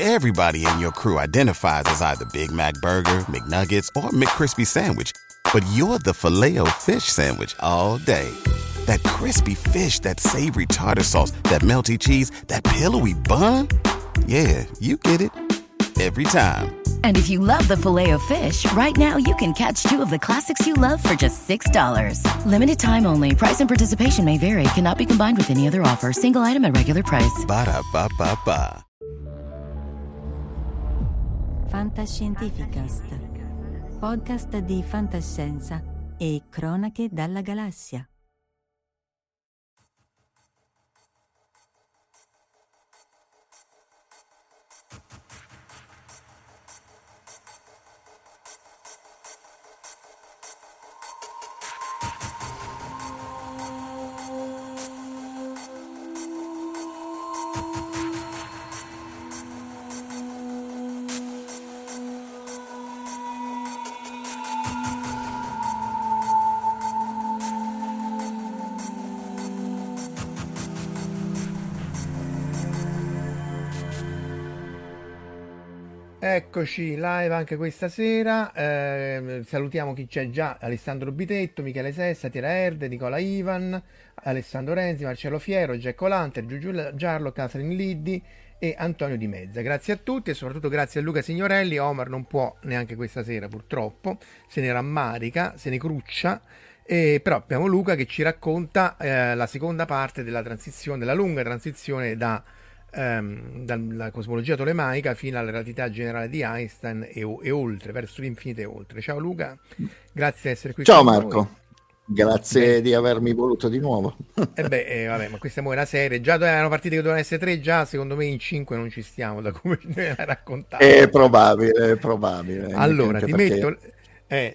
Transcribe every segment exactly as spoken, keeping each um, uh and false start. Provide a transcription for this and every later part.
Everybody in your crew identifies as either Big Mac Burger, McNuggets, or McCrispy Sandwich. But you're the Filet-O-Fish Sandwich all day. That crispy fish, that savory tartar sauce, that melty cheese, that pillowy bun. Yeah, you get it. Every time. And if you love the Filet-O-Fish, right now you can catch two of the classics you love for just six dollars. Limited time only. Price and participation may vary. Cannot be combined with any other offer. Single item at regular price. Ba-da-ba-ba-ba. Fantascientificast, podcast di fantascienza e cronache dalla galassia. Eccoci live anche questa sera, eh, salutiamo chi c'è già: Alessandro Bitetto, Michele Sessa, Tira Erde, Nicola Ivan, Alessandro Renzi, Marcello Fiero, Jack O'Lantern, Giugiu Giarlo, Catherine Liddi e Antonio Di Mezza. Grazie a tutti e soprattutto grazie a Luca Signorelli. Omar non può neanche questa sera purtroppo, se ne rammarica, se ne cruccia, eh, però abbiamo Luca che ci racconta eh, la seconda parte della transizione, della lunga transizione da Um, dalla cosmologia tolemaica fino alla relatività generale di Einstein e, e oltre, verso l'infinito e oltre. Ciao Luca, grazie di essere qui. Ciao Marco, noi. Grazie beh. di avermi voluto di nuovo. E beh, eh, vabbè, ma questa è una serie, già erano partite che dovevano essere tre, già secondo me in cinque non ci stiamo, da come me l'hai raccontato. È probabile, è probabile. Allora, anche ti perché... metto... Eh,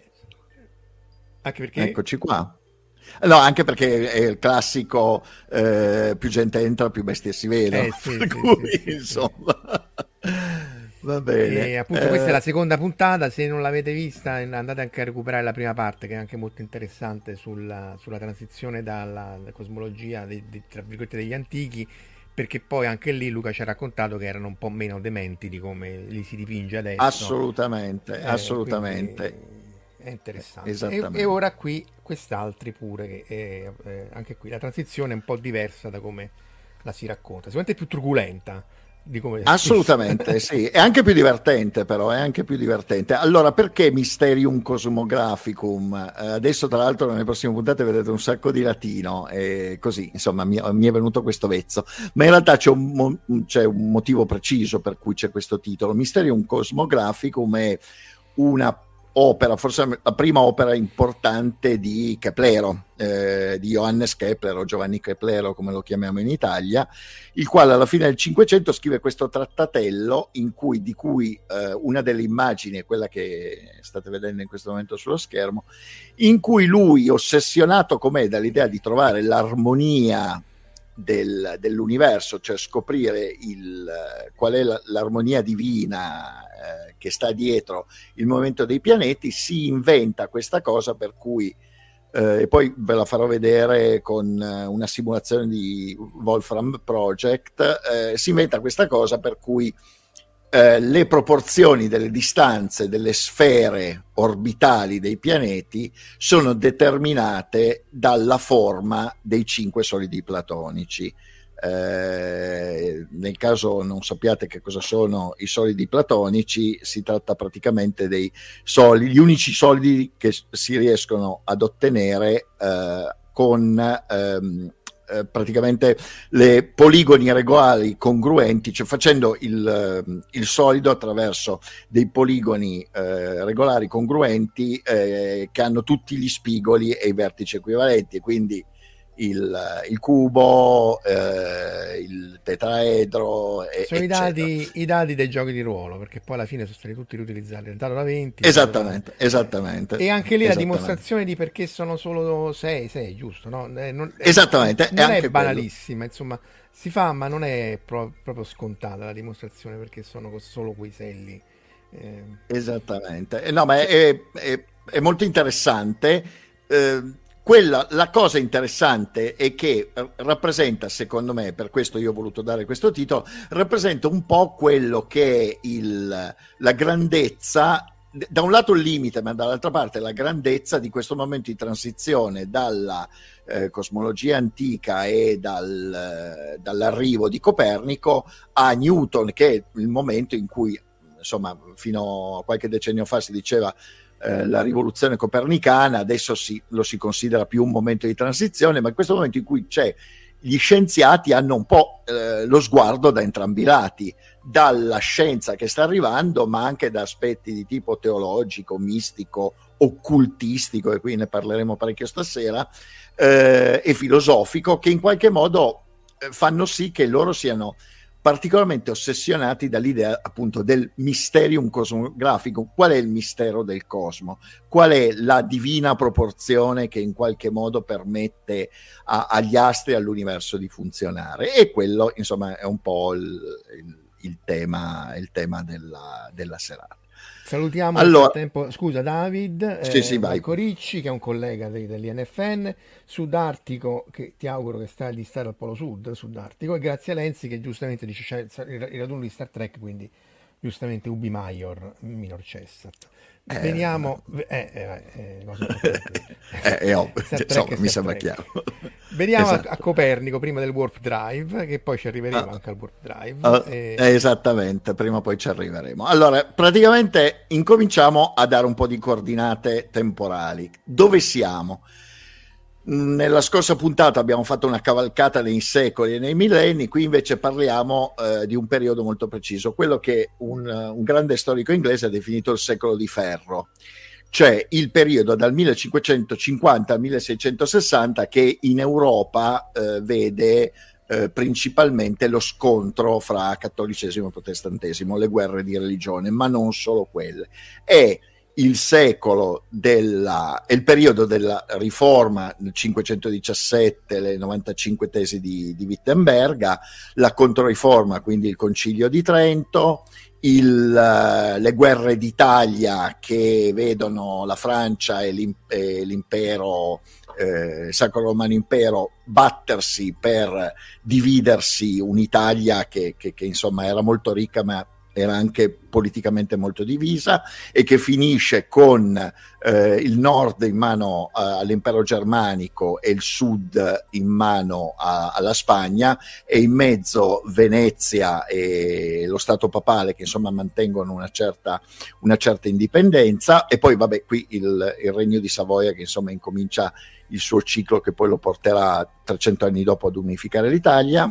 anche perché... Eccoci qua. No, anche perché è il classico eh, più gente entra, più bestie si vedono. Eh, sì, per sì, cui, sì, sì, insomma, sì. Va bene. E appunto eh... questa è la seconda puntata, se non l'avete vista andate anche a recuperare la prima parte, che è anche molto interessante sulla, sulla transizione dalla, dalla cosmologia dei, dei, tra virgolette degli antichi, perché poi anche lì Luca ci ha raccontato che erano un po' meno dementi di come li si dipinge adesso. Assolutamente, eh, assolutamente. Quindi... è interessante. Esattamente. E, e ora qui quest'altri pure che è, eh, anche qui la transizione è un po' diversa da come la si racconta, sicuramente è più truculenta di come assolutamente sì, è anche più divertente, però è anche più divertente. Allora, perché Mysterium Cosmographicum? Eh, adesso tra l'altro nelle prossime puntate vedete un sacco di latino e così, insomma, mi, mi è venuto questo vezzo, ma in realtà c'è un, mo- c'è un motivo preciso per cui c'è questo titolo. Mysterium Cosmographicum è una opera, forse la prima opera importante di Keplero, eh, di Johannes Kepler o Giovanni Keplero come lo chiamiamo in Italia, il quale alla fine del Cinquecento scrive questo trattatello in cui, di cui eh, una delle immagini è quella che state vedendo in questo momento sullo schermo, in cui lui, ossessionato com'è dall'idea di trovare l'armonia Del, dell'universo, cioè scoprire il, qual è la, l'armonia divina eh, che sta dietro il movimento dei pianeti, si inventa questa cosa per cui eh, e poi ve la farò vedere con eh, una simulazione di Wolfram Project, eh, si inventa questa cosa per cui eh, le proporzioni delle distanze delle sfere orbitali dei pianeti sono determinate dalla forma dei cinque solidi platonici. Eh, nel caso non sappiate che cosa sono i solidi platonici, si tratta praticamente dei solidi, gli unici solidi che si riescono ad ottenere eh, con ehm, Eh, praticamente le poligoni regolari congruenti, cioè facendo il, il solido attraverso dei poligoni eh, regolari congruenti eh, che hanno tutti gli spigoli e i vertici equivalenti, quindi il, il cubo, eh, il tetraedro e, sono i dati, i dati dei giochi di ruolo, perché poi alla fine sono stati tutti riutilizzati, il dato da venti esattamente, da... esattamente e anche lì la dimostrazione di perché sono solo sei, sei giusto, no? Eh, non, esattamente, non è, è banalissima, quello. Insomma si fa, ma non è pro- proprio scontata la dimostrazione, perché sono solo quei sei lì. Eh... esattamente, no, ma è, è, è molto interessante. eh, quella, la cosa interessante è che rappresenta, secondo me, per questo io ho voluto dare questo titolo, rappresenta un po' quello che è il, la grandezza, da un lato il limite, ma dall'altra parte la grandezza di questo momento di transizione dalla eh, cosmologia antica e dal, eh, dall'arrivo di Copernico a Newton, che è il momento in cui, insomma, fino a qualche decennio fa si diceva eh, la rivoluzione copernicana, adesso si, lo si considera più un momento di transizione, ma in questo momento in cui c'è, gli scienziati hanno un po' eh, lo sguardo da entrambi i lati, dalla scienza che sta arrivando, ma anche da aspetti di tipo teologico, mistico, occultistico, e qui ne parleremo parecchio stasera, eh, e filosofico, che in qualche modo eh, fanno sì che loro siano particolarmente ossessionati dall'idea appunto del mysterium cosmografico. Qual è il mistero del cosmo? Qual è la divina proporzione che in qualche modo permette a, agli astri e all'universo di funzionare? E quello, insomma, è un po' il, il, il tema, il tema della, della serata. Salutiamo allora, nel frattempo, scusa David, sì, eh, sì, Marco Ricci, che è un collega de, dell'I N F N, Sudartico, che ti auguro che sta di stare al Polo Sud, Sudartico, e Grazia Lenzi, che giustamente dice c'è il, il raduno di Star Trek, quindi giustamente ubi maior, minor cessat. Eh, Veniamo, eh, eh, eh, cosa è, è ovvio, insomma, mi sembra chiaro. Veniamo esatto. a, a Copernico, prima del Warp Drive, che poi ci arriveremo ah, anche al Warp Drive. Uh, e... Esattamente, prima o poi ci arriveremo. Allora, praticamente incominciamo a dare un po' di coordinate temporali. Dove siamo? Nella scorsa puntata abbiamo fatto una cavalcata nei secoli e nei millenni, qui invece parliamo eh, di un periodo molto preciso, quello che un, un grande storico inglese ha definito il secolo di ferro, cioè il periodo dal millecinquecentocinquanta al milleseicentosessanta, che in Europa eh, vede eh, principalmente lo scontro fra cattolicesimo e protestantesimo, le guerre di religione, ma non solo quelle. È il secolo della, il periodo della riforma, nel cinquecentodiciassette, le novantacinque tesi di, di Wittenberga, la controriforma, quindi il Concilio di Trento, il, uh, le guerre d'Italia che vedono la Francia e, l'imp- e l'impero, eh, Sacro Romano Impero, battersi per dividersi un'Italia che, che, che insomma era molto ricca, ma era anche politicamente molto divisa, e che finisce con eh, il nord in mano eh, all'impero germanico e il sud in mano a, alla Spagna, e in mezzo Venezia e lo Stato papale, che insomma mantengono una certa, una certa indipendenza, e poi vabbè qui il, il Regno di Savoia, che insomma incomincia il suo ciclo, che poi lo porterà trecento anni dopo ad unificare l'Italia,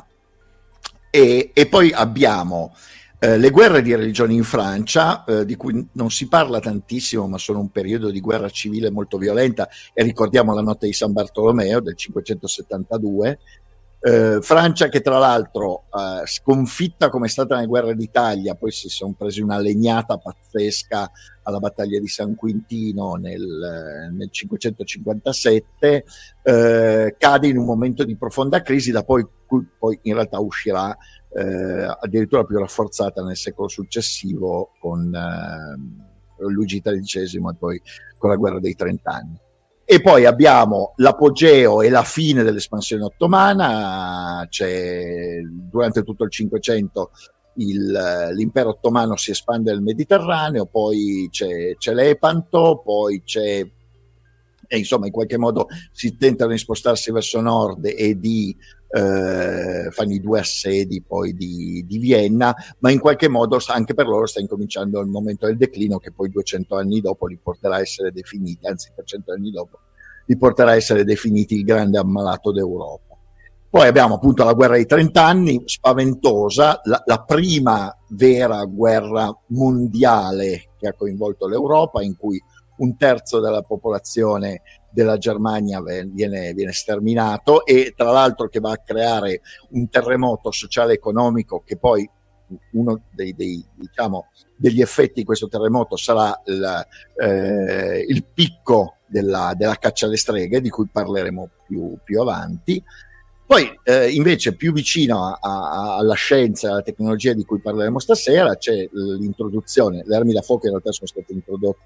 e, e poi abbiamo Eh, le guerre di religione in Francia, eh, di cui non si parla tantissimo, ma sono un periodo di guerra civile molto violenta, e ricordiamo la notte di San Bartolomeo del cinquecentosettantadue, eh, Francia che tra l'altro eh, sconfitta come è stata nelle guerre d'Italia, poi si sono presi una legnata pazzesca alla battaglia di San Quintino nel, nel cinquecentocinquantasette, eh, cade in un momento di profonda crisi, da poi, cui poi in realtà uscirà Eh, addirittura più rafforzata nel secolo successivo con eh, Luigi tredicesimo e poi con la guerra dei trent'anni. E poi abbiamo l'apogeo e la fine dell'espansione ottomana. C'è, durante tutto il Cinquecento il, l'impero ottomano si espande nel Mediterraneo, poi c'è, c'è Lepanto, poi c'è, e insomma in qualche modo si tentano di spostarsi verso nord e di eh, fanno i due assedi poi di, di Vienna, ma in qualche modo anche per loro sta incominciando il momento del declino, che poi duecento anni dopo li porterà a essere definiti, anzi trecento anni dopo li porterà a essere definiti il grande ammalato d'Europa. Poi abbiamo appunto la guerra dei trent'anni, spaventosa, la, la prima vera guerra mondiale che ha coinvolto l'Europa, in cui un terzo della popolazione della Germania viene, viene sterminato, e tra l'altro che va a creare un terremoto sociale e economico, che poi uno dei, dei, diciamo, degli effetti di questo terremoto sarà il, eh, il picco della, della caccia alle streghe, di cui parleremo più, più avanti. Poi eh, invece più vicino a, a, alla scienza e alla tecnologia di cui parleremo stasera c'è l'introduzione, le armi da fuoco in realtà sono state introdotte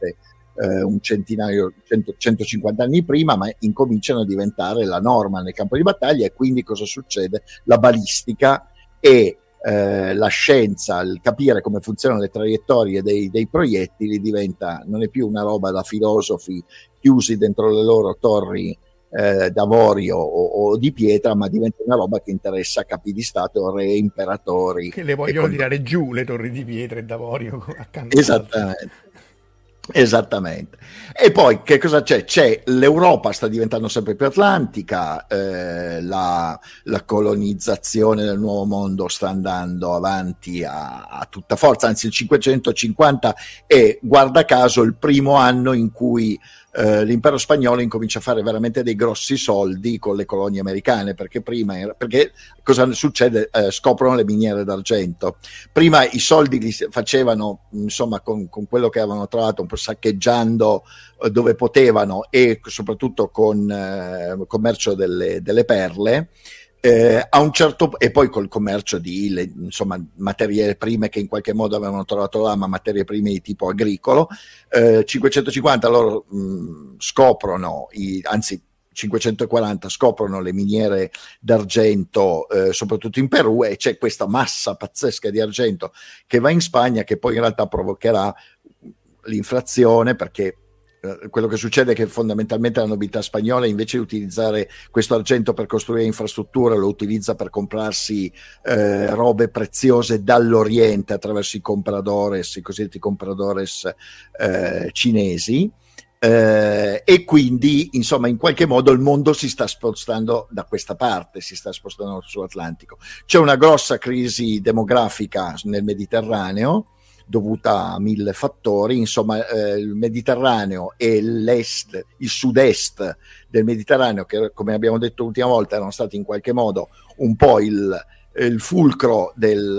eh, un centinaio, cento, centocinquanta anni prima, ma incominciano a diventare la norma nel campo di battaglia. E quindi cosa succede? La balistica e eh, la scienza, il capire come funzionano le traiettorie dei, dei proiettili diventa, non è più una roba da filosofi chiusi dentro le loro torri eh, d'avorio o, o di pietra, ma diventa una roba che interessa capi di Stato, re, imperatori. Che le vogliono con... tirare giù le torri di pietra e d'avorio accanto. Esattamente. Esattamente. E poi che cosa c'è? C'è l'Europa sta diventando sempre più atlantica, eh, la, la colonizzazione del nuovo mondo sta andando avanti a, a tutta forza, anzi il cinquecentocinquanta è, guarda caso, il primo anno in cui eh, l'impero spagnolo incomincia a fare veramente dei grossi soldi con le colonie americane, perché prima era, perché cosa succede? Eh, scoprono le miniere d'argento. Prima i soldi li facevano insomma con, con quello che avevano trovato, un po' saccheggiando eh, dove potevano, e soprattutto con eh, commercio delle, delle perle. Eh, a un certo e poi col commercio di le, insomma materie prime che in qualche modo avevano trovato là, ma materie prime di tipo agricolo. eh, cinquecentocinquanta loro mh, scoprono i, anzi cinquecentoquaranta scoprono le miniere d'argento eh, soprattutto in Perù, e c'è questa massa pazzesca di argento che va in Spagna, che poi in realtà provocherà l'inflazione, perché quello che succede è che fondamentalmente la nobiltà spagnola, invece di utilizzare questo argento per costruire infrastrutture, lo utilizza per comprarsi eh, robe preziose dall'Oriente attraverso i compradores, i cosiddetti compradores eh, cinesi. Eh, e quindi insomma in qualche modo il mondo si sta spostando da questa parte, si sta spostando sull'Atlantico. C'è una grossa crisi demografica nel Mediterraneo, dovuta a mille fattori. Insomma eh, il Mediterraneo e l'est, il sud-est del Mediterraneo, che come abbiamo detto l'ultima volta erano stati in qualche modo un po' il, il fulcro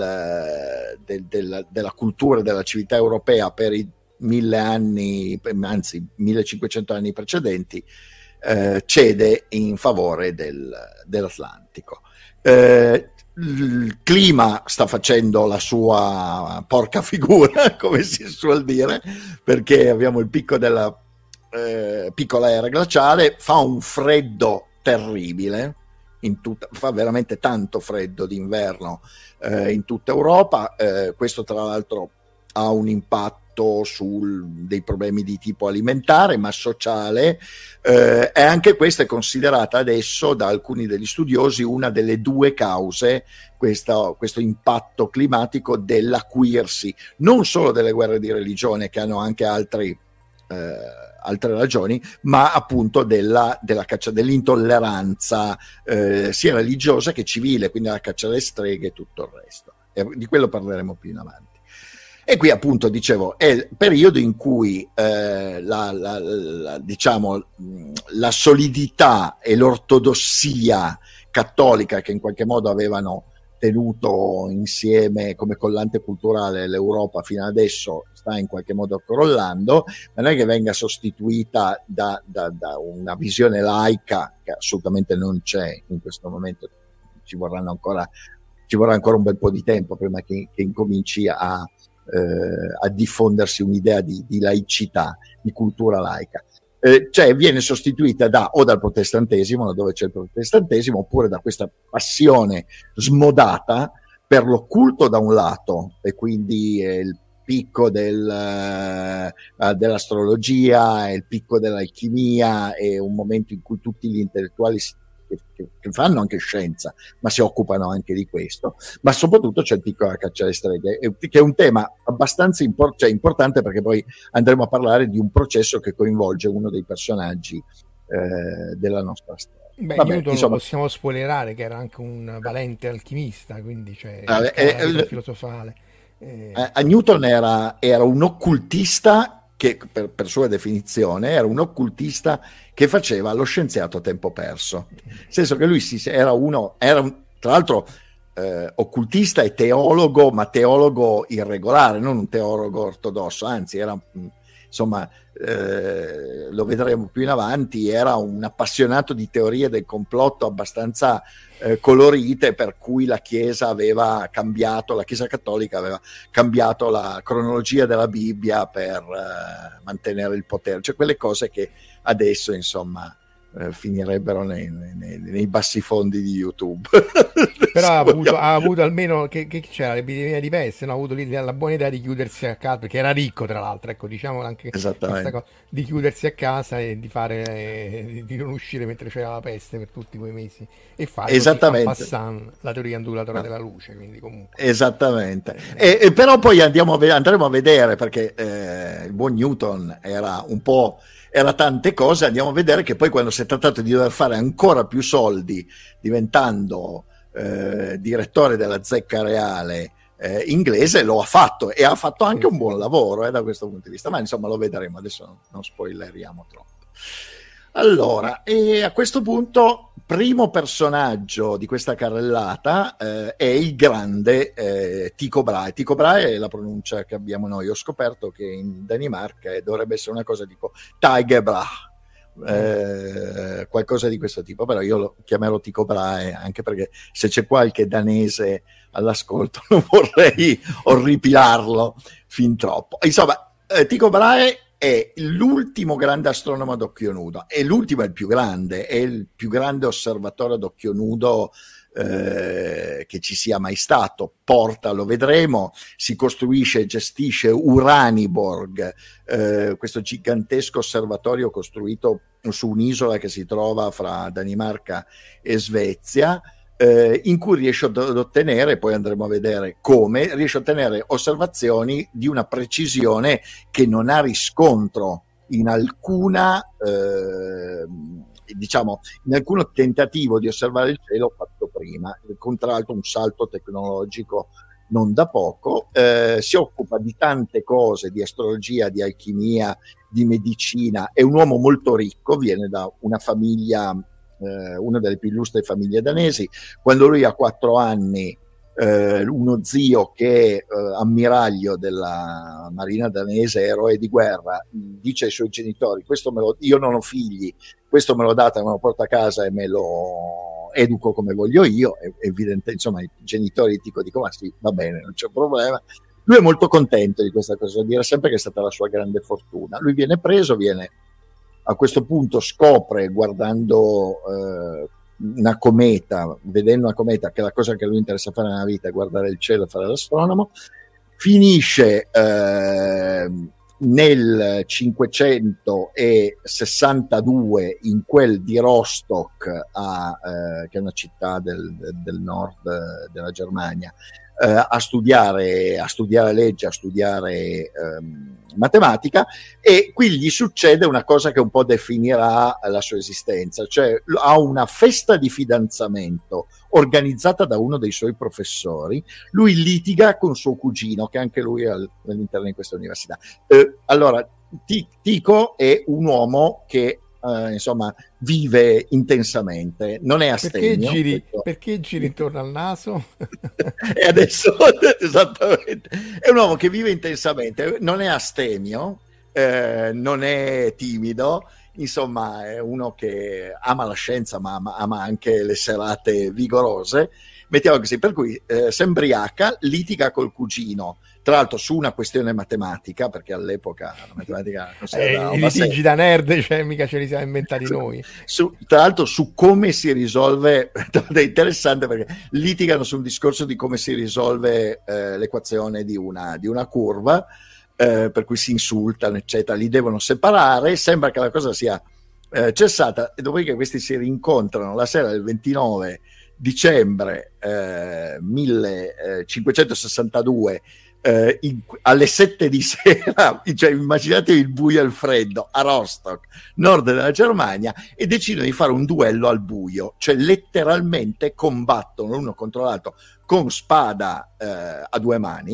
del, del, del, della cultura e della civiltà europea per i mille anni, anzi millecinquecento anni precedenti, eh, cede in favore del, dell'Atlantico. Eh, il clima sta facendo la sua porca figura, come si suol dire, perché abbiamo il picco della eh, piccola era glaciale, fa un freddo terribile, in tutta, fa veramente tanto freddo d'inverno eh, in tutta Europa. Eh, questo tra l'altro ha un impatto su dei problemi di tipo alimentare, ma sociale, eh, e anche questa è considerata adesso da alcuni degli studiosi una delle due cause, questa, questo impatto climatico, dell'acuirsi non solo delle guerre di religione, che hanno anche altri eh, altre ragioni, ma appunto della, della caccia, dell'intolleranza eh, sia religiosa che civile, quindi la caccia alle streghe e tutto il resto. E di quello parleremo più in avanti. E qui appunto dicevo è il periodo in cui eh, la, la, la, diciamo, la solidità e l'ortodossia cattolica, che in qualche modo avevano tenuto insieme come collante culturale l'Europa fino adesso, sta in qualche modo crollando. Non è che venga sostituita da, da, da una visione laica, che assolutamente non c'è in questo momento. Ci vorranno ancora, ci vorrà ancora un bel po' di tempo prima che, che incominci a Eh, a diffondersi un'idea di, di laicità, di cultura laica. Eh, cioè viene sostituita da o dal protestantesimo, dove c'è il protestantesimo, oppure da questa passione smodata per l'occulto da un lato, e quindi è il picco del, uh, dell'astrologia, è il picco dell'alchimia, è un momento in cui tutti gli intellettuali si Che, che fanno anche scienza, ma si occupano anche di questo. Ma soprattutto c'è il picco della caccia alle streghe, che è un tema abbastanza import- cioè importante, perché poi andremo a parlare di un processo che coinvolge uno dei personaggi eh, della nostra storia. Beh, Vabbè, Newton insomma, lo possiamo spoilerare che era anche un valente alchimista, quindi cioè eh, eh, filosofale. Eh. Eh, Newton era, era un occultista che per, per sua definizione era un occultista che faceva lo scienziato a tempo perso, nel senso che lui si, era uno, era un, tra l'altro eh, occultista e teologo, ma teologo irregolare, non un teologo ortodosso, anzi era insomma, eh, lo vedremo più in avanti, era un appassionato di teorie del complotto abbastanza eh, colorite, per cui la Chiesa aveva cambiato, la Chiesa cattolica aveva cambiato la cronologia della Bibbia per eh, mantenere il potere, cioè quelle cose che adesso, insomma, eh, finirebbero nei, nei, nei bassi fondi di YouTube. Però ha avuto, ha avuto almeno, che, che c'era l'epidemia di peste, no? Ha avuto l'idea, la buona idea di chiudersi a casa, perché era ricco tra l'altro, ecco, diciamo anche questa cosa, di chiudersi a casa e di fare eh, di non uscire mentre c'era la peste per tutti quei mesi, e fare esattamente la teoria ondulatoria no. della luce, quindi comunque esattamente e, e però poi andiamo a, andremo a vedere, perché eh, il buon Newton era un po' era tante cose, andiamo a vedere che poi quando si è trattato di dover fare ancora più soldi diventando eh, direttore della Zecca Reale eh, inglese, lo ha fatto, e ha fatto anche un buon lavoro eh, da questo punto di vista, ma insomma lo vedremo, adesso non, non spoileriamo troppo. Allora, e a questo punto, primo personaggio di questa carrellata eh, è il grande eh, Tycho Brahe. Tycho Brahe è la pronuncia che abbiamo noi. Ho scoperto che in Danimarca dovrebbe essere una cosa tipo Tyge Brahe, eh, qualcosa di questo tipo, però io lo chiamerò Tycho Brahe, anche perché se c'è qualche danese all'ascolto non vorrei orripilarlo fin troppo. Insomma, eh, Tycho Brahe è l'ultimo grande astronomo ad occhio nudo, è l'ultimo, è il più grande, è il più grande osservatore ad occhio nudo eh, che ci sia mai stato. Porta, lo vedremo, si costruisce e gestisce Uraniborg, eh, questo gigantesco osservatorio costruito su un'isola che si trova fra Danimarca e Svezia, Eh, in cui riesce ad, ad ottenere, poi andremo a vedere come, riesce a ottenere osservazioni di una precisione che non ha riscontro in alcuna, eh, diciamo, in alcun tentativo di osservare il cielo fatto prima, con tra l'altro un salto tecnologico non da poco. Eh, si occupa di tante cose, di astrologia, di alchimia, di medicina, è un uomo molto ricco, viene da una famiglia, Eh, una delle più illustri famiglie danesi. Quando lui ha quattro anni, eh, uno zio che è eh, ammiraglio della marina danese, eroe di guerra, dice ai suoi genitori: questo me lo, io non ho figli, questo me lo date, me lo porto a casa e me lo educo come voglio io. È evidente, insomma, i genitori dico, dico ma sì, va bene, non c'è problema. Lui è molto contento di questa cosa, dire sempre che è stata la sua grande fortuna. Lui viene preso, viene a questo punto scopre, guardando eh, una cometa, vedendo una cometa, che la cosa che a lui interessa fare nella vita è guardare il cielo e fare l'astronomo, finisce eh, nel cinquecentosessantadue in quel di Rostock, a, eh, che è una città del, del nord della Germania, eh, a studiare, a studiare legge, a studiare ehm, matematica, e qui gli succede una cosa che un po' definirà la sua esistenza, cioè ha una festa di fidanzamento organizzata da uno dei suoi professori. Lui litiga con suo cugino, che anche lui è all'interno di questa università. Eh, allora, Tycho è un uomo che Uh, insomma vive intensamente, non è astemio. Perché giri, perché giri intorno al naso? E adesso esattamente, è un uomo che vive intensamente, non è astemio, eh, non è timido, insomma è uno che ama la scienza ma ama, ama anche le serate vigorose, mettiamo così, per cui eh, si imbriaca, litiga col cugino, tra l'altro su una questione matematica, perché all'epoca la matematica eh, i litigi da nerd, cioè mica ce li siamo inventati su, noi su, tra l'altro su come si risolve, è interessante perché litigano su un discorso di come si risolve eh, l'equazione di una, di una curva, eh, per cui si insultano eccetera, li devono separare, sembra che la cosa sia eh, cessata, e dopodiché questi si rincontrano la sera del ventinove dicembre eh, millecinquecentosessantadue, eh, in, alle sette di sera, cioè immaginatevi il buio e il freddo a Rostock, nord della Germania, e decidono di fare un duello al buio, cioè letteralmente combattono l'uno contro l'altro con spada eh, a due mani,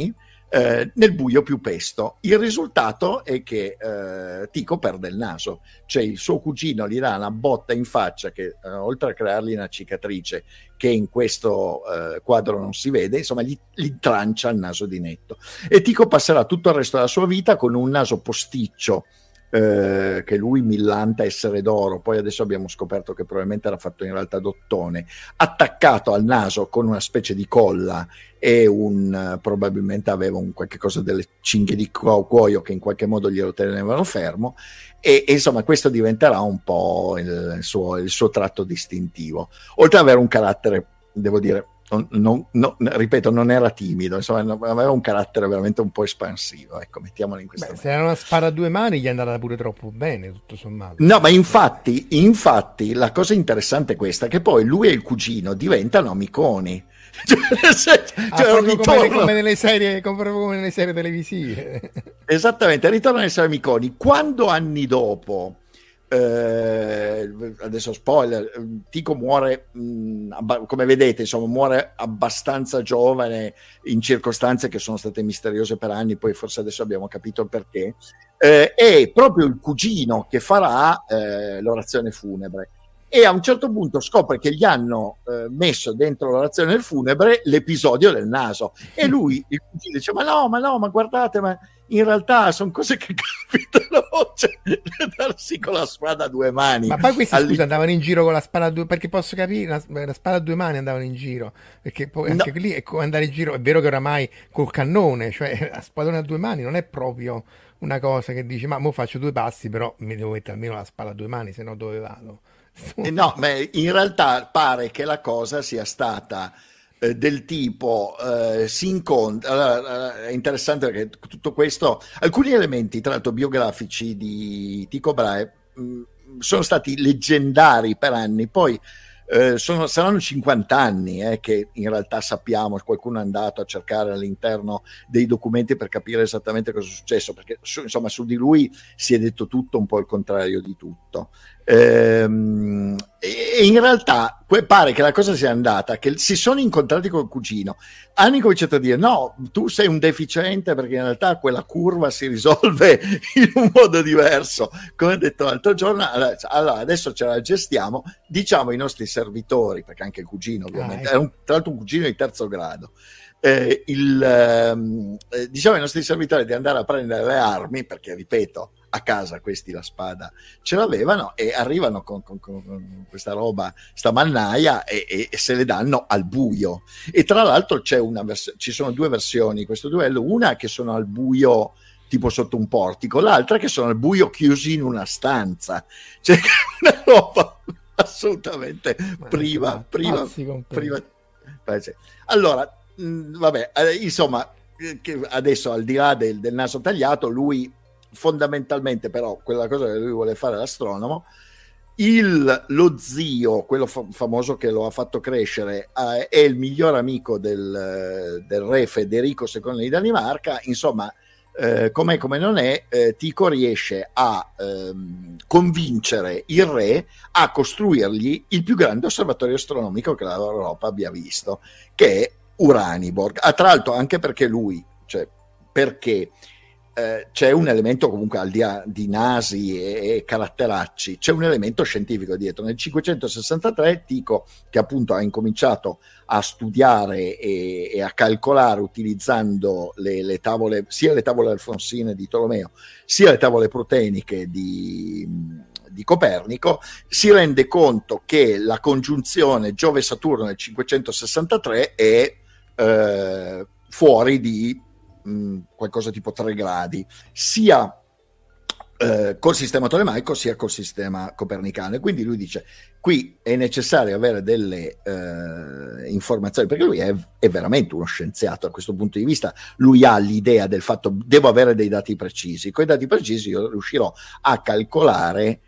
eh, nel buio più pesto. Il risultato è che eh, Tycho perde il naso, cioè il suo cugino gli dà una botta in faccia che eh, oltre a creargli una cicatrice che in questo eh, quadro non si vede, insomma gli, gli trancia il naso di netto, e Tycho passerà tutto il resto della sua vita con un naso posticcio Eh, che lui millanta essere d'oro, poi adesso abbiamo scoperto che probabilmente era fatto in realtà d'ottone, attaccato al naso con una specie di colla e un probabilmente aveva un qualche cosa delle cinghie di cuoio che in qualche modo glielo tenevano fermo, e, e insomma questo diventerà un po' il, il, suo, il suo tratto distintivo, oltre ad avere un carattere, devo dire, Non, non, no, ripeto, non era timido, insomma aveva un carattere veramente un po' espansivo, ecco, mettiamolo in questa Beh, maniera. se era una spada a due mani gli è andata pure troppo bene, tutto sommato. No, ma infatti, infatti la cosa interessante è questa, che poi lui e il cugino diventano amiconi. Cioè, ah, cioè, proprio come, ritorno... come nelle serie, come, come nelle serie televisive. Esattamente, ritornano a essere amiconi. Quando anni dopo, eh, adesso spoiler, Tycho muore, mh, abba- come vedete, insomma, muore abbastanza giovane in circostanze che sono state misteriose per anni, poi forse adesso abbiamo capito il perché. Eh, è proprio il cugino che farà eh, l'orazione funebre, e a un certo punto scopre che gli hanno eh, messo dentro l'orazione funebre l'episodio del naso, e lui, il cugino, dice ma no, ma no, ma guardate, ma in realtà sono cose che capitano, cioè, darsi con la spada a due mani. Ma poi questi All'in- scusa andavano in giro con la spada a due, perché posso capire, la, la spada a due mani andavano in giro, perché poi anche No. lì è come andare in giro, è vero che oramai col cannone, cioè la spadone a due mani non è proprio una cosa che dici ma mo faccio due passi, però mi devo mettere almeno la spada a due mani, se no dove vado? Eh, No, ma in realtà pare che la cosa sia stata eh, del tipo eh, si incontra. Allora, è interessante perché tutto questo, alcuni elementi tra l'altro biografici di Tycho Brahe mh, sono stati leggendari per anni, poi eh, sono, saranno cinquanta anni eh, che in realtà sappiamo, qualcuno è andato a cercare all'interno dei documenti per capire esattamente cosa è successo, perché su, insomma su di lui si è detto tutto, un po' il contrario di tutto. Ehm, e in realtà pare che la cosa sia andata che si sono incontrati col cugino, hanno cominciato a dire no, tu sei un deficiente perché in realtà quella curva si risolve in un modo diverso, come ho detto l'altro giorno. Allora adesso ce la gestiamo, diciamo ai nostri servitori, perché anche il cugino ovviamente Ah, ecco. è un, tra l'altro un cugino di terzo grado, eh, il, ehm, eh, diciamo ai nostri servitori di andare a prendere le armi, perché ripeto, a casa questi la spada ce l'avevano, e arrivano con, con, con questa roba, sta mannaia, e, e, e se le danno al buio. E tra l'altro c'è una vers- ci sono due versioni di questo duello, una che sono al buio tipo sotto un portico, l'altra che sono al buio chiusi in una stanza, cioè una roba assolutamente priva, priva, priva. Allora mh, vabbè, eh, insomma, eh, che adesso al di là del, del naso tagliato, lui fondamentalmente, però, quella cosa che lui vuole fare l'astronomo, il, lo zio, quello fa- famoso che lo ha fatto crescere, eh, è il miglior amico del, del re Federico secondo di Danimarca. Insomma, eh, com'è come non è, eh, Tycho riesce a ehm, convincere il re a costruirgli il più grande osservatorio astronomico che l'Europa abbia visto, che è Uraniborg. Ah, tra l'altro anche perché lui, cioè perché Eh, c'è un elemento, comunque, al di là di nasi e, e caratteracci, c'è un elemento scientifico dietro. Nel cinquecentosessantatré Tycho, che appunto ha incominciato a studiare e, e a calcolare utilizzando le, le tavole, sia le tavole alfonsine di Tolomeo sia le tavole proteiche di, di Copernico, si rende conto che la congiunzione Giove-Saturno nel cinquecentosessantatré è eh, fuori di qualcosa tipo tre gradi, sia eh, col sistema tolemaico sia col sistema copernicano, e quindi lui dice qui è necessario avere delle eh, informazioni, perché lui è, è veramente uno scienziato da questo punto di vista. Lui ha l'idea del fatto devo avere dei dati precisi, con i dati precisi io riuscirò a calcolare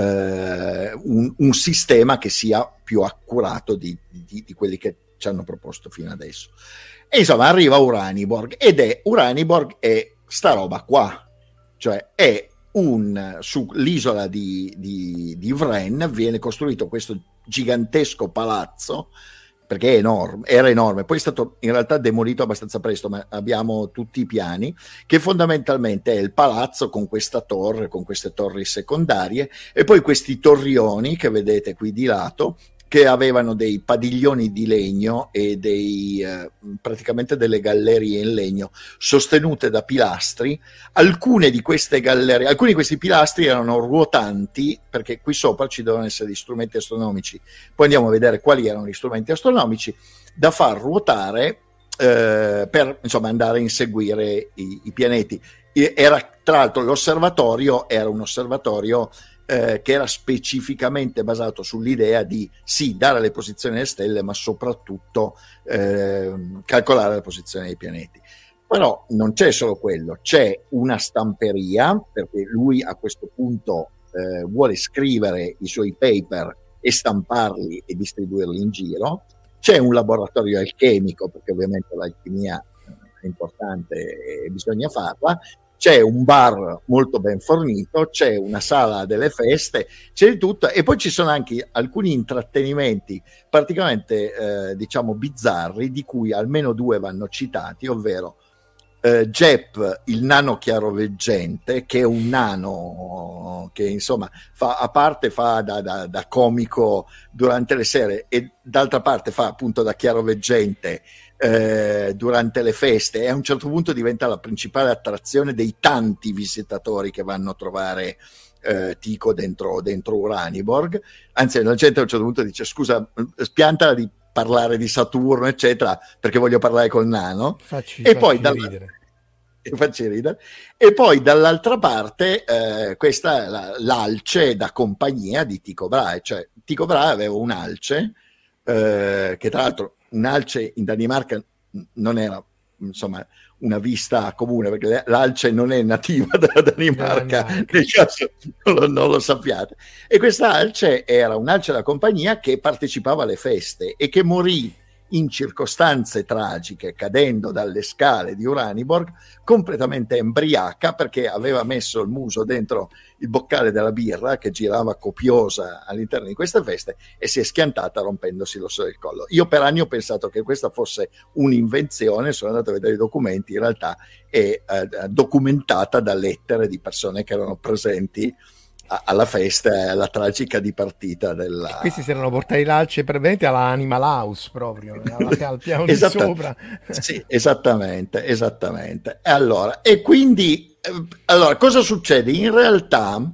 eh, un, un sistema che sia più accurato di, di, di quelli che ci hanno proposto fino adesso. E insomma arriva Uraniborg, ed è Uraniborg è sta roba qua, cioè è un sull'isola di, di, di Vren viene costruito questo gigantesco palazzo perché è enorme, era enorme, poi è stato in realtà demolito abbastanza presto, ma abbiamo tutti i piani, che fondamentalmente è il palazzo con questa torre, con queste torri secondarie, e poi questi torrioni che vedete qui di lato, che avevano dei padiglioni di legno e dei eh, praticamente delle gallerie in legno sostenute da pilastri. Alcune di queste gallerie, alcuni di questi pilastri erano ruotanti, perché qui sopra ci devono essere gli strumenti astronomici, poi andiamo a vedere quali erano gli strumenti astronomici da far ruotare eh, per insomma andare a inseguire i, i pianeti. Era tra l'altro l'osservatorio era un osservatorio Eh, che era specificamente basato sull'idea di sì, dare le posizioni delle stelle, ma soprattutto eh, calcolare la posizione dei pianeti. Però non c'è solo quello, c'è una stamperia, perché lui a questo punto eh, vuole scrivere i suoi paper e stamparli e distribuirli in giro. C'è un laboratorio alchemico, perché ovviamente l'alchimia è importante e bisogna farla. C'è un bar molto ben fornito, c'è una sala delle feste, c'è di tutto, e poi ci sono anche alcuni intrattenimenti particolarmente eh, diciamo bizzarri, di cui almeno due vanno citati, ovvero eh, Jep, il nano chiaroveggente, che è un nano che insomma fa, a parte fa da, da, da comico durante le serie e d'altra parte fa appunto da chiaroveggente Eh, durante le feste, e a un certo punto diventa la principale attrazione dei tanti visitatori che vanno a trovare eh, Tycho dentro, dentro Uraniborg. Anzi, la gente a un certo punto dice: scusa, spiantala di parlare di Saturno eccetera, perché voglio parlare col nano. Facci, e facci poi dalla... ridere. E facci ridere. E poi dall'altra parte eh, questa è la, l'alce da compagnia di Tycho Brahe, cioè Tycho Brahe aveva un'alce eh, che tra l'altro un'alce in Danimarca non era insomma una vista comune, perché l'alce non è nativa della Danimarca, nel caso non lo, non lo sappiate. E questa alce era un'alce da compagnia che partecipava alle feste e che morì in circostanze tragiche cadendo dalle scale di Uraniborg completamente embriaca, perché aveva messo il muso dentro il boccale della birra che girava copiosa all'interno di queste feste e si è schiantata rompendosi l'osso del collo. Io per anni ho pensato che questa fosse un'invenzione, sono andato a vedere i documenti, in realtà è eh, documentata da lettere di persone che erano presenti alla festa, alla tragica dipartita della... Questi si erano portati l'alce per veramente alla Animal House proprio, alla, al piano di Esatta... sopra. Sì, esattamente, esattamente. E allora, e quindi, eh, allora, cosa succede? In realtà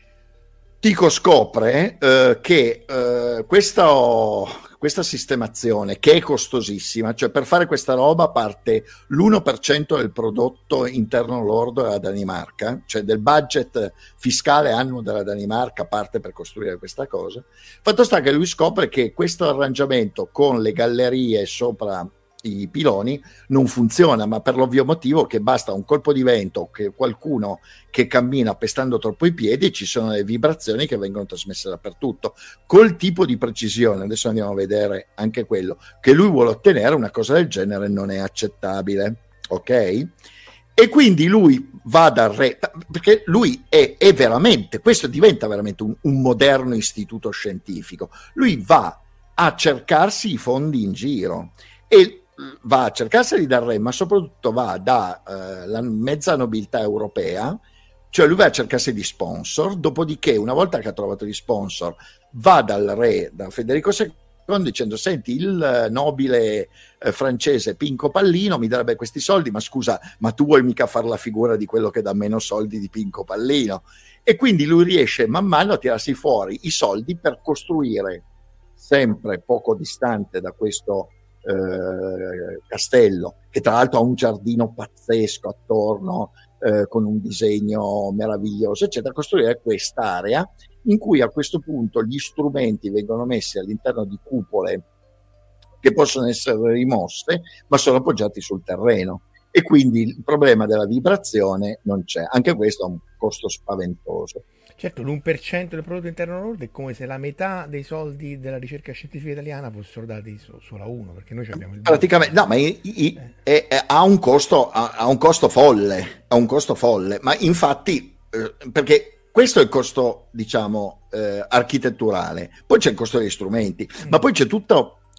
Tycho scopre eh, che eh, questo... questa sistemazione, che è costosissima, cioè per fare questa roba parte l'uno per cento del prodotto interno lordo della Danimarca, cioè del budget fiscale annuo della Danimarca parte per costruire questa cosa. Fatto sta che lui scopre che questo arrangiamento con le gallerie sopra i piloni non funziona, ma per l'ovvio motivo che basta un colpo di vento, che qualcuno che cammina pestando troppo i piedi e ci sono le vibrazioni che vengono trasmesse dappertutto col tipo di precisione, adesso andiamo a vedere anche quello che lui vuole ottenere. Una cosa del genere non è accettabile, ok? E quindi lui va dal re, perché lui è, è veramente, questo diventa veramente un, un moderno istituto scientifico. Lui va a cercarsi i fondi in giro e va a cercarseli dal re, ma soprattutto va dalla eh, mezza nobiltà europea, cioè lui va a cercarsi di sponsor, dopodiché una volta che ha trovato gli sponsor va dal re, da Federico secondo, dicendo: senti, il nobile eh, francese Pinco Pallino mi darebbe questi soldi, ma scusa, ma tu vuoi mica far la figura di quello che dà meno soldi di Pinco Pallino? E quindi lui riesce man mano a tirarsi fuori i soldi per costruire, sempre poco distante da questo Eh, castello, che tra l'altro ha un giardino pazzesco attorno, eh, con un disegno meraviglioso eccetera, costruire quest'area in cui a questo punto gli strumenti vengono messi all'interno di cupole che possono essere rimosse ma sono appoggiati sul terreno, e quindi il problema della vibrazione non c'è. Anche questo ha un costo spaventoso. Certo, l'uno per cento del prodotto interno lordo è come se la metà dei soldi della ricerca scientifica italiana fossero dati so, solo a uno, perché noi abbiamo il praticamente no, ma i, i, è, è, ha un costo ha, ha un costo folle ha un costo folle ma infatti eh, perché questo è il costo, diciamo, eh, architetturale, poi c'è il costo degli strumenti, mm. ma poi c'è tutto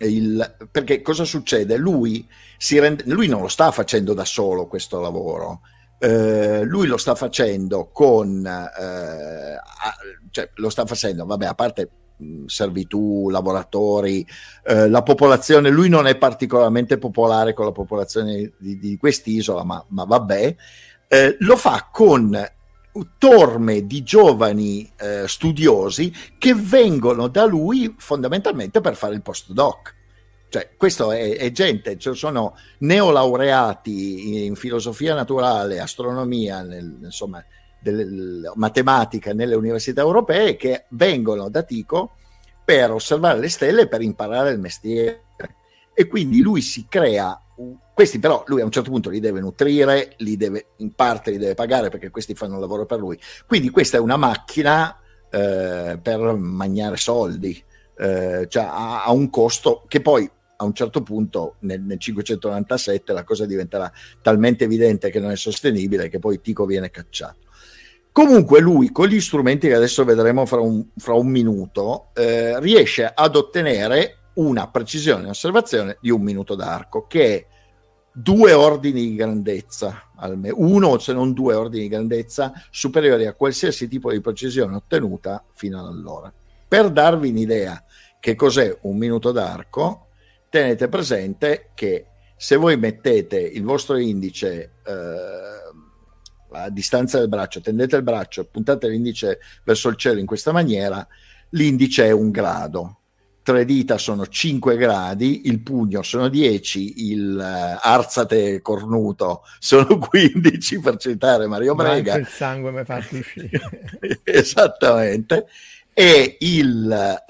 il, perché cosa succede? Lui, si rende, lui non lo sta facendo da solo questo lavoro, eh, lui lo sta facendo con, eh, a, cioè lo sta facendo, vabbè, a parte mh, servitù, lavoratori, eh, la popolazione, lui non è particolarmente popolare con la popolazione di, di quest'isola, ma, ma vabbè, eh, lo fa con torme di giovani eh, studiosi che vengono da lui fondamentalmente per fare il postdoc. Cioè, questo è, è gente, cioè sono neolaureati in filosofia naturale, astronomia, nel, insomma, del, matematica nelle università europee, che vengono da Tycho per osservare le stelle e per imparare il mestiere. E quindi lui si crea questi, però lui a un certo punto li deve nutrire, li deve, in parte li deve pagare perché questi fanno il lavoro per lui, quindi questa è una macchina eh, per mangiare soldi, eh, cioè ha, ha un costo che poi a un certo punto nel, nel cinquecentonovantasette la cosa diventerà talmente evidente che non è sostenibile che poi Tycho viene cacciato. Comunque lui con gli strumenti che adesso vedremo fra un, fra un minuto eh, riesce ad ottenere una precisione di osservazione di un minuto d'arco, che è due ordini di grandezza, almeno uno se non due ordini di grandezza superiori a qualsiasi tipo di precisione ottenuta fino ad allora. Per darvi un'idea che cos'è un minuto d'arco, tenete presente che se voi mettete il vostro indice eh, a distanza del braccio, tendete il braccio e puntate l'indice verso il cielo in questa maniera, l'indice è un grado. Tre dita sono cinque gradi, il pugno sono dieci, il uh, arzate cornuto sono quindici, per citare Mario Brega. Anche il sangue mi fa uscire. Esattamente. E il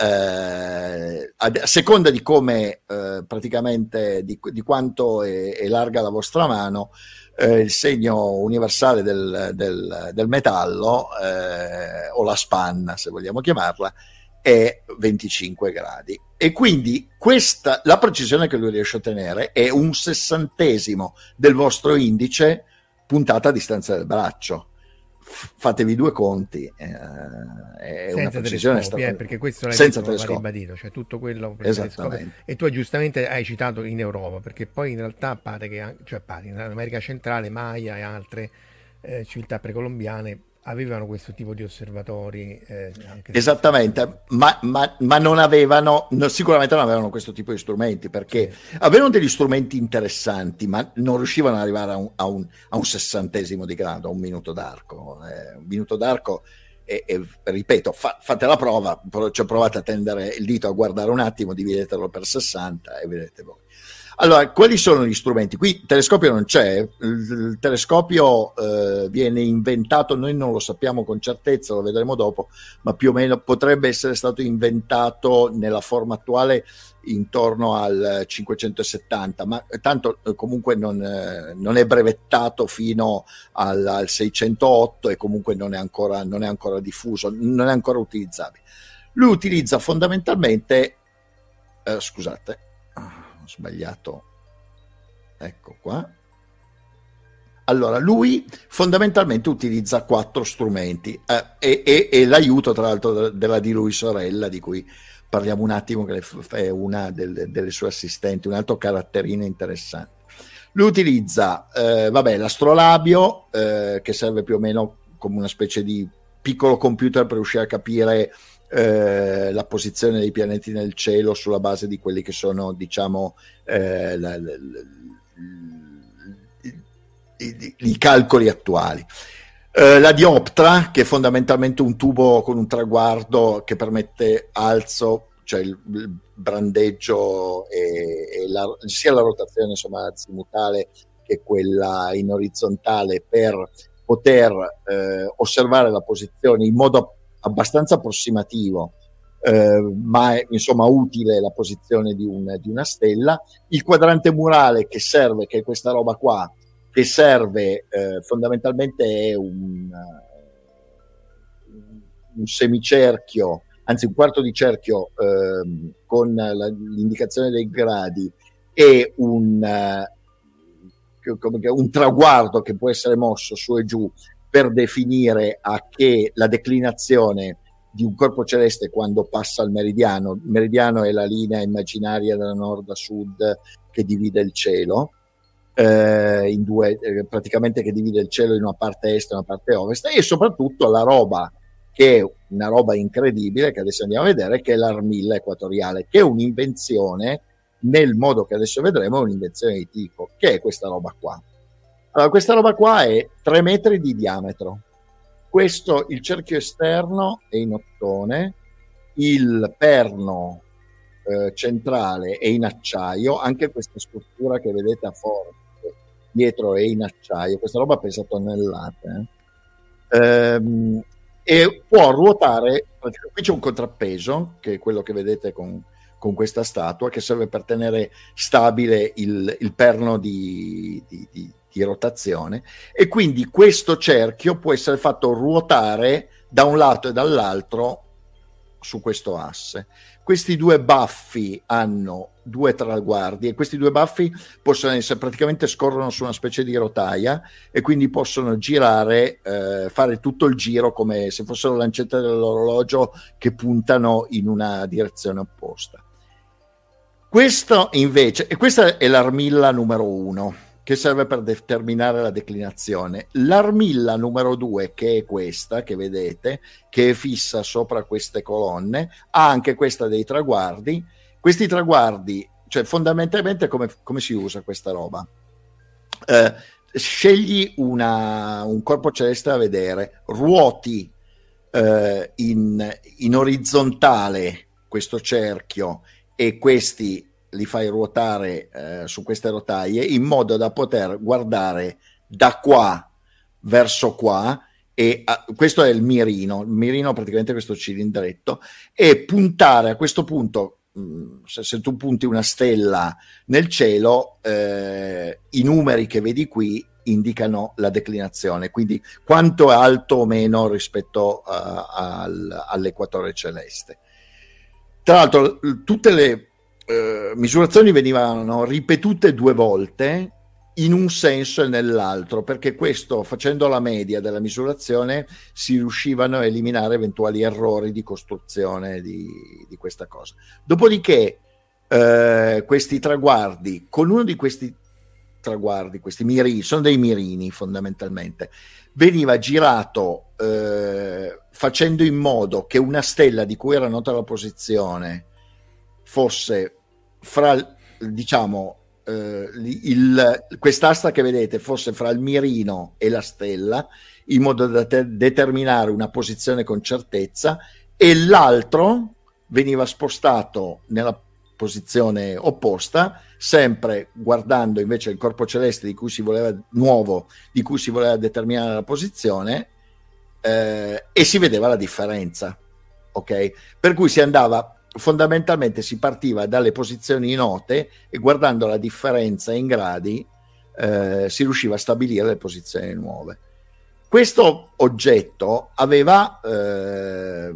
eh, a seconda di come eh, praticamente di, di quanto è, è larga la vostra mano, eh, il segno universale del, del, del metallo eh, o la spanna, se vogliamo chiamarla, è venticinque gradi, e quindi questa, la precisione che lui riesce a ottenere è un sessantesimo del vostro indice puntata a distanza del braccio. F- fatevi due conti, eh, è senza una precisione telescopi, eh, perché questo l'hai senza detto, va telescopi, ribadito, cioè tutto quello per esattamente. E tu giustamente hai citato in Europa, perché poi in realtà pare che, cioè pare in America centrale, Maya e altre eh, civiltà precolombiane avevano questo tipo di osservatori, eh, anche esattamente, ma, ma, ma non avevano, no, sicuramente non avevano questo tipo di strumenti, perché sì. avevano degli strumenti interessanti, ma non riuscivano ad arrivare a un, a un, a un sessantesimo di grado, a un minuto d'arco. Eh, un minuto d'arco, e, e ripeto, fa, fate la prova, cioè provate a tendere il dito a guardare un attimo, dividetelo per sessanta e vedete voi. Allora, quali sono gli strumenti? Qui il telescopio non c'è, il, il telescopio eh, viene inventato, noi non lo sappiamo con certezza, lo vedremo dopo, ma più o meno potrebbe essere stato inventato nella forma attuale intorno al cinquecentosettanta, ma tanto eh, comunque non, eh, non è brevettato fino al, al seicentootto e comunque non è ancora, non è ancora diffuso, non è ancora utilizzabile. Lui utilizza fondamentalmente, eh, scusate, ho sbagliato, ecco qua. Allora, lui fondamentalmente utilizza quattro strumenti eh, e, e, e l'aiuto tra l'altro della di lui sorella, di cui parliamo un attimo, che è una delle, delle sue assistenti, un altro caratterino interessante. Lui utilizza eh, vabbè, l'astrolabio, eh, che serve più o meno come una specie di piccolo computer per riuscire a capire Eh, la posizione dei pianeti nel cielo sulla base di quelli che sono, diciamo, eh, la, la, la, i, i calcoli attuali. Eh, la dioptra, che è fondamentalmente un tubo con un traguardo che permette alzo, cioè il, il brandeggio e, e la, sia la rotazione, insomma, azimutale che quella in orizzontale, per poter eh, osservare la posizione in modo abbastanza approssimativo, eh, ma è, insomma, utile la posizione di, un, di una stella. Il quadrante murale, che serve, che è questa roba qua, che serve eh, fondamentalmente è un, un semicerchio, anzi un quarto di cerchio eh, con la, l'indicazione dei gradi e un, uh, un traguardo che può essere mosso su e giù per definire a che la declinazione di un corpo celeste quando passa al meridiano. Il meridiano è la linea immaginaria da nord a sud che divide il cielo, eh, in due, eh, praticamente che divide il cielo in una parte est e una parte ovest, e soprattutto la roba, che è una roba incredibile, che adesso andiamo a vedere, che è l'armilla equatoriale, che è un'invenzione, nel modo che adesso vedremo, è un'invenzione di Tycho. Che è questa roba qua? Allora, questa roba qua è tre metri di diametro. Questo, il cerchio esterno è in ottone, il perno eh, centrale è in acciaio, anche questa struttura che vedete a forte dietro è in acciaio, questa roba pesa tonnellate. Eh. Ehm, e può ruotare, qui c'è un contrappeso, che è quello che vedete con, con questa statua, che serve per tenere stabile il, il perno di, di, di di rotazione, e quindi questo cerchio può essere fatto ruotare da un lato e dall'altro su questo asse. Questi due baffi hanno due traguardi, e questi due baffi possono essere, praticamente scorrono su una specie di rotaia, e quindi possono girare, eh, fare tutto il giro come se fossero lancette dell'orologio che puntano in una direzione opposta. Questo invece, e questa è l'armilla numero uno, che serve per determinare la declinazione. L'armilla numero due, che è questa che vedete, che è fissa sopra queste colonne, ha anche questa dei traguardi. Questi traguardi, cioè fondamentalmente come, come si usa questa roba? Eh, scegli una, un corpo celeste da vedere, ruoti eh, in, in orizzontale questo cerchio, e questi li fai ruotare eh, su queste rotaie, in modo da poter guardare da qua verso qua, e uh, questo è il mirino, il mirino praticamente questo cilindretto, e puntare a questo punto, mh, se, se tu punti una stella nel cielo, eh, i numeri che vedi qui indicano la declinazione, quindi quanto è alto o meno rispetto uh, al, all'equatore celeste. Tra l'altro tutte le Uh, misurazioni venivano ripetute due volte in un senso e nell'altro, perché questo, facendo la media della misurazione, si riuscivano a eliminare eventuali errori di costruzione di, di questa cosa. Dopodiché uh, questi traguardi, con uno di questi traguardi, questi mirini, sono dei mirini fondamentalmente, veniva girato uh, facendo in modo che una stella di cui era nota la posizione fosse fra, diciamo, eh, il, quest'asta che vedete fosse fra il mirino e la stella, in modo da te- determinare una posizione con certezza, e l'altro veniva spostato nella posizione opposta, sempre guardando invece il corpo celeste di cui si voleva, nuovo, di cui si voleva determinare la posizione, eh, e si vedeva la differenza, ok? Per cui si andava, fondamentalmente si partiva dalle posizioni note, e guardando la differenza in gradi eh, si riusciva a stabilire le posizioni nuove. Questo oggetto aveva eh,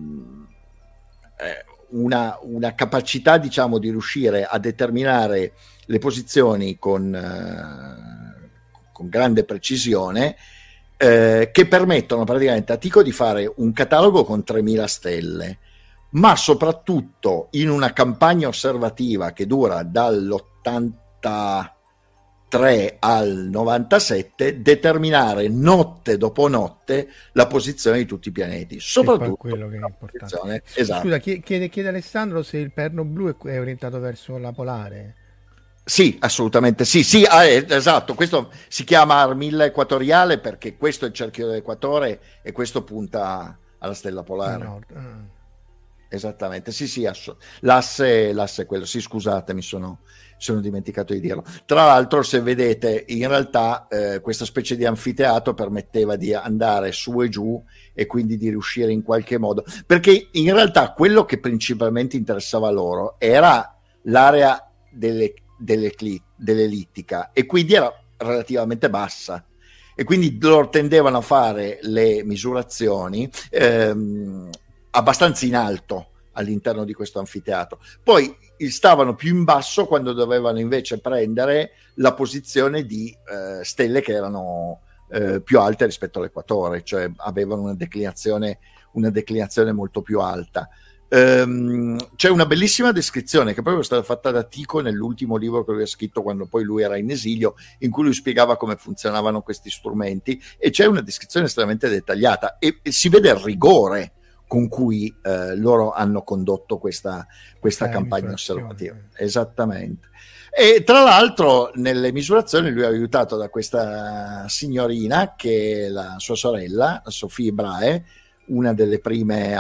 una, una capacità, diciamo, di riuscire a determinare le posizioni con, eh, con grande precisione, eh, che permettono praticamente a Tycho di fare un catalogo con tremila stelle, ma soprattutto in una campagna osservativa che dura dall'ottantatré al novantasette, determinare notte dopo notte la posizione di tutti i pianeti, soprattutto quello che è importante. Esatto. Scusa, chiede, chiede Alessandro se il perno blu è orientato verso la polare. Sì, assolutamente sì, sì, eh, esatto, questo si chiama armilla equatoriale perché questo è il cerchio dell'equatore e questo punta alla stella polare. Ah, ah. Esattamente, sì, sì, ass- l'asse, l'asse è quello, sì, scusate, mi sono, sono dimenticato di dirlo. Tra l'altro, se vedete, in realtà eh, questa specie di anfiteatro permetteva di andare su e giù, e quindi di riuscire in qualche modo, perché in realtà quello che principalmente interessava loro era l'area delle, delle, dell'ellittica, e quindi era relativamente bassa, e quindi loro tendevano a fare le misurazioni ehm, abbastanza in alto all'interno di questo anfiteatro. Poi stavano più in basso quando dovevano invece prendere la posizione di eh, stelle che erano eh, più alte rispetto all'equatore, cioè avevano una declinazione, una declinazione molto più alta. Um, c'è una bellissima descrizione che proprio è stata fatta da Tycho nell'ultimo libro che lui ha scritto quando poi lui era in esilio, in cui lui spiegava come funzionavano questi strumenti, e c'è una descrizione estremamente dettagliata e, e si vede il rigore con cui eh, loro hanno condotto questa, questa eh, campagna osservativa. Esattamente. E tra l'altro nelle misurazioni lui è aiutato da questa signorina che è la sua sorella, Sophie Brahe, una delle prime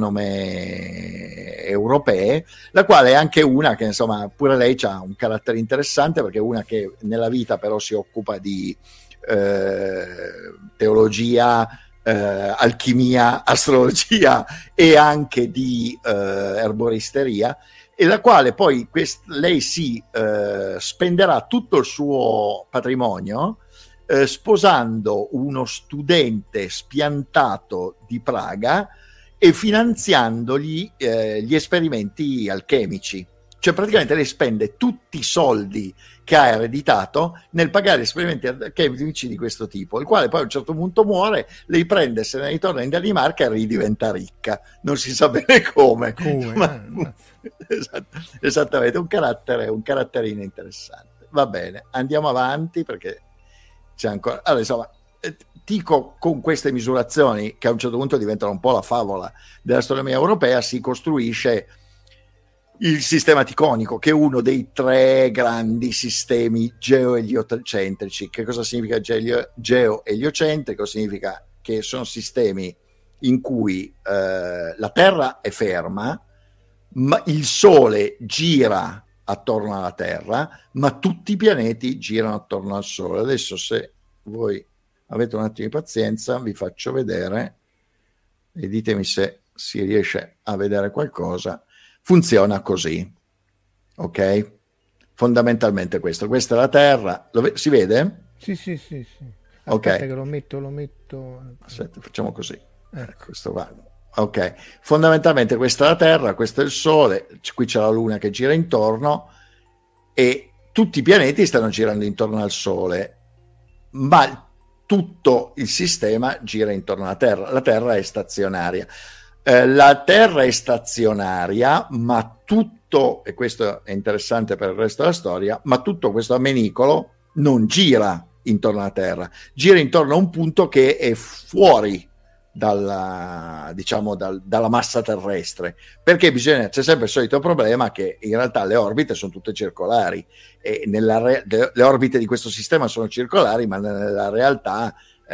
astronome europee, la quale è anche una che, insomma, pure lei ha un carattere interessante, perché è una che nella vita però si occupa di eh, teologia, eh, alchimia, astrologia e anche di eh, erboristeria, e la quale poi quest- lei si eh, spenderà tutto il suo patrimonio Eh, sposando uno studente spiantato di Praga e finanziandogli eh, gli esperimenti alchemici. Cioè praticamente lei spende tutti i soldi che ha ereditato nel pagare esperimenti alchemici di questo tipo, il quale poi a un certo punto muore, lei prende, se ne ritorna in Danimarca e ridiventa ricca, non si sa bene come, come? Ma, esatt- esattamente, un carattere, un caratterino interessante. Va bene, andiamo avanti perché c'è ancora. Allora, insomma, Tycho con queste misurazioni, che a un certo punto diventano un po' la favola dell'astronomia europea, si costruisce il sistema ticonico, che è uno dei tre grandi sistemi geoeliocentrici. Che cosa significa geoeliocentrico? Significa che sono sistemi in cui eh, la Terra è ferma, ma il Sole gira attorno alla Terra, ma tutti i pianeti girano attorno al Sole. Adesso, se voi avete un attimo di pazienza, vi faccio vedere e ditemi se si riesce a vedere qualcosa. Funziona così, ok? Fondamentalmente questo. Questa è la Terra. Lo ve- si vede? Sì, sì, sì, sì. Aspetta ok, che lo metto, lo metto. Aspetta, facciamo così. Ecco. Questo va. Ok, fondamentalmente questa è la Terra, questo è il Sole, qui c'è la Luna che gira intorno e tutti i pianeti stanno girando intorno al Sole, ma tutto il sistema gira intorno alla Terra. La Terra è stazionaria. Eh, la Terra è stazionaria, ma tutto, e questo è interessante per il resto della storia, ma tutto questo ammenicolo non gira intorno alla Terra, gira intorno a un punto che è fuori dalla, diciamo, dal, dalla massa terrestre, perché bisogna, c'è sempre il solito problema che in realtà le orbite sono tutte circolari e nella re, le, le orbite di questo sistema sono circolari, ma nella realtà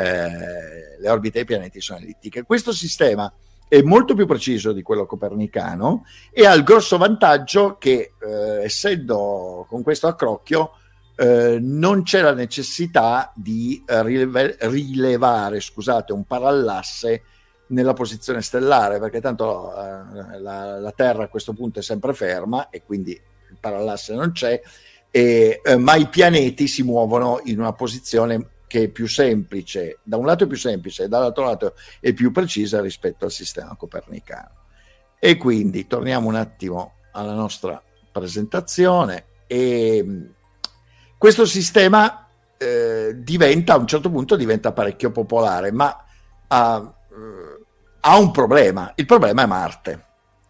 eh, le orbite dei pianeti sono ellittiche. Questo sistema è molto più preciso di quello copernicano e ha il grosso vantaggio che eh, essendo con questo accrocchio Eh, non c'è la necessità di eh, rileve- rilevare scusate, un parallasse nella posizione stellare, perché tanto eh, la, la Terra a questo punto è sempre ferma e quindi il parallasse non c'è, e, eh, ma i pianeti si muovono in una posizione che è più semplice, da un lato è più semplice e dall'altro lato è più precisa rispetto al sistema copernicano. E quindi torniamo un attimo alla nostra presentazione e questo sistema eh, diventa, a un certo punto diventa parecchio popolare, ma ha, eh, ha un problema. Il problema è Marte.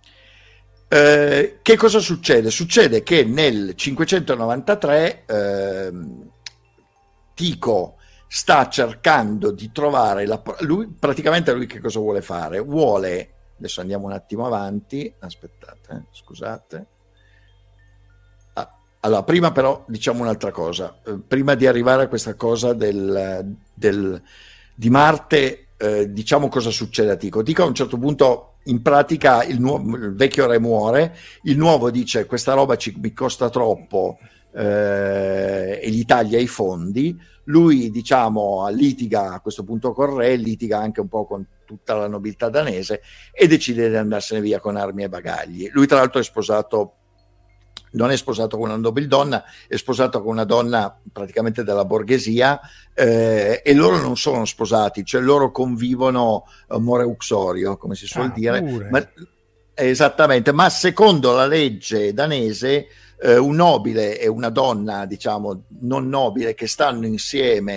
Eh, che cosa succede? Succede che nel cinquecentonovantatré eh, Tycho sta cercando di trovare, la, lui, praticamente lui che cosa vuole fare? Vuole, adesso andiamo un attimo avanti, aspettate, eh, scusate. Allora, prima però diciamo un'altra cosa, eh, prima di arrivare a questa cosa del, del, di Marte, eh, diciamo cosa succede a Tycho. Tycho a un certo punto, in pratica, il, nuovo, il vecchio re muore, il nuovo dice questa roba ci, mi costa troppo eh, e gli taglia i fondi, lui diciamo litiga a questo punto col re, litiga anche un po' con tutta la nobiltà danese e decide di andarsene via con armi e bagagli. Lui tra l'altro è sposato, non è sposato con una nobildonna, è sposato con una donna praticamente della borghesia eh, e loro non sono sposati, cioè loro convivono amore uxorio, come si suol ah, dire, ma, esattamente, ma secondo la legge danese eh, un nobile e una donna, diciamo, non nobile che stanno insieme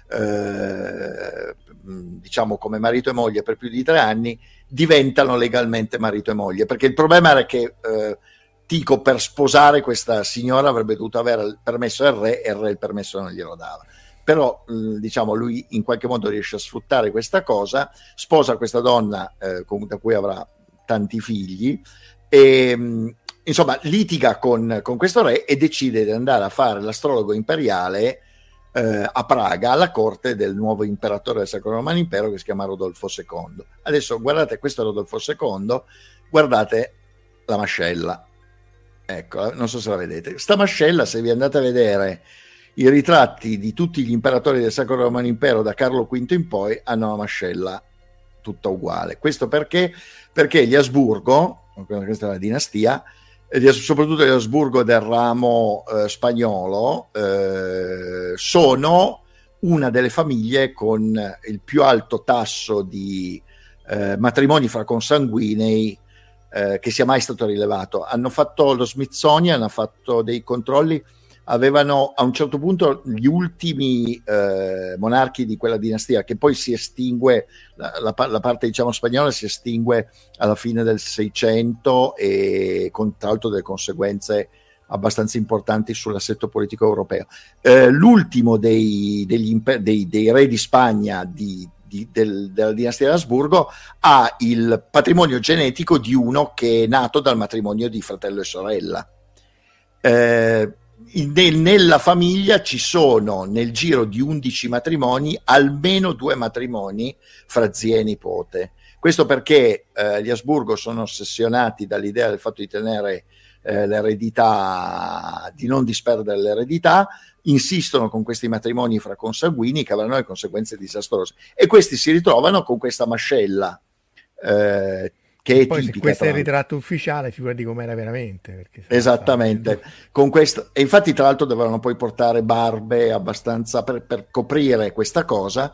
eh, diciamo come marito e moglie per più di tre anni, diventano legalmente marito e moglie, perché il problema era che eh, Tico per sposare questa signora avrebbe dovuto avere il permesso del re e il re il permesso non glielo dava. Però diciamo lui in qualche modo riesce a sfruttare questa cosa, sposa questa donna eh, con, da cui avrà tanti figli e insomma litiga con, con questo re e decide di andare a fare l'astrologo imperiale eh, a Praga alla corte del nuovo imperatore del Sacro Romano Impero che si chiama Rodolfo secondo. Adesso guardate, questo è Rodolfo secondo, guardate la mascella, ecco, non so se la vedete, sta mascella, se vi andate a vedere i ritratti di tutti gli imperatori del Sacro Romano Impero da Carlo quinto in poi hanno una mascella tutta uguale. Questo perché? Perché gli Asburgo, questa è la dinastia, soprattutto gli Asburgo del ramo eh, spagnolo, eh, sono una delle famiglie con il più alto tasso di eh, matrimoni fra consanguinei eh, che sia mai stato rilevato. Hanno fatto lo Smithsonian, ha fatto dei controlli, avevano a un certo punto gli ultimi eh, monarchi di quella dinastia, che poi si estingue, la, la, la parte diciamo spagnola si estingue alla fine del Seicento e con tra l'altro delle conseguenze abbastanza importanti sull'assetto politico europeo. Eh, l'ultimo dei, degli imper- dei, dei re di Spagna di, di, del, della dinastia di Asburgo ha il patrimonio genetico di uno che è nato dal matrimonio di fratello e sorella. Eh, In, nella famiglia ci sono nel giro di undici matrimoni almeno due matrimoni fra zia e nipote. Questo perché eh, gli Asburgo sono ossessionati dall'idea del fatto di tenere eh, l'eredità, di non disperdere l'eredità, insistono con questi matrimoni fra consanguini che avranno le conseguenze disastrose e questi si ritrovano con questa mascella eh, che è poi tipica, se questo è il tra... ritratto ufficiale, figurati com'era veramente, perché esattamente con questo, e infatti tra l'altro dovevano poi portare barbe abbastanza per, per coprire questa cosa.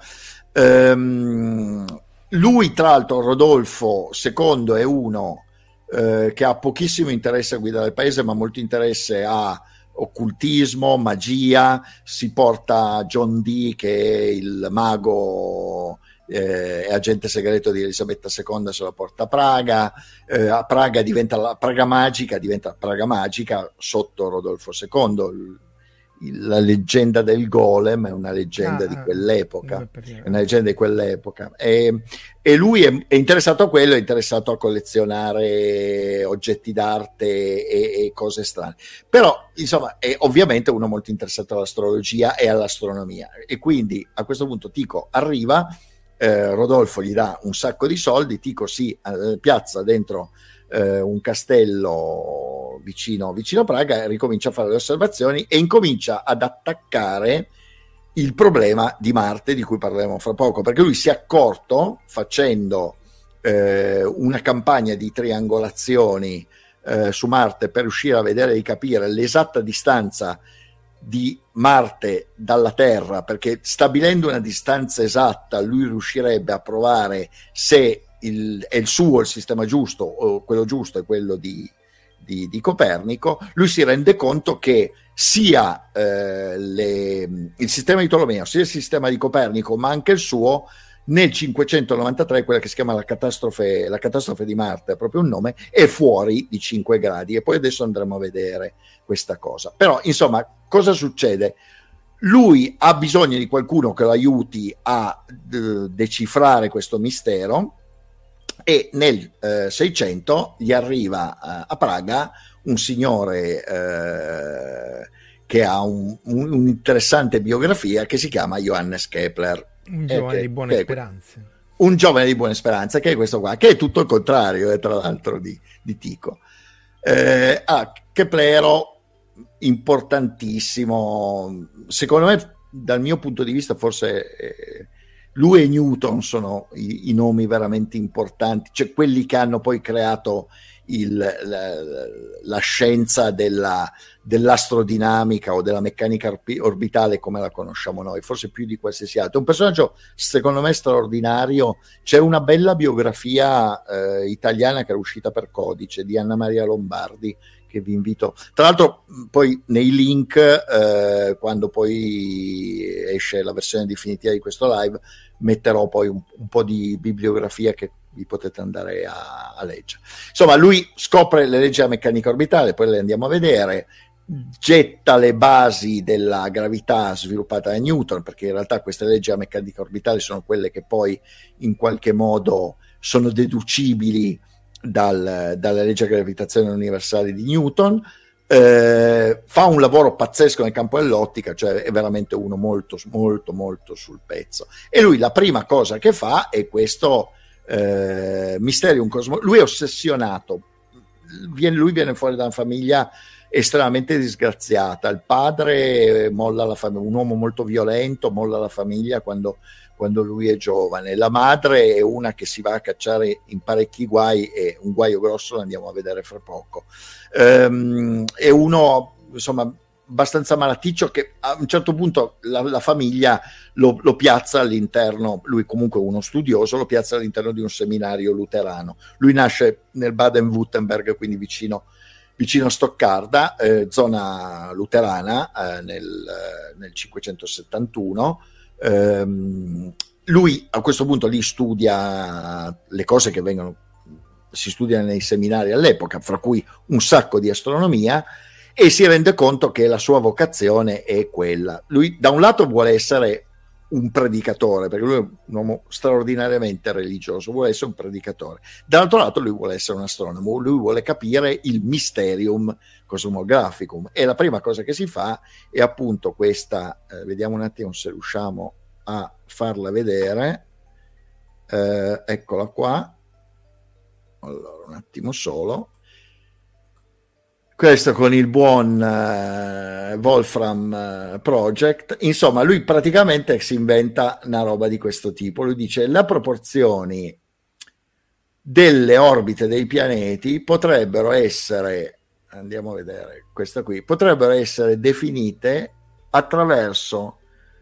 Ehm, lui tra l'altro Rodolfo secondo è uno eh, che ha pochissimo interesse a guidare il paese, ma molto interesse a occultismo, magia, si porta John Dee che è il mago Eh, è agente segreto di Elisabetta seconda, se la porta a Praga, eh, a Praga diventa la Praga magica, diventa Praga magica sotto Rodolfo secondo. Il, il, la leggenda del golem è una leggenda ah, di quell'epoca, è una leggenda di quell'epoca e, e lui è, è interessato a quello, è interessato a collezionare oggetti d'arte e, e cose strane, però insomma è ovviamente uno molto interessato all'astrologia e all'astronomia e quindi a questo punto Tico arriva. Eh, Rodolfo gli dà un sacco di soldi, Tico si eh, piazza dentro eh, un castello vicino, vicino a Praga e ricomincia a fare le osservazioni e incomincia ad attaccare il problema di Marte, di cui parleremo fra poco, perché lui si è accorto, facendo eh, una campagna di triangolazioni eh, su Marte per riuscire a vedere e capire l'esatta distanza di Marte dalla Terra, perché stabilendo una distanza esatta lui riuscirebbe a provare se il, è il suo il sistema giusto o quello giusto è quello di, di, di Copernico. Lui si rende conto che sia eh, le, il sistema di Tolomeo sia il sistema di Copernico ma anche il suo nel cinquecentonovantatré, quella che si chiama la catastrofe, la catastrofe di Marte, è proprio un nome, è fuori di cinque gradi e poi adesso andremo a vedere questa cosa. Però insomma cosa succede? Lui ha bisogno di qualcuno che lo aiuti a d- decifrare questo mistero e nel eh, seicento gli arriva eh, a Praga un signore eh, che ha un, un, un'interessante biografia che si chiama Johannes Kepler. Un giovane che, di buone che, speranze. Un giovane di buone speranze, che è questo qua, che è tutto il contrario, eh, tra l'altro, di, di Tico. Eh, ah, Keplero, importantissimo, secondo me, dal mio punto di vista, forse eh, lui e Newton sono i, i nomi veramente importanti, cioè quelli che hanno poi creato il, la, la scienza della, dell'astrodinamica o della meccanica orbitale come la conosciamo noi, forse più di qualsiasi altro. Un personaggio secondo me straordinario. C'è una bella biografia eh, italiana che era uscita per Codice di Anna Maria Lombardi che vi invito. Tra l'altro poi nei link, eh, quando poi esce la versione definitiva di questo live, metterò poi un, un po' di bibliografia che vi potete andare a, a leggere. Insomma, lui scopre le leggi della meccanica orbitale, poi le andiamo a vedere, getta le basi della gravità sviluppata da Newton, perché in realtà queste leggi della meccanica orbitale sono quelle che poi in qualche modo sono deducibili dal, dalle leggi della gravitazione universale di Newton. Eh, fa un lavoro pazzesco nel campo dell'ottica, cioè è veramente uno molto molto molto sul pezzo, e lui la prima cosa che fa è questo eh, Mysterium Cosmo. Lui è ossessionato, viene, lui viene fuori da una famiglia estremamente disgraziata, il padre molla la famiglia, un uomo molto violento, molla la famiglia quando, quando lui è giovane, la madre è una che si va a cacciare in parecchi guai, e un guaio grosso lo andiamo a vedere fra poco. Um, è uno insomma abbastanza malaticcio, che a un certo punto la, la famiglia lo, lo piazza all'interno, lui comunque uno studioso, lo piazza all'interno di un seminario luterano. Lui nasce nel Baden-Württemberg, quindi vicino vicino a Stoccarda, eh, zona luterana, eh, nel, eh, nel cinquecentosettantuno. Um, lui a questo punto lì studia le cose che vengono si studiano nei seminari all'epoca, fra cui un sacco di astronomia, e si rende conto che la sua vocazione è quella. Lui da un lato vuole essere un predicatore, perché lui è un uomo straordinariamente religioso, vuole essere un predicatore. Dall'altro lato lui vuole essere un astronomo, lui vuole capire il Mysterium Cosmographicum, e la prima cosa che si fa è appunto questa, eh, vediamo un attimo se riusciamo a farla vedere, eh, eccola qua, allora un attimo solo. Questo con il buon uh, Wolfram uh, Project. Insomma, lui praticamente si inventa una roba di questo tipo. Lui dice: le proporzioni delle orbite dei pianeti potrebbero essere, andiamo a vedere questa qui, potrebbero essere definite attraverso,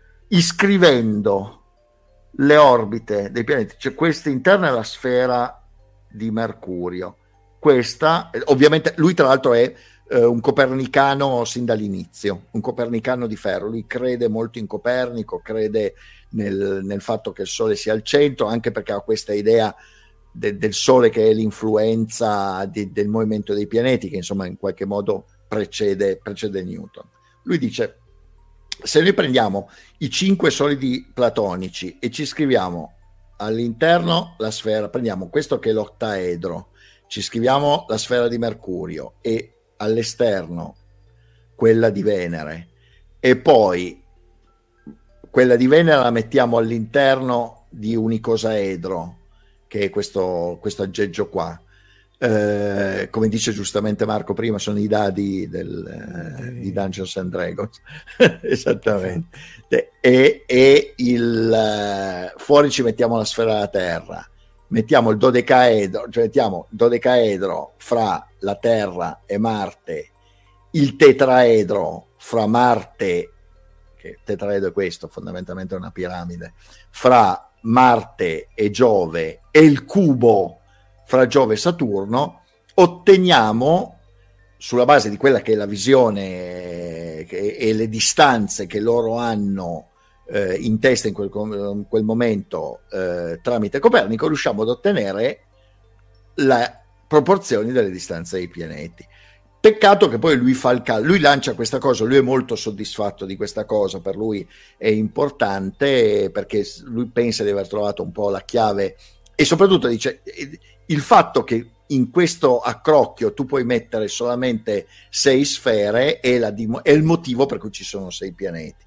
iscrivendo le orbite dei pianeti, cioè questa interna è la sfera di Mercurio. Questa, ovviamente, lui tra l'altro è eh, un copernicano sin dall'inizio, un copernicano di ferro. Lui crede molto in Copernico, crede nel, nel fatto che il Sole sia al centro, anche perché ha questa idea de, del Sole che è l'influenza di, del movimento dei pianeti, che insomma in qualche modo precede, precede Newton. Lui dice: se noi prendiamo i cinque solidi platonici e ci scriviamo all'interno la sfera, prendiamo questo che è l'ottaedro, ci scriviamo la sfera di Mercurio, e all'esterno quella di Venere, e poi quella di Venere la mettiamo all'interno di un icosaedro, che è questo, questo aggeggio qua. Eh, come dice giustamente Marco prima, sono i dadi del, eh, di Dungeons and Dragons. Esattamente. E, e il, fuori ci mettiamo la sfera della Terra, mettiamo il dodecaedro, cioè mettiamo il dodecaedro fra la Terra e Marte, il tetraedro fra Marte, che tetraedro è questo, fondamentalmente è una piramide, fra Marte e Giove, e il cubo fra Giove e Saturno. Otteniamo, sulla base di quella che è la visione che, e le distanze che loro hanno eh, in testa in quel, in quel momento eh, tramite Copernico, riusciamo ad ottenere le proporzioni delle distanze dei pianeti. Peccato che poi lui fa il cal- lui lancia questa cosa, lui è molto soddisfatto di questa cosa, per lui è importante perché lui pensa di aver trovato un po' la chiave, e soprattutto dice il fatto che in questo accrocchio tu puoi mettere solamente sei sfere è, la dim- è il motivo per cui ci sono sei pianeti.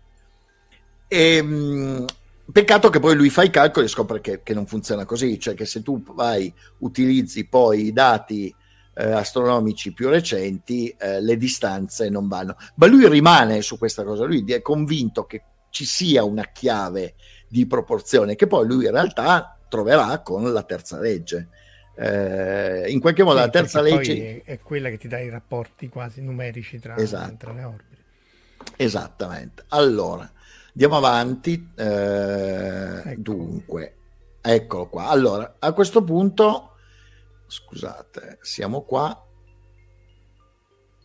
E, mh, peccato che poi lui fa i calcoli e scopre che, che non funziona così, cioè che se tu vai, utilizzi poi i dati eh, astronomici più recenti, eh, le distanze non vanno. Ma lui rimane su questa cosa, lui è convinto che ci sia una chiave di proporzione che poi lui in realtà troverà con la terza legge. Eh, in qualche modo sì, la terza legge è, è quella che ti dà i rapporti quasi numerici tra, esatto. tra le orbite. Esattamente. Allora andiamo avanti. Eh, ecco. Dunque, eccolo qua. Allora, a questo punto, scusate, siamo qua.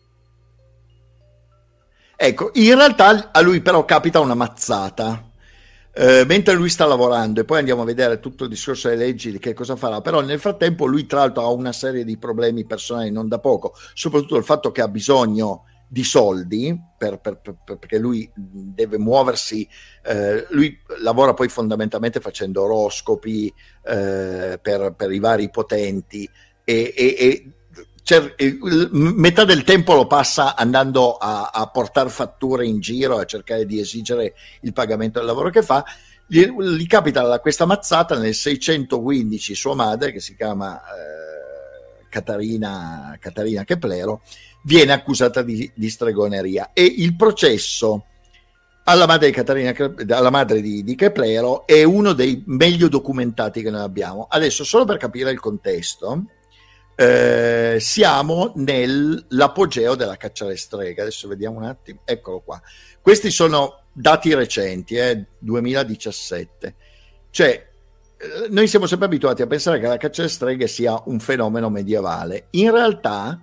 Ecco, in realtà a lui però capita una mazzata. Uh, mentre lui sta lavorando, e poi andiamo a vedere tutto il discorso delle leggi di che cosa farà, però nel frattempo lui tra l'altro ha una serie di problemi personali non da poco, soprattutto il fatto che ha bisogno di soldi per, per, per, perché lui deve muoversi, uh, lui lavora poi fondamentalmente facendo oroscopi uh, per, per i vari potenti e, e, e cioè, metà del tempo lo passa andando a, a portare fatture in giro, a cercare di esigere il pagamento del lavoro che fa. Gli, gli capita questa mazzata nel seicentoquindici. Sua madre, che si chiama eh, Caterina, Caterina Keplero, viene accusata di, di stregoneria, e il processo alla madre di Caterina, alla madre di, di Keplero, è uno dei meglio documentati che noi abbiamo. Adesso, solo per capire il contesto, Eh, siamo nell'apogeo della caccia alle streghe. Adesso vediamo un attimo, eccolo qua. Questi sono dati recenti, eh, duemiladiciassette. Cioè, eh, noi siamo sempre abituati a pensare che la caccia alle streghe sia un fenomeno medievale. In realtà,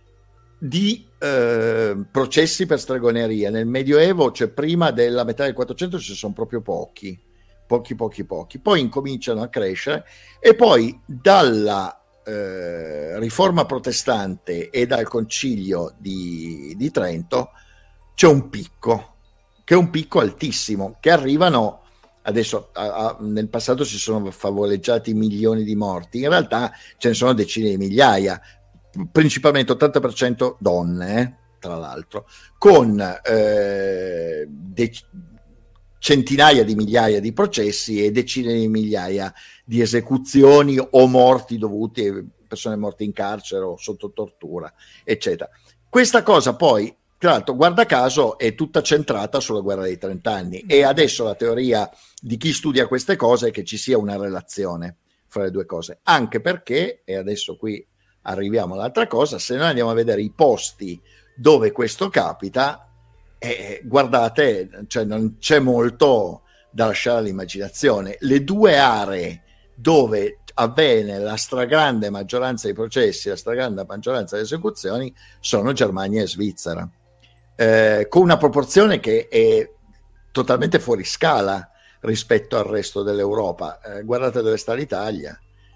di eh, processi per stregoneria nel Medioevo, cioè prima della metà del Quattrocento, ci sono proprio pochi, pochi, pochi, pochi. Poi incominciano a crescere, e poi dalla Eh, riforma protestante e dal concilio di, di Trento c'è un picco, che è un picco altissimo, che arrivano adesso a, a, nel passato si sono favoleggiati milioni di morti, in realtà ce ne sono decine di migliaia, principalmente ottanta per cento donne, eh, tra l'altro, con eh, dec- centinaia di migliaia di processi e decine di migliaia di esecuzioni o morti dovuti a persone morte in carcere o sotto tortura, eccetera. Questa cosa poi, tra l'altro, guarda caso, è tutta centrata sulla guerra dei trent'anni, e adesso la teoria di chi studia queste cose è che ci sia una relazione fra le due cose, anche perché, e adesso qui arriviamo all'altra cosa, se noi andiamo a vedere i posti dove questo capita, Eh, guardate, cioè non c'è molto da lasciare all'immaginazione. Le due aree dove avviene la stragrande maggioranza dei processi, la stragrande maggioranza delle esecuzioni, sono Germania e Svizzera, eh, con una proporzione che è totalmente fuori scala rispetto al resto dell'Europa. Eh, guardate dove sta l'Italia.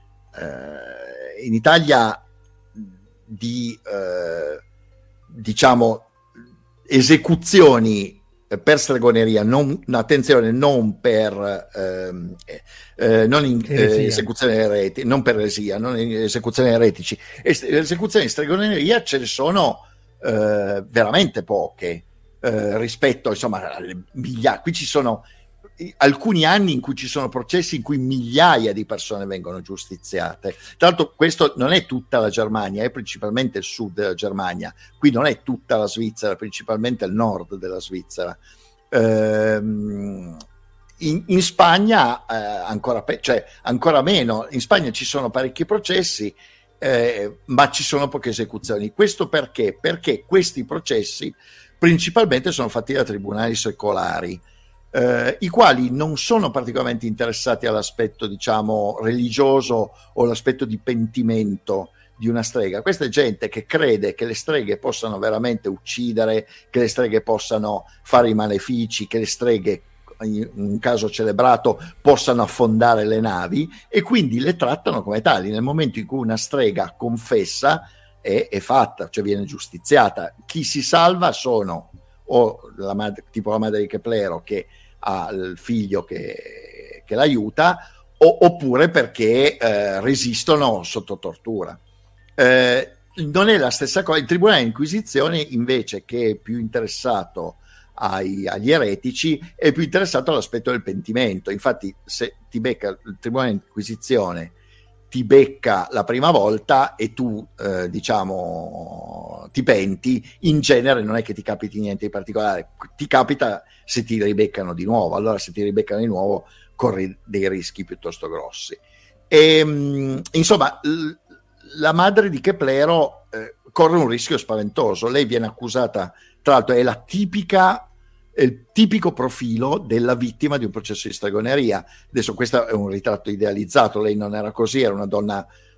Eh, in Italia di eh, diciamo esecuzioni per stregoneria, non, attenzione, non per ehm, eh, non in, eh, esecuzioni eretici, non per eresia, non in esecuzioni eretici, esecuzioni di stregoneria ce ne sono eh, veramente poche eh, rispetto, insomma, alle migliaia. Qui ci sono alcuni anni in cui ci sono processi in cui migliaia di persone vengono giustiziate. Tra l'altro questo non è tutta la Germania, è principalmente il sud della Germania, qui non è tutta la Svizzera, principalmente il nord della Svizzera. Ehm, in, in Spagna eh, ancora, pe- cioè, ancora meno, in Spagna ci sono parecchi processi, eh, ma ci sono poche esecuzioni. Questo perché? Perché questi processi principalmente sono fatti da tribunali secolari, Eh, i quali non sono particolarmente interessati all'aspetto, diciamo, religioso o all'aspetto di pentimento di una strega. Questa è gente che crede che le streghe possano veramente uccidere, che le streghe possano fare i malefici, che le streghe, in un caso celebrato, possano affondare le navi, e quindi le trattano come tali. Nel momento in cui una strega confessa, è, è fatta, cioè viene giustiziata. Chi si salva sono o la madre, tipo la madre di Keplero, che ha il figlio che, che l'aiuta, o, oppure perché eh, resistono sotto tortura. Eh, non è la stessa cosa. Il Tribunale di Inquisizione, invece, che è più interessato ai, agli eretici, è più interessato all'aspetto del pentimento. Infatti, se ti becca il Tribunale di Inquisizione, ti becca la prima volta e tu eh, diciamo ti penti, in genere non è che ti capiti niente di particolare, ti capita se ti ribeccano di nuovo. Allora, se ti ribeccano di nuovo, corri dei rischi piuttosto grossi. E, mh, insomma, l- la madre di Keplero eh, corre un rischio spaventoso. Lei viene accusata, tra l'altro è la tipica è il tipico profilo della vittima di un processo di stregoneria. Adesso questo è un ritratto idealizzato, lei non era così, era una donna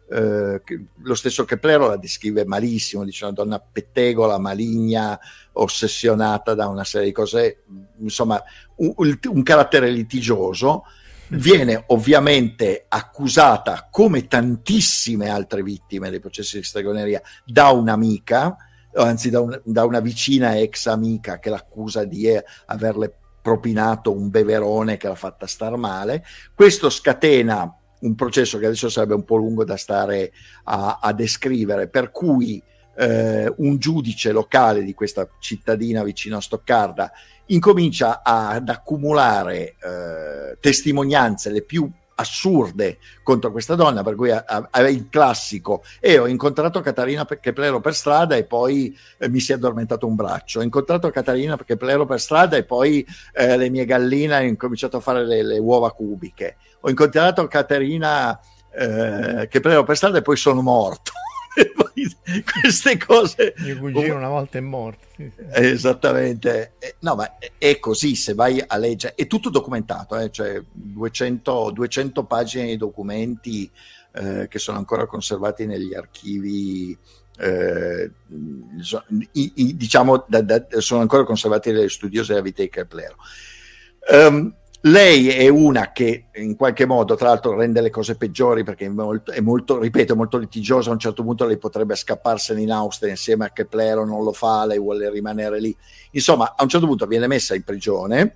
eh, lo stesso Keplero la descrive malissimo, dice una donna pettegola, maligna, ossessionata da una serie di cose, insomma un, un carattere litigioso. Viene ovviamente accusata, come tantissime altre vittime dei processi di stregoneria, da un'amica, anzi da, un, da una vicina ex amica che l'accusa di averle propinato un beverone che l'ha fatta star male. Questo scatena un processo che adesso sarebbe un po' lungo da stare a, a descrivere, per cui eh, un giudice locale di questa cittadina vicino a Stoccarda incomincia a, ad accumulare eh, testimonianze le più assurde contro questa donna, per cui aveva il classico: e ho incontrato Caterina Keplero per strada e poi eh, mi si è addormentato un braccio, ho incontrato Caterina Keplero per strada e poi eh, le mie galline hanno incominciato a fare le, le uova cubiche, ho incontrato Caterina eh, Keplero per strada e poi sono morto. E poi queste cose, mio cugino una volta è morto, sì, sì. Esattamente, no, ma è così, se vai a leggere è tutto documentato, eh? Cioè duecento, duecento pagine di documenti eh, che sono ancora conservati negli archivi, eh, i, i, diciamo da, da, sono ancora conservati dalle studiose della vita di Keplero. um, Lei è una che in qualche modo, tra l'altro, rende le cose peggiori, perché è molto, è molto, ripeto, molto litigiosa. A un certo punto lei potrebbe scapparsene in Austria insieme a Keplero, non lo fa, lei vuole rimanere lì. Insomma, a un certo punto viene messa in prigione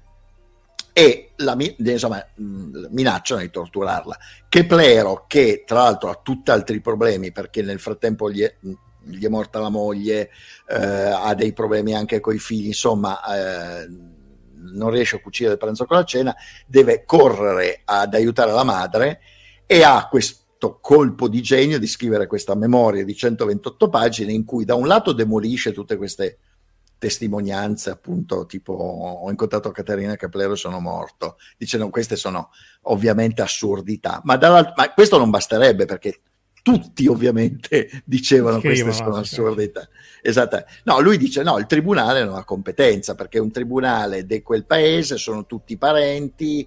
e la, insomma, minacciano di torturarla. Keplero, che tra l'altro ha tutti altri problemi, perché nel frattempo gli è, gli è morta la moglie, eh, ha dei problemi anche coi figli, insomma... Eh, non riesce a cucire il pranzo con la cena, deve correre ad aiutare la madre e ha questo colpo di genio di scrivere questa memoria di centoventotto pagine in cui da un lato demolisce tutte queste testimonianze, appunto, tipo ho incontrato Caterina Keplero e sono morto, dice no, queste sono ovviamente assurdità, ma, ma questo non basterebbe, perché tutti ovviamente dicevano Scrivono, queste sono assurdità. Esatto. No, lui dice no, il tribunale non ha competenza, perché un tribunale di quel paese, sono tutti parenti,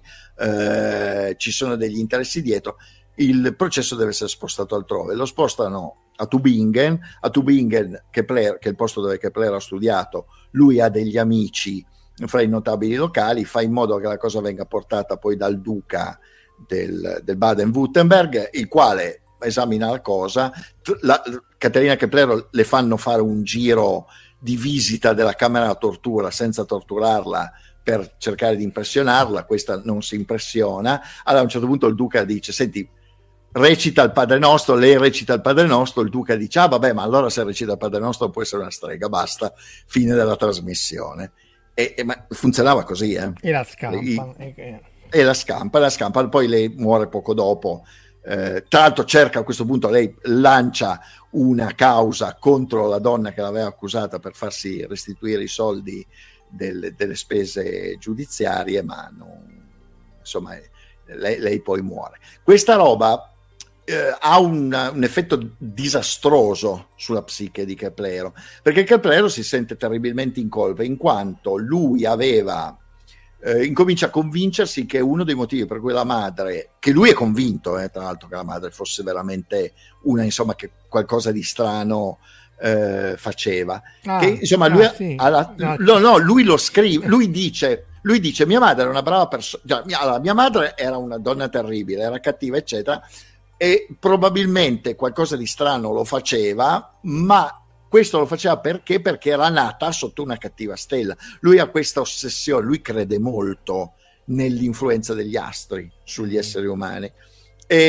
eh, ci sono degli interessi dietro, il processo deve essere spostato altrove. Lo spostano a Tübingen, a Tübingen, Kepler, che è il posto dove Kepler ha studiato, lui ha degli amici fra i notabili locali, fa in modo che la cosa venga portata poi dal duca del, del Baden-Württemberg, il quale esamina la cosa. La, Caterina Keplero le fanno fare un giro di visita della camera da tortura senza torturarla, per cercare di impressionarla. Questa non si impressiona. Allora a un certo punto il duca dice: senti, recita il Padre Nostro. Lei recita il Padre Nostro, il duca dice: ah vabbè, ma allora se recita il Padre Nostro può essere una strega, basta, fine della trasmissione. E, e ma funzionava così, eh? E la scampa e, e la scampa, la scampa poi lei muore poco dopo. Eh, tra l'altro cerca, a questo punto lei lancia una causa contro la donna che l'aveva accusata per farsi restituire i soldi del, delle spese giudiziarie, ma non, insomma lei, lei poi muore. Questa roba eh, ha un, un effetto disastroso sulla psiche di Keplero, perché Keplero si sente terribilmente in colpa, in quanto lui aveva Eh, incomincia a convincersi che uno dei motivi per cui la madre, che lui è convinto eh, tra l'altro che la madre fosse veramente una, insomma, che qualcosa di strano eh, faceva, ah, che insomma lui, ah, sì. alla, no. no no lui lo scrive, lui dice lui dice mia madre era una brava persona, mia, allora, mia madre era una donna terribile, era cattiva eccetera, e probabilmente qualcosa di strano lo faceva, ma questo lo faceva perché? Perché era nata sotto una cattiva stella. Lui ha questa ossessione, lui crede molto nell'influenza degli astri sugli esseri umani. E,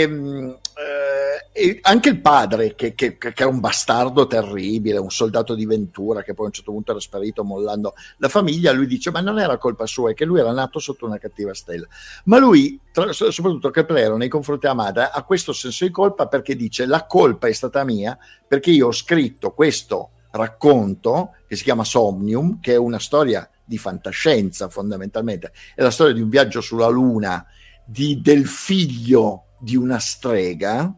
eh, e anche il padre, che, che, che era un bastardo terribile, un soldato di Ventura che poi a un certo punto era sparito mollando la famiglia, lui dice ma non era colpa sua, è che lui era nato sotto una cattiva stella. Ma lui, tra, soprattutto Keplero, nei confronti della madre ha questo senso di colpa, perché dice la colpa è stata mia perché io ho scritto questo racconto che si chiama Somnium, che è una storia di fantascienza fondamentalmente, è la storia di un viaggio sulla Luna di, del figlio di una strega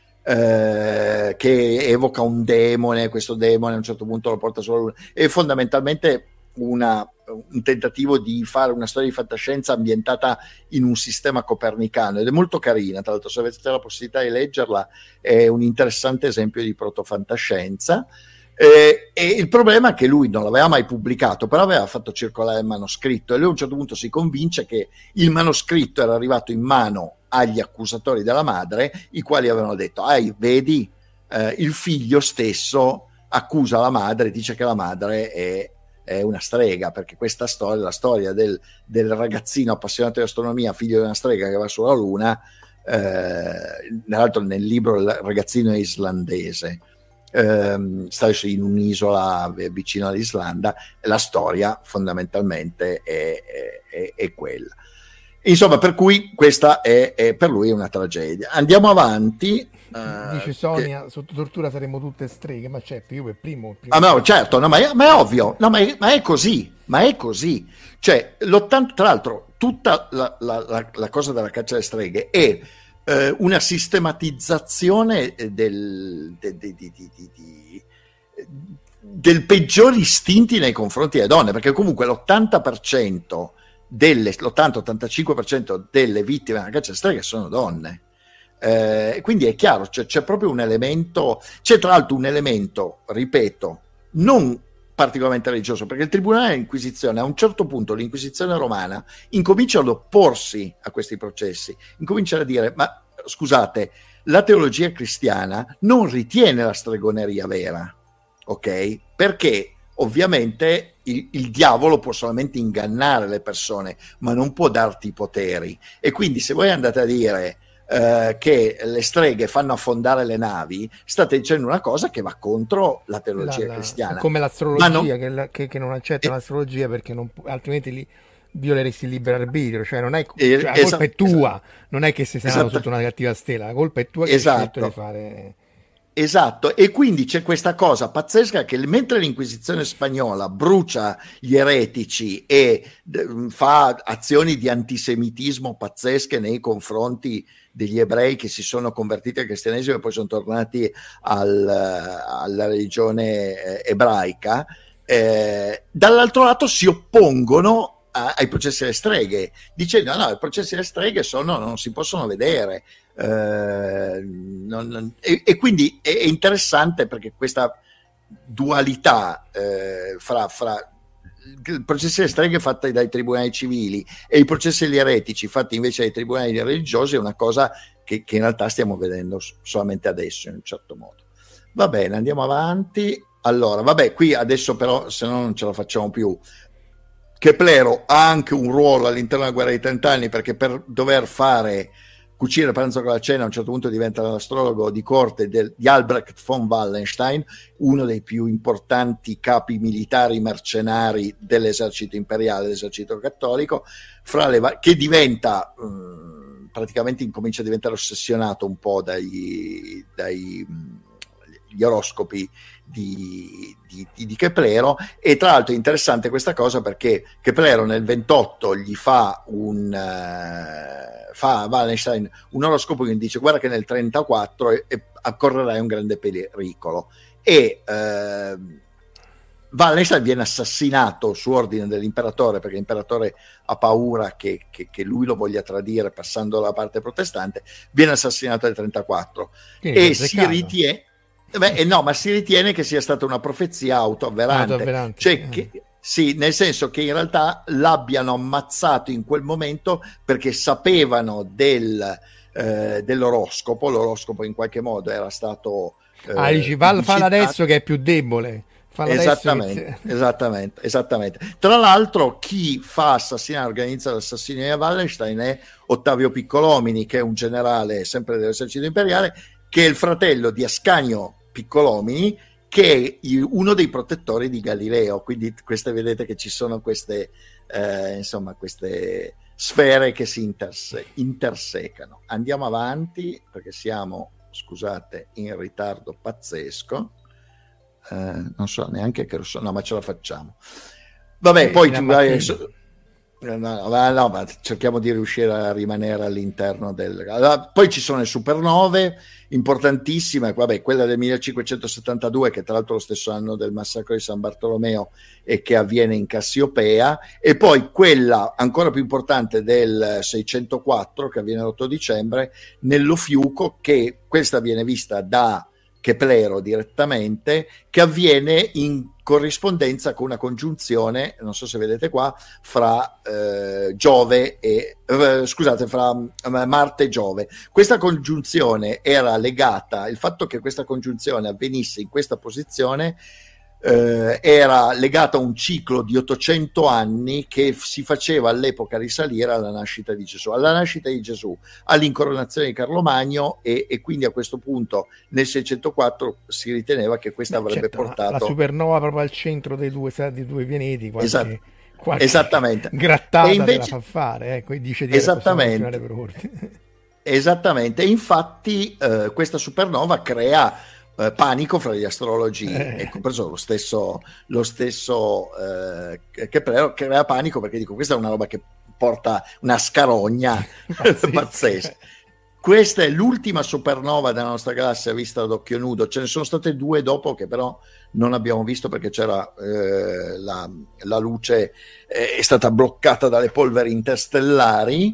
eh, che evoca un demone, questo demone a un certo punto lo porta sulla Luna, e fondamentalmente una, un tentativo di fare una storia di fantascienza ambientata in un sistema copernicano, ed è molto carina, tra l'altro se avete la possibilità di leggerla è un interessante esempio di protofantascienza. Eh, e il problema è che lui non l'aveva mai pubblicato, però aveva fatto circolare il manoscritto, e lui a un certo punto si convince che il manoscritto era arrivato in mano agli accusatori della madre, i quali avevano detto: ah, vedi, eh, il figlio stesso accusa la madre, dice che la madre è, è una strega, perché questa storia, la storia del, del ragazzino appassionato di astronomia, figlio di una strega che va sulla Luna, eh, tra l'altro nel libro il ragazzino è islandese, eh, sta in un'isola vicino all'Islanda, la storia fondamentalmente è, è, è quella. Insomma, per cui questa è, è per lui una tragedia. Andiamo avanti. Dice Sonia, che... sotto tortura saremo tutte streghe, ma certo, io per primo... primo ah, no, certo, no, ma, è, ma è ovvio, no, ma, è, ma è così, ma è così. Cioè, l'ottanta, tra l'altro, tutta la, la, la, la cosa della caccia alle streghe è eh, una sistematizzazione del, de, de, de, de, de, de, del peggiori istinti nei confronti delle donne, perché comunque l'ottanta per cento delle, l'ottanta ottantacinque per cento delle vittime della caccia alle streghe sono donne. Eh, quindi è chiaro, c'è, c'è proprio un elemento, c'è tra l'altro un elemento, ripeto, non particolarmente religioso, perché il Tribunale dell'Inquisizione, a un certo punto l'Inquisizione romana incomincia ad opporsi a questi processi, incomincia a dire: ma scusate, la teologia cristiana non ritiene la stregoneria vera, ok? Perché ovviamente il, il diavolo può solamente ingannare le persone, ma non può darti i poteri, e quindi se voi andate a dire Uh, che le streghe fanno affondare le navi, state dicendo una cosa che va contro la teologia la, la, cristiana, come l'astrologia, non... che, la, che, che non accetta eh... l'astrologia perché non, altrimenti li violeresti il libero arbitrio, cioè non è eh, cioè, la esatto, colpa è tua, esatto. Non è che sei stato esatto. sotto una cattiva stella, la colpa è tua che esatto. hai scelto di fare. Esatto, e quindi c'è questa cosa pazzesca che mentre l'Inquisizione spagnola brucia gli eretici e d- fa azioni di antisemitismo pazzesche nei confronti degli ebrei che si sono convertiti al cristianesimo e poi sono tornati al, alla religione ebraica, eh, dall'altro lato si oppongono a, ai processi alle streghe, dicendo: no, i processi alle streghe sono, non si possono vedere. Uh, non, non, e, e quindi è, è interessante perché questa dualità eh, fra, fra i processi delle streghe fatti dai tribunali civili e i processi degli eretici fatti invece dai tribunali religiosi è una cosa che, che in realtà stiamo vedendo solamente adesso in un certo modo. Va bene, andiamo avanti. Allora, vabbè, qui adesso però se no non ce la facciamo più. Keplero ha anche un ruolo all'interno della guerra dei trent'anni, perché per dover fare cucire il pranzo con la cena a un certo punto diventa l'astrologo di corte del, di Albrecht von Wallenstein, uno dei più importanti capi militari mercenari dell'esercito imperiale, dell'esercito cattolico, fra le, che diventa mh, praticamente incomincia a diventare ossessionato un po' dai, dai gli oroscopi di, di, di Keplero. E tra l'altro è interessante questa cosa perché Keplero nel ventotto gli fa un uh, fa a Wallenstein un oroscopo che gli dice: guarda che nel trentaquattro e, e accorrerai un grande pericolo, e uh, Wallenstein viene assassinato su ordine dell'imperatore, perché l'imperatore ha paura che, che, che lui lo voglia tradire passando dalla parte protestante. Viene assassinato nel trentaquattro e si ritiene Beh, eh no, ma si ritiene che sia stata una profezia autoavverante, autoavverante. Cioè che, sì, nel senso che in realtà l'abbiano ammazzato in quel momento perché sapevano del, eh, dell'oroscopo, l'oroscopo in qualche modo era stato... Eh, ah, dici, falla adesso che è più debole. Falla esattamente, che... esattamente, esattamente. Tra l'altro chi fa assassinare, organizza l'assassinio di Wallenstein è Ottavio Piccolomini, che è un generale sempre dell'esercito imperiale, che è il fratello di Ascanio Piccolomini, che è uno dei protettori di Galileo. Quindi queste, vedete che ci sono queste eh, insomma queste sfere che si interse- intersecano. Andiamo avanti perché siamo, scusate, in ritardo pazzesco, eh, non so neanche che so, no, ma ce la facciamo. Vabbè, sì, poi tu vai, No, no, no, ma cerchiamo di riuscire a rimanere all'interno del... Allora, poi ci sono le supernove importantissime, vabbè, quella del millecinquecentosettantadue, che tra l'altro è lo stesso anno del massacro di San Bartolomeo e che avviene in Cassiopea, e poi quella ancora più importante del seicentoquattro, che avviene l'otto dicembre nello Fiuco, che questa viene vista da Keplero direttamente, che avviene in corrispondenza con una congiunzione, non so se vedete qua, fra eh, Giove e eh, scusate, fra eh, Marte e Giove. Questa congiunzione era legata, il fatto che questa congiunzione avvenisse in questa posizione eh, era legata a un ciclo di ottocento anni che si faceva all'epoca risalire alla nascita di Gesù, alla nascita di Gesù, all'incoronazione di Carlo Magno, e, e quindi a questo punto nel seicentoquattro si riteneva che questa Beh, avrebbe certo, portato la supernova proprio al centro dei due, dei due pianeti, qualche, esatto. qualche Esattamente. grattata e invece, la fa fare, ecco, dice di esattamente. Per ordine. Esattamente, infatti eh, questa supernova crea eh, panico fra gli astrologi, eh. e compreso lo stesso, lo stesso eh, Keplero, crea panico perché dico questa è una roba che porta una scarogna pazzesca. Questa è l'ultima supernova della nostra galassia vista ad occhio nudo, ce ne sono state due dopo che però non abbiamo visto perché c'era eh, la, la luce eh, è stata bloccata dalle polveri interstellari.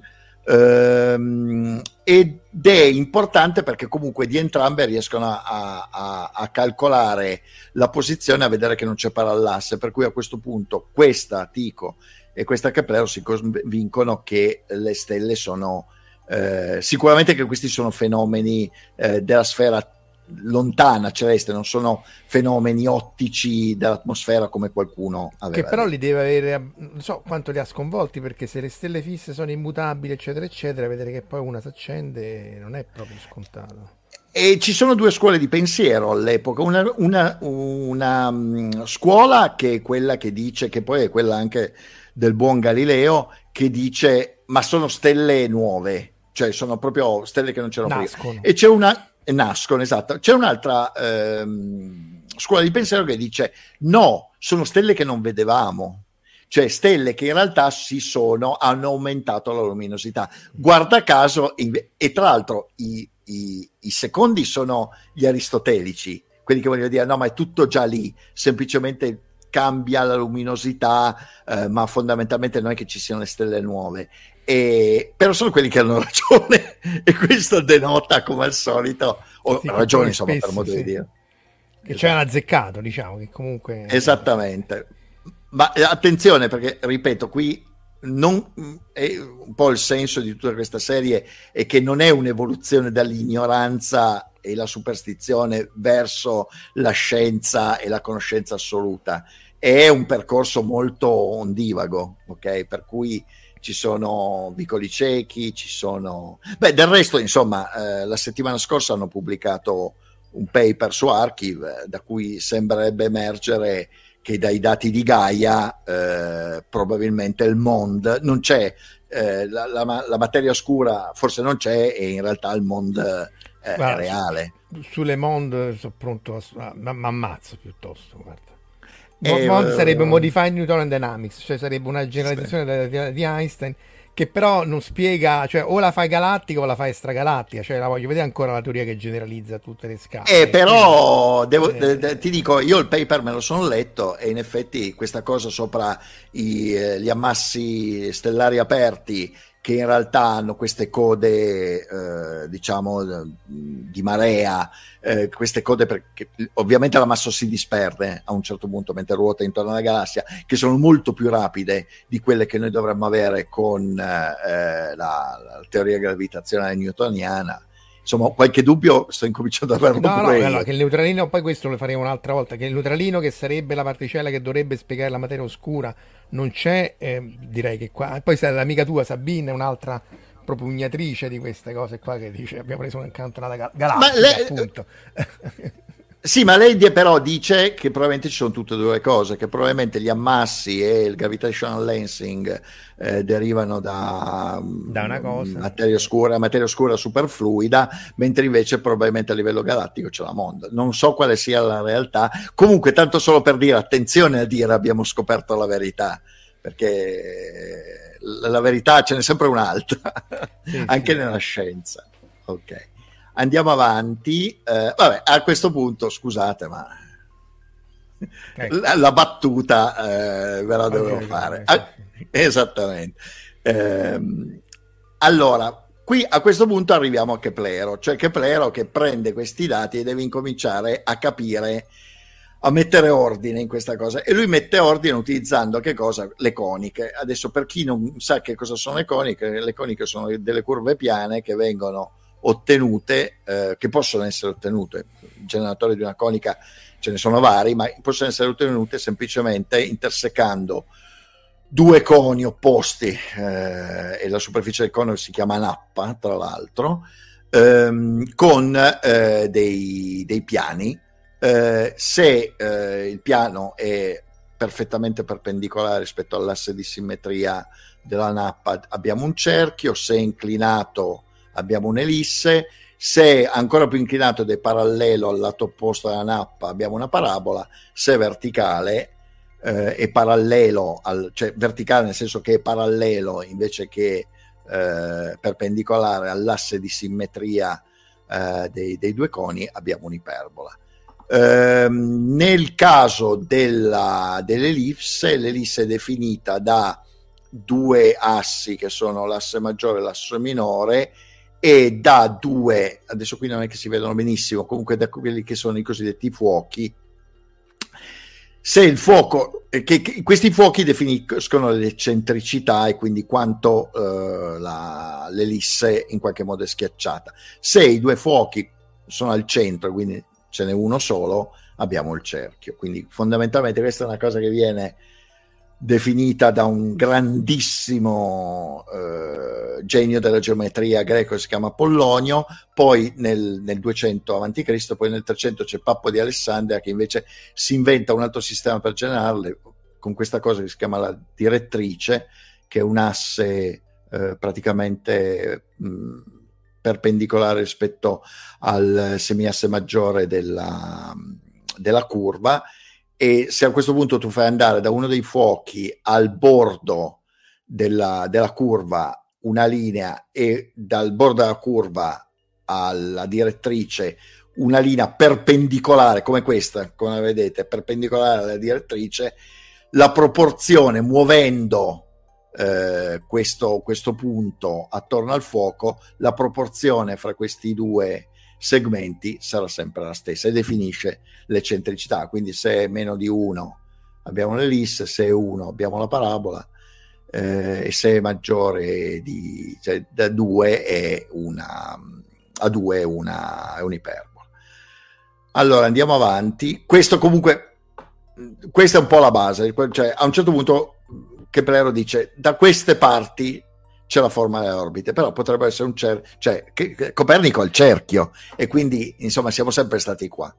Ehm, ed è importante perché comunque di entrambe riescono a, a, a calcolare la posizione, a vedere che non c'è parallasse, per cui a questo punto questa Tycho e questa Keplero si convincono che le stelle sono eh, sicuramente che questi sono fenomeni eh, della sfera lontana celeste, non sono fenomeni ottici dell'atmosfera come qualcuno aveva. Che però li deve avere, non so quanto li ha sconvolti, perché se le stelle fisse sono immutabili eccetera eccetera, vedere che poi una si accende non è proprio scontato. E ci sono due scuole di pensiero all'epoca, una, una, una um, scuola che è quella che dice, che poi è quella anche del buon Galileo, che dice ma sono stelle nuove, cioè sono proprio stelle che non c'erano Nascono. prima, e c'è una nascono, esatto. C'è un'altra ehm, scuola di pensiero che dice no, sono stelle che non vedevamo, cioè stelle che in realtà si sono, hanno aumentato la luminosità. Guarda caso, e tra l'altro i, i, i secondi sono gli aristotelici, quelli che vogliono dire no, ma è tutto già lì, semplicemente cambia la luminosità, eh, ma fondamentalmente non è che ci siano le stelle nuove. E, però sono quelli che hanno ragione, e questo denota come al solito o sì, ragione insomma spesso, per modo sì. di dire che esatto. C'è un azzeccato, diciamo, che comunque esattamente, ma attenzione perché ripeto qui non è un po' il senso di tutta questa serie è che non è un'evoluzione dall'ignoranza e la superstizione verso la scienza e la conoscenza assoluta, è un percorso molto ondivago, ok? Per cui ci sono vicoli ciechi, ci sono... Beh, del resto, insomma, eh, la settimana scorsa hanno pubblicato un paper su Archive da cui sembrerebbe emergere che dai dati di Gaia eh, probabilmente il mondo non c'è, eh, la, la, la materia oscura forse non c'è e in realtà il mondo eh, guarda, è reale. Sulle Mond sono pronto a... ma ammazzo piuttosto, guarda. Mond sarebbe Modified Newtonian Dynamics, cioè sarebbe una generalizzazione sì. di Einstein che però non spiega, cioè o la fai galattica o la fai extragalattica, cioè la voglio vedere ancora la teoria che generalizza tutte le scale. Eh, però devo, eh, de, de, ti dico, io il paper me lo sono letto e in effetti questa cosa sopra i, eh, gli ammassi stellari aperti che in realtà hanno queste code eh, diciamo di marea, eh, queste code perché ovviamente la massa si disperde a un certo punto mentre ruota intorno alla galassia, che sono molto più rapide di quelle che noi dovremmo avere con eh, la, la teoria gravitazionale newtoniana. Insomma, qualche dubbio sto incominciando ad averlo. No, no, allora, che il neutralino, poi questo lo faremo un'altra volta, che il neutralino, che sarebbe la particella che dovrebbe spiegare la materia oscura, non c'è, eh, direi che qua... Poi sei l'amica tua Sabine, un'altra propugnatrice di queste cose qua, che dice abbiamo preso un campionato gal- galattica, lei... appunto. Sì, ma lei però dice che probabilmente ci sono tutte e due le cose, che probabilmente gli ammassi e il gravitational lensing eh, derivano da, da una cosa. materia oscura, materia oscura superfluida, mentre invece probabilmente a livello galattico c'è la mondo. Non so quale sia la realtà, comunque tanto solo per dire attenzione a dire abbiamo scoperto la verità, perché la, la verità ce n'è sempre un'altra, Sì, anche sì. nella scienza. Ok, andiamo avanti. Eh, vabbè, a questo punto, scusate, ma Ecco. la, la battuta eh, ve la Oggi dovevo le fare. cose, Ah, esattamente. Ehm, allora, qui a questo punto arriviamo a Keplero, cioè Keplero che prende questi dati e deve incominciare a capire, a mettere ordine in questa cosa, e lui mette ordine utilizzando che cosa? Le coniche. Adesso, per chi non sa che cosa sono le coniche, le coniche sono delle curve piane che vengono ottenute, eh, che possono essere ottenute, il generatore di una conica ce ne sono vari, ma possono essere ottenute semplicemente intersecando due coni opposti, eh, e la superficie del cono si chiama nappa, tra l'altro, ehm, con eh, dei, dei piani. Eh, se eh, il piano è perfettamente perpendicolare rispetto all'asse di simmetria della nappa, abbiamo un cerchio; se è inclinato abbiamo un'ellisse; se è ancora più inclinato ed è parallelo al lato opposto della nappa abbiamo una parabola; se è verticale eh, è parallelo al, cioè verticale nel senso che è parallelo invece che eh, perpendicolare all'asse di simmetria eh, dei, dei due coni, abbiamo un'iperbola. Eh, nel caso della, dell'ellisse, l'ellisse è definita da due assi che sono l'asse maggiore e l'asse minore, e da due, adesso qui non è che si vedono benissimo, comunque da quelli che sono i cosiddetti fuochi. Se il fuoco, che, che questi fuochi definiscono l'eccentricità e quindi quanto eh, la, l'ellisse in qualche modo è schiacciata. Se i due fuochi sono al centro, quindi ce n'è uno solo, abbiamo il cerchio. Quindi fondamentalmente questa è una cosa che viene definita da un grandissimo eh, genio della geometria greco che si chiama Pollonio. Poi nel, nel duecento avanti Cristo, poi nel trecento c'è Pappo di Alessandria che invece si inventa un altro sistema per generarle con questa cosa che si chiama la direttrice, che è un asse eh, praticamente mh, perpendicolare rispetto al semiasse maggiore della, della curva. E se a questo punto tu fai andare da uno dei fuochi al bordo della, della curva una linea, e dal bordo della curva alla direttrice una linea perpendicolare come questa, come vedete, perpendicolare alla direttrice, la proporzione, muovendo eh, questo, questo punto attorno al fuoco, la proporzione fra questi due segmenti sarà sempre la stessa e definisce l'eccentricità. Quindi se è meno di uno abbiamo l'ellisse, se è uno abbiamo la parabola, eh, e se è maggiore di, cioè, da due è una, a due è una, è un'iperbola. Allora andiamo avanti. Questo comunque, questa è un po' la base, cioè a un certo punto Keplero dice da queste parti c'è la forma delle orbite, però potrebbe essere un cerchio, cioè che, che Copernico è il cerchio, e quindi insomma siamo sempre stati qua.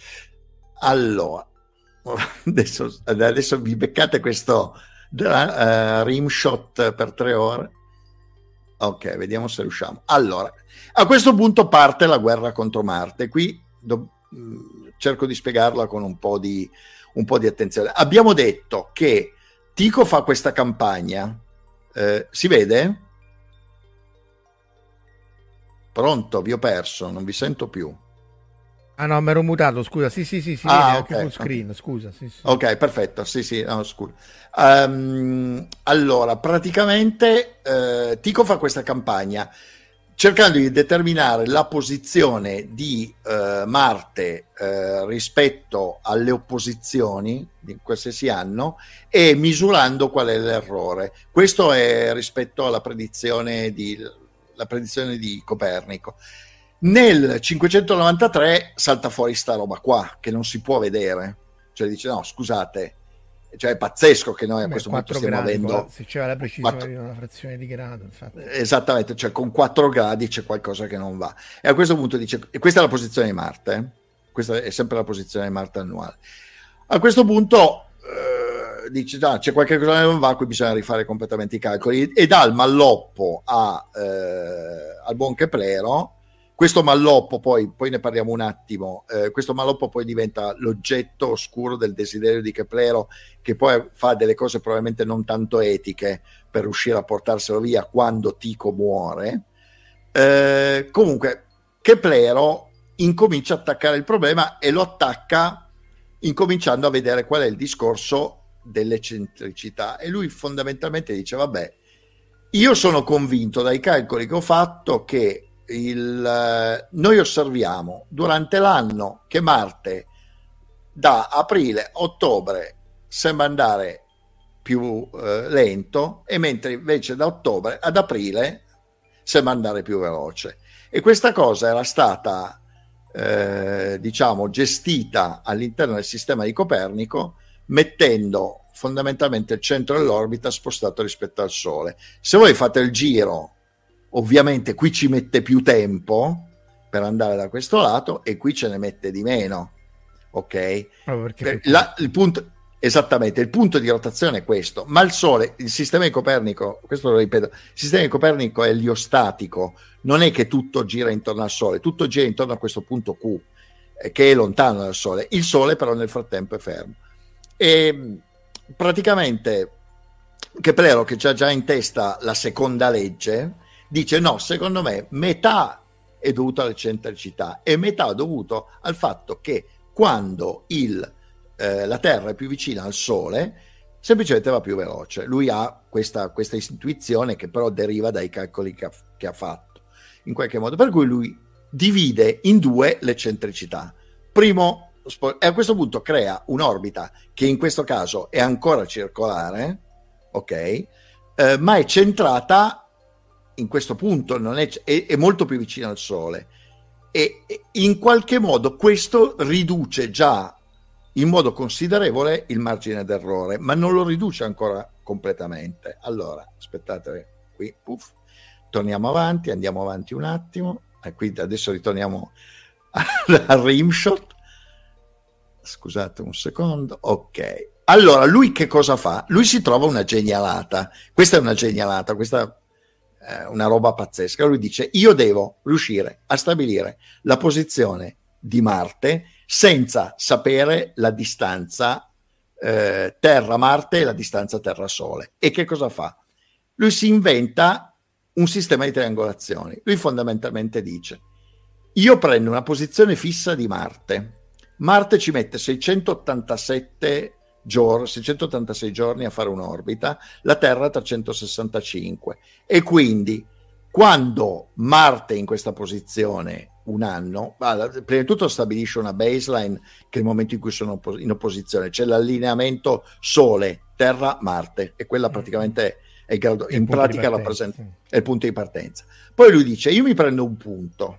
Allora adesso, adesso vi beccate questo uh, rimshot per tre ore. Ok, vediamo se riusciamo. Allora, a questo punto parte la guerra contro Marte. Qui do, mh, cerco di spiegarla con un po' di un po' di attenzione. Abbiamo detto che Tycho fa questa campagna. Eh, si vede? Pronto? Vi ho perso, non vi sento più. Ah no, mi ero mutato, scusa. Sì, sì, sì, si Ah, vede ok, anche full screen, ok. scusa. Sì, sì. Ok, perfetto. Sì, sì, no, scusa. Um, allora, praticamente eh, Tycho fa questa campagna cercando di determinare la posizione di eh, Marte eh, rispetto alle opposizioni di qualsiasi anno e misurando qual è l'errore. Questo è rispetto alla predizione di, la predizione di Copernico. Nel cinquecentonovantatré salta fuori sta roba qua che non si può vedere, cioè dice no scusate, cioè è pazzesco che noi a Beh, questo punto quattro stiamo gradi, avendo se c'era la precisione quattro... di una frazione di grado, infatti. Esattamente, cioè con quattro gradi c'è qualcosa che non va, e a questo punto dice, e questa è la posizione di Marte, eh? Questa è sempre la posizione di Marte annuale. A questo punto eh, dice no, c'è qualche cosa che non va, qui bisogna rifare completamente i calcoli, e dà il malloppo a, eh, al buon Keplero. questo malloppo, poi, poi ne parliamo un attimo, eh, questo malloppo poi diventa l'oggetto oscuro del desiderio di Keplero, che poi fa delle cose probabilmente non tanto etiche per riuscire a portarselo via quando Tycho muore. Eh, comunque Keplero incomincia a attaccare il problema e lo attacca incominciando a vedere qual è il discorso dell'eccentricità, e lui fondamentalmente dice: vabbè, io sono convinto dai calcoli che ho fatto che il, noi osserviamo durante l'anno che Marte da aprile a ottobre sembra andare più eh, lento, e mentre invece da ottobre ad aprile sembra andare più veloce. E questa cosa era stata eh, diciamo gestita all'interno del sistema di Copernico, mettendo fondamentalmente il centro dell'orbita spostato rispetto al Sole. Se voi fate il giro, ovviamente qui ci mette più tempo per andare da questo lato e qui ce ne mette di meno, ok? Proprio perché La, il punto, esattamente, il punto di rotazione è questo, ma il Sole, il sistema di Copernico, questo lo ripeto, il sistema di Copernico è eliostatico, non è che tutto gira intorno al Sole, tutto gira intorno a questo punto Q, eh, che è lontano dal Sole. Il Sole però nel frattempo è fermo. E praticamente Keplero, che c'ha già in testa la seconda legge, dice: no, secondo me metà è dovuto all'eccentricità e metà è dovuto al fatto che quando il, eh, la Terra è più vicina al Sole semplicemente va più veloce. Lui ha questa, questa intuizione che però deriva dai calcoli che ha, che ha fatto in qualche modo, per cui lui divide in due l'eccentricità. Primo, e a questo punto crea un'orbita che in questo caso è ancora circolare, ok, eh, ma è centrata in questo punto, non è, è, è molto più vicina al Sole, e, e in qualche modo questo riduce già in modo considerevole il margine d'errore, ma non lo riduce ancora completamente. Allora, aspettate, qui, puff, torniamo avanti, andiamo avanti un attimo, e qui adesso ritorniamo al rimshot. Scusate un secondo, ok. Allora, lui che cosa fa? Lui si trova una genialata, questa è una genialata, questa è una roba pazzesca. Lui dice: io devo riuscire a stabilire la posizione di Marte senza sapere la distanza eh, Terra-Marte e la distanza Terra-Sole. E che cosa fa? Lui si inventa un sistema di triangolazioni. Lui fondamentalmente dice: io prendo una posizione fissa di Marte, Marte ci mette seicentottantasette giorni, seicentottantasei giorni a fare un'orbita, la Terra trecentosessantacinque, e quindi quando Marte è in questa posizione un anno, allora, prima di tutto stabilisce una baseline che è il momento in cui sono in opposizione, c'è l'allineamento Sole, Terra, Marte, e quella praticamente è il grado, in pratica rappresenta è il punto di partenza. Poi lui dice: io mi prendo un punto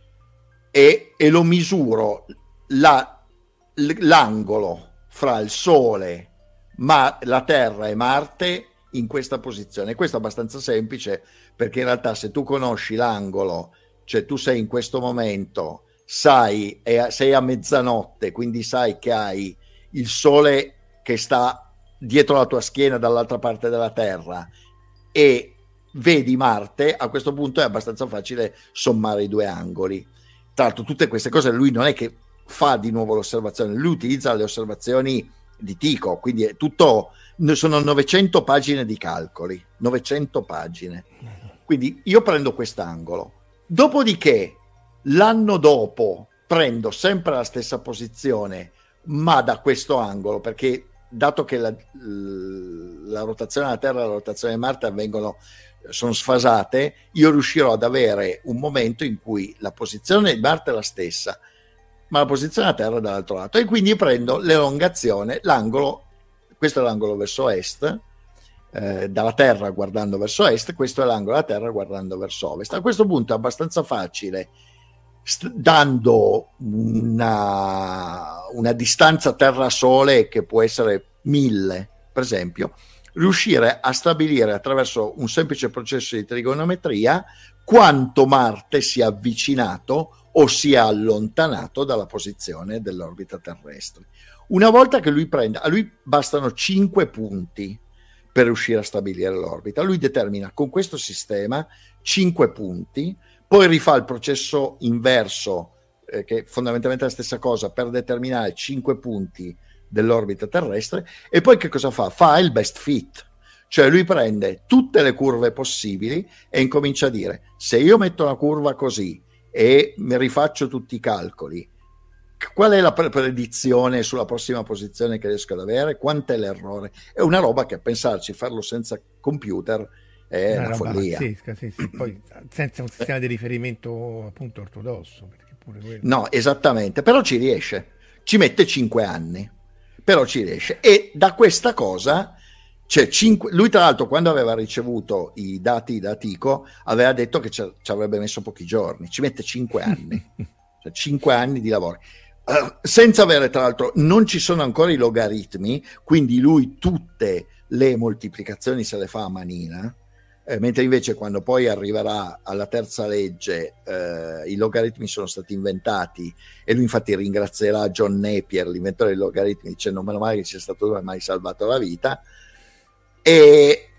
e, e lo misuro la, l'angolo fra il Sole, ma la Terra e Marte in questa posizione. Questo è abbastanza semplice, perché in realtà se tu conosci l'angolo, cioè tu sei in questo momento, sai, sei a mezzanotte, quindi sai che hai il Sole che sta dietro la tua schiena dall'altra parte della Terra e vedi Marte, a questo punto è abbastanza facile sommare i due angoli. Tra l'altro tutte queste cose lui non è che fa di nuovo l'osservazione, lui utilizza le osservazioni di Tycho, quindi è tutto, sono novecento pagine di calcoli, novecento pagine. Quindi io prendo quest'angolo, dopodiché l'anno dopo prendo sempre la stessa posizione ma da questo angolo, perché dato che la, la rotazione della Terra e la rotazione di Marte avvengono, sono sfasate, io riuscirò ad avere un momento in cui la posizione di Marte è la stessa ma la posizione della Terra è dall'altro lato, e quindi prendo l'elongazione, l'angolo, questo è l'angolo verso est, eh, dalla Terra guardando verso est, questo è l'angolo della Terra guardando verso ovest. A questo punto è abbastanza facile, st- dando una, una distanza Terra-Sole che può essere mille, per esempio, riuscire a stabilire attraverso un semplice processo di trigonometria quanto Marte sia avvicinato o sia allontanato dalla posizione dell'orbita terrestre. Una volta che lui prende, a lui bastano cinque punti per riuscire a stabilire l'orbita. Lui determina con questo sistema cinque punti, poi rifà il processo inverso, eh, che è fondamentalmente la stessa cosa, per determinare cinque punti dell'orbita terrestre, e poi che cosa fa? Fa il best fit, cioè lui prende tutte le curve possibili e incomincia a dire: se io metto una curva così e mi rifaccio tutti i calcoli, qual è la pre- predizione sulla prossima posizione che riesco ad avere, quant'è l'errore? È una roba che, a pensarci, farlo senza computer è una, una roba follia. pazzesca, sì, sì. Poi senza un sistema di riferimento appunto ortodosso, perché pure quello... No, esattamente, però ci riesce, ci mette cinque anni, però ci riesce, e da questa cosa, cioè cinque, lui tra l'altro quando aveva ricevuto i dati da Tycho aveva detto che ci, ci avrebbe messo pochi giorni, ci mette cinque anni, cioè cinque anni di lavoro. Uh, senza avere, tra l'altro, non ci sono ancora i logaritmi, quindi lui tutte le moltiplicazioni se le fa a manina, eh, mentre invece quando poi arriverà alla terza legge eh, i logaritmi sono stati inventati, e lui infatti ringrazierà John Napier, l'inventore dei logaritmi, dicendo: meno male che sia stato lui, mi hai salvato la vita. E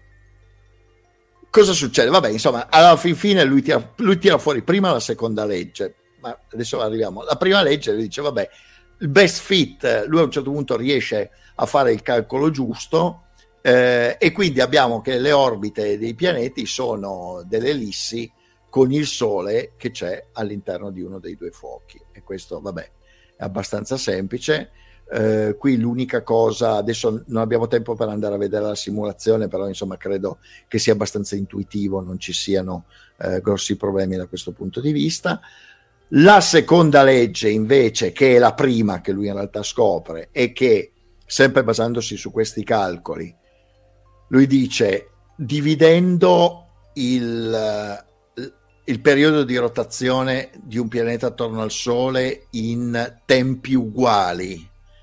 cosa succede? Vabbè, insomma, alla fin fine lui tira, lui tira fuori prima la seconda legge, ma adesso arriviamo. La prima legge lui dice: vabbè, il best fit, lui a un certo punto riesce a fare il calcolo giusto, eh, e quindi abbiamo che le orbite dei pianeti sono delle ellissi con il Sole che c'è all'interno di uno dei due fuochi, e questo, vabbè, è abbastanza semplice. Uh, qui l'unica cosa, adesso non abbiamo tempo per andare a vedere la simulazione, però insomma credo che sia abbastanza intuitivo, non ci siano uh, grossi problemi da questo punto di vista. La seconda legge invece, che è la prima che lui in realtà scopre, è che, sempre basandosi su questi calcoli, lui dice: dividendo il, il periodo di rotazione di un pianeta attorno al Sole in tempi uguali,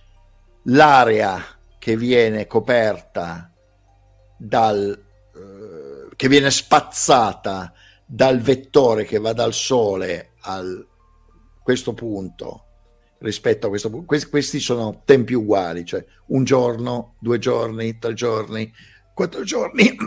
l'area che viene coperta dal eh, che viene spazzata dal vettore che va dal Sole a questo punto rispetto a questo punto, questi, questi sono tempi uguali, cioè un giorno, due giorni, tre giorni, quattro giorni,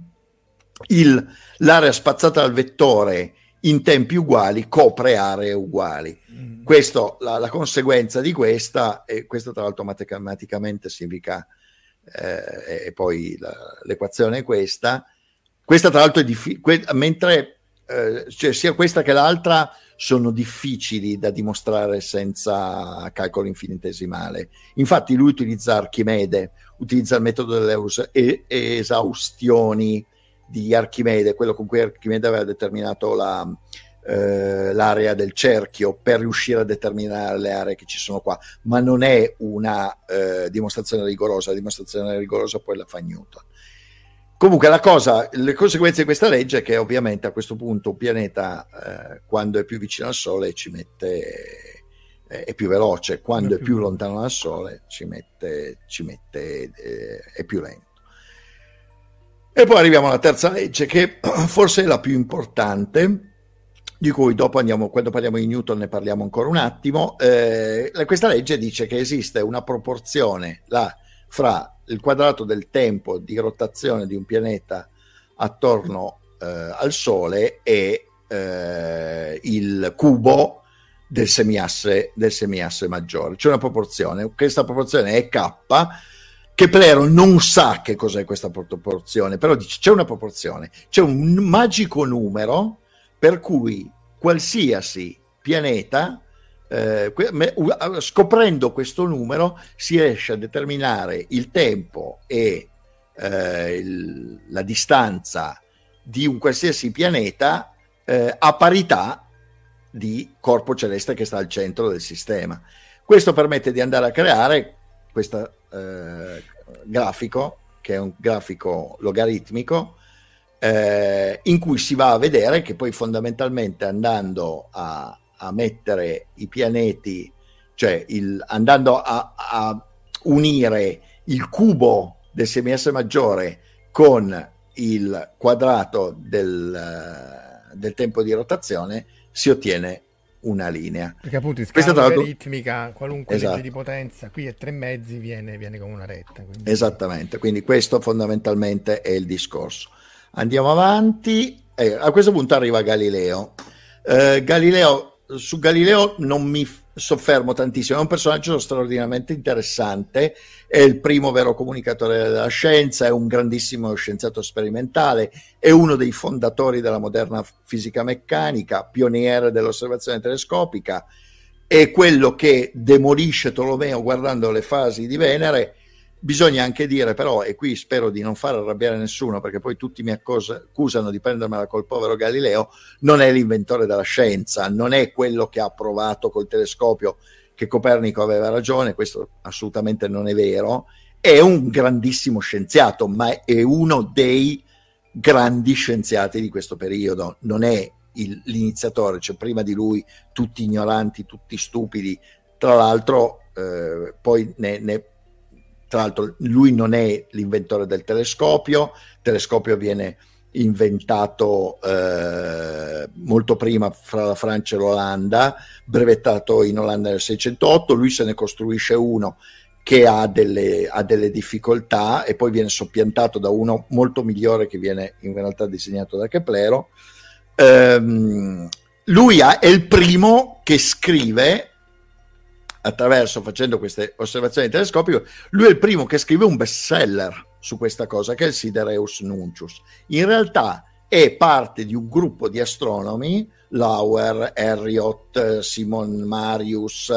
il, l'area spazzata dal vettore in tempi uguali copre aree uguali. Mm. Questo, la, la conseguenza di questa, e questo tra l'altro matematicamente significa, eh, e poi la, l'equazione è questa, questa tra l'altro è difficile, mentre eh, cioè sia questa che l'altra sono difficili da dimostrare senza calcolo infinitesimale. Infatti lui utilizza Archimede, utilizza il metodo delle eus- e- esaustioni di Archimede, quello con cui Archimede aveva determinato la, eh, l'area del cerchio per riuscire a determinare le aree che ci sono qua, ma non è una eh, dimostrazione rigorosa. La dimostrazione rigorosa poi la fa Newton. Comunque la cosa, le conseguenze di questa legge è che ovviamente a questo punto un pianeta eh, quando è più vicino al Sole ci mette eh, è più veloce, quando è più, è più lontano dal Sole ci mette, ci mette eh, è più lento. E poi arriviamo alla terza legge, che forse è la più importante, di cui dopo andiamo, quando parliamo di Newton ne parliamo ancora un attimo. Eh, questa legge dice che esiste una proporzione là, fra il quadrato del tempo di rotazione di un pianeta attorno eh, al Sole e eh, il cubo del semiasse, del semiasse maggiore. C'è una proporzione, questa proporzione è K. Keplero non sa che cos'è questa proporzione, però dice c'è una proporzione, c'è un magico numero per cui qualsiasi pianeta, eh, scoprendo questo numero, si riesce a determinare il tempo e eh, il, la distanza di un qualsiasi pianeta eh, a parità di corpo celeste che sta al centro del sistema. Questo permette di andare a creare questo eh, grafico, che è un grafico logaritmico, eh, in cui si va a vedere che poi fondamentalmente andando a, a mettere i pianeti, cioè il, andando a, a unire il cubo del semiasse maggiore con il quadrato del, del tempo di rotazione, si ottiene una linea. Perché appunto in scala logaritmica qualunque esatto. legge di potenza qui è tre mezzi viene, viene come una retta. Quindi... Esattamente, quindi questo fondamentalmente è il discorso. Andiamo avanti. Eh, a questo punto arriva Galileo. Eh, Galileo, su Galileo non mi soffermo tantissimo, è un personaggio straordinariamente interessante, è il primo vero comunicatore della scienza, è un grandissimo scienziato sperimentale, è uno dei fondatori della moderna fisica meccanica, pioniere dell'osservazione telescopica, è quello che demolisce Tolomeo guardando le fasi di Venere. Bisogna anche dire però, e qui spero di non far arrabbiare nessuno perché poi tutti mi accusano di prendermela col povero Galileo, non è l'inventore della scienza, non è quello che ha provato col telescopio che Copernico aveva ragione, questo assolutamente non è vero, è un grandissimo scienziato, ma è uno dei grandi scienziati di questo periodo, non è il, l'iniziatore, cioè prima di lui tutti ignoranti, tutti stupidi, tra l'altro eh, poi ne, ne Tra l'altro lui non è l'inventore del telescopio, il telescopio viene inventato eh, molto prima fra la Francia e l'Olanda, brevettato in Olanda nel seicentotto, lui se ne costruisce uno che ha delle, ha delle difficoltà e poi viene soppiantato da uno molto migliore che viene in realtà disegnato da Keplero. Ehm, lui ha, è il primo che scrive, attraverso, facendo queste osservazioni telescopiche, lui è il primo che scrive un bestseller su questa cosa, che è il Sidereus Nuncius. In realtà è parte di un gruppo di astronomi, Lauer, Herriot, Simon Marius,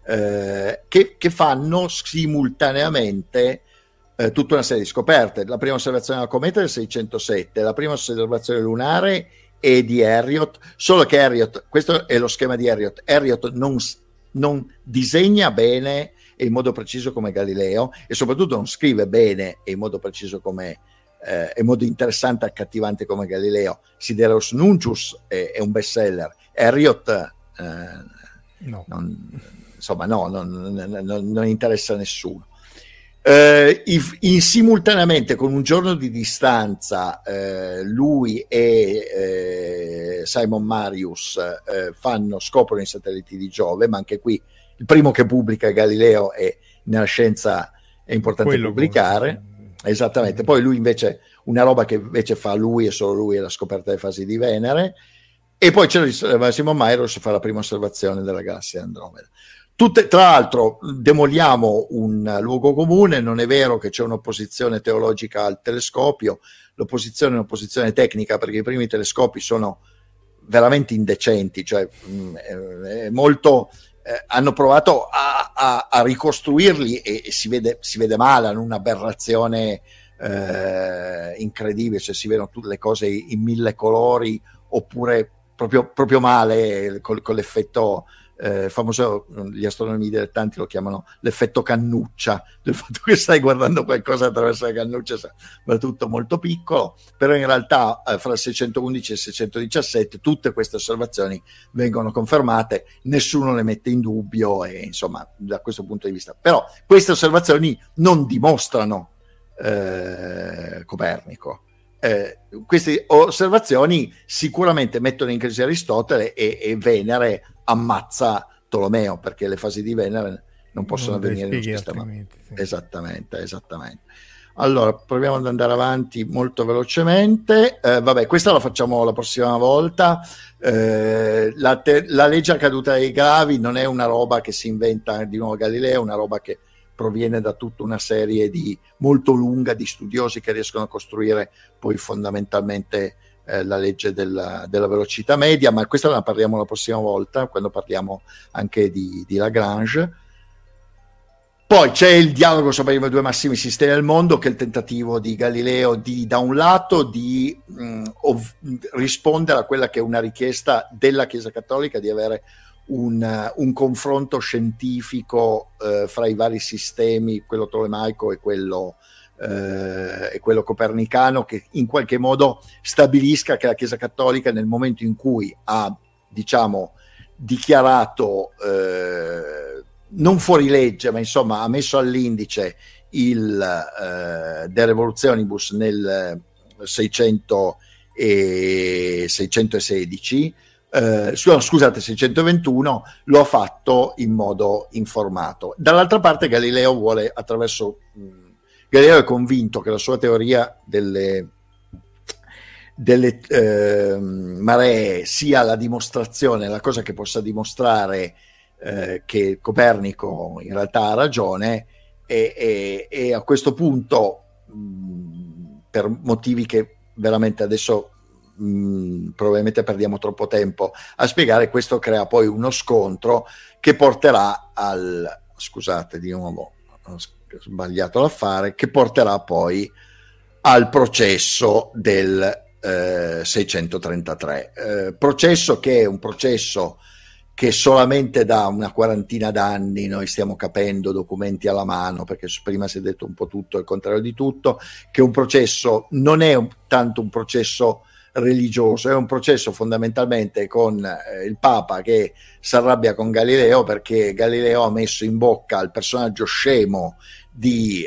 eh, che, che fanno simultaneamente eh, tutta una serie di scoperte. La prima osservazione della cometa è del seicentosette, la prima osservazione lunare è di Herriot, solo che Herriot, questo è lo schema di Herriot, Herriot non non disegna bene e in modo preciso come Galileo e soprattutto non scrive bene e in modo preciso come eh, in modo interessante e accattivante come Galileo. Sidereus Nuncius è, è un bestseller, Herriot eh, no. non, insomma no, non, non, non interessa a nessuno. Eh, in, simultaneamente con un giorno di distanza eh, lui e eh, Simon Marius eh, fanno, scoprono i satelliti di Giove, ma anche qui il primo che pubblica Galileo, e nella scienza è importante quello pubblicare come... esattamente. Poi lui invece, una roba che invece fa lui e solo lui, è la scoperta delle fasi di Venere, e poi c'è Simon Marius, fa la prima osservazione della galassia Andromeda. Tutte, tra l'altro demoliamo un luogo comune, non è vero che c'è un'opposizione teologica al telescopio, l'opposizione è un'opposizione tecnica, perché i primi telescopi sono veramente indecenti, cioè mh, molto, eh, hanno provato a, a, a ricostruirli e, e si, vede, si vede male, hanno un'aberrazione eh, incredibile, cioè si vedono tutte le cose in mille colori oppure proprio, proprio male con, con l'effetto... Eh, famoso, gli astronomi dilettanti lo chiamano l'effetto cannuccia, del fatto che stai guardando qualcosa attraverso la cannuccia, ma tutto molto piccolo, però in realtà eh, fra il seicentoundici e il seicentodiciassette tutte queste osservazioni vengono confermate, nessuno le mette in dubbio, e insomma da questo punto di vista, però queste osservazioni non dimostrano eh, Copernico. Eh, queste osservazioni sicuramente mettono in crisi Aristotele e, e Venere ammazza Tolomeo, perché le fasi di Venere non possono non avvenire in questa maniera. Sì. Esattamente, esattamente. Allora, proviamo ad andare avanti molto velocemente. Eh, vabbè, questa la facciamo la prossima volta. Eh, la, te- la legge a caduta dei gravi non è una roba che si inventa di nuovo Galileo, è una roba che proviene da tutta una serie di molto lunga di studiosi che riescono a costruire poi fondamentalmente eh, la legge della, della velocità media, ma questa la parliamo la prossima volta, quando parliamo anche di, di Lagrange. Poi c'è il dialogo sopra i due massimi sistemi del mondo, che è il tentativo di Galileo di, da un lato, di mh, ov- rispondere a quella che è una richiesta della Chiesa Cattolica di avere Un, un confronto scientifico eh, fra i vari sistemi, quello tolemaico e quello, eh, e quello copernicano, che in qualche modo stabilisca che la Chiesa Cattolica, nel momento in cui ha, diciamo, dichiarato eh, non fuori legge, ma insomma ha messo all'indice il eh, De Revolutionibus nel seicento e seicentosedici, Uh, scusate, seicentoventuno, lo ha fatto in modo informato. Dall'altra parte Galileo vuole, attraverso mh, Galileo è convinto che la sua teoria delle, delle eh, maree sia la dimostrazione, la cosa che possa dimostrare eh, che Copernico in realtà ha ragione, e, e, e a questo punto mh, per motivi che veramente adesso mh, probabilmente perdiamo troppo tempo a spiegare, questo crea poi uno scontro che porterà al, scusate di nuovo ho sbagliato l'affare, che porterà poi al processo del eh, seicentotrentatré, eh, processo che è un processo che solamente da una quarantina d'anni noi stiamo capendo, documenti alla mano, perché prima si è detto un po' tutto e il contrario di tutto, che un processo non è un, tanto un processo religioso, è un processo fondamentalmente con eh, il Papa che si arrabbia con Galileo perché Galileo ha messo in bocca al personaggio scemo di,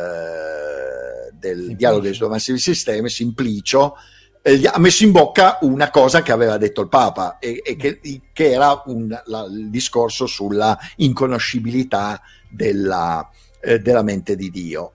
eh, del Simplicio. Dialogo dei massivi sistemi, Simplicio, eh, gli ha messo in bocca una cosa che aveva detto il Papa e, e che, che era un, la, il discorso sulla inconoscibilità della, eh, della mente di Dio.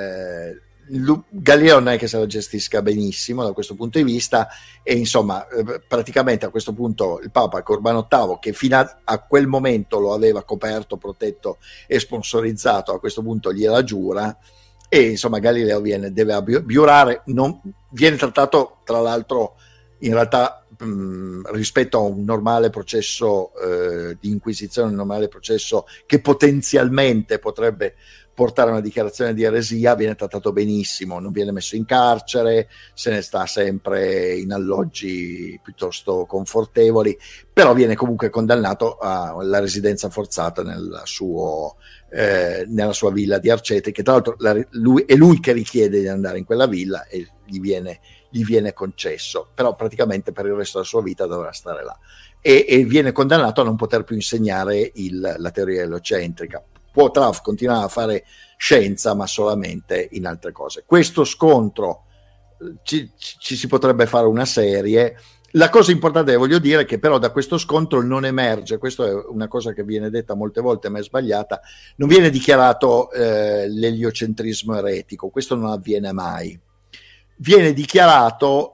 Eh, Galileo non è che se la gestisca benissimo da questo punto di vista e insomma eh, praticamente a questo punto il Papa Urbano ottavo, che fino a, a quel momento lo aveva coperto, protetto e sponsorizzato, a questo punto gliela giura e insomma Galileo viene, deve abiurare, non, viene trattato tra l'altro in realtà mh, rispetto a un normale processo eh, di inquisizione, un normale processo che potenzialmente potrebbe portare a una dichiarazione di eresia, viene trattato benissimo, non viene messo in carcere, se ne sta sempre in alloggi piuttosto confortevoli, però viene comunque condannato alla residenza forzata nel suo, eh, nella sua villa di Arcetri, che tra l'altro la, lui, è lui che richiede di andare in quella villa e gli viene, gli viene concesso, però praticamente per il resto della sua vita dovrà stare là e, e viene condannato a non poter più insegnare il, la teoria eliocentrica. Può tra continuare a fare scienza ma solamente in altre cose. Questo scontro ci, ci si potrebbe fare una serie. La cosa importante che voglio dire è che però da questo scontro non emerge, questa è una cosa che viene detta molte volte ma è sbagliata, non viene dichiarato eh, l'eliocentrismo eretico, questo non avviene mai, viene dichiarato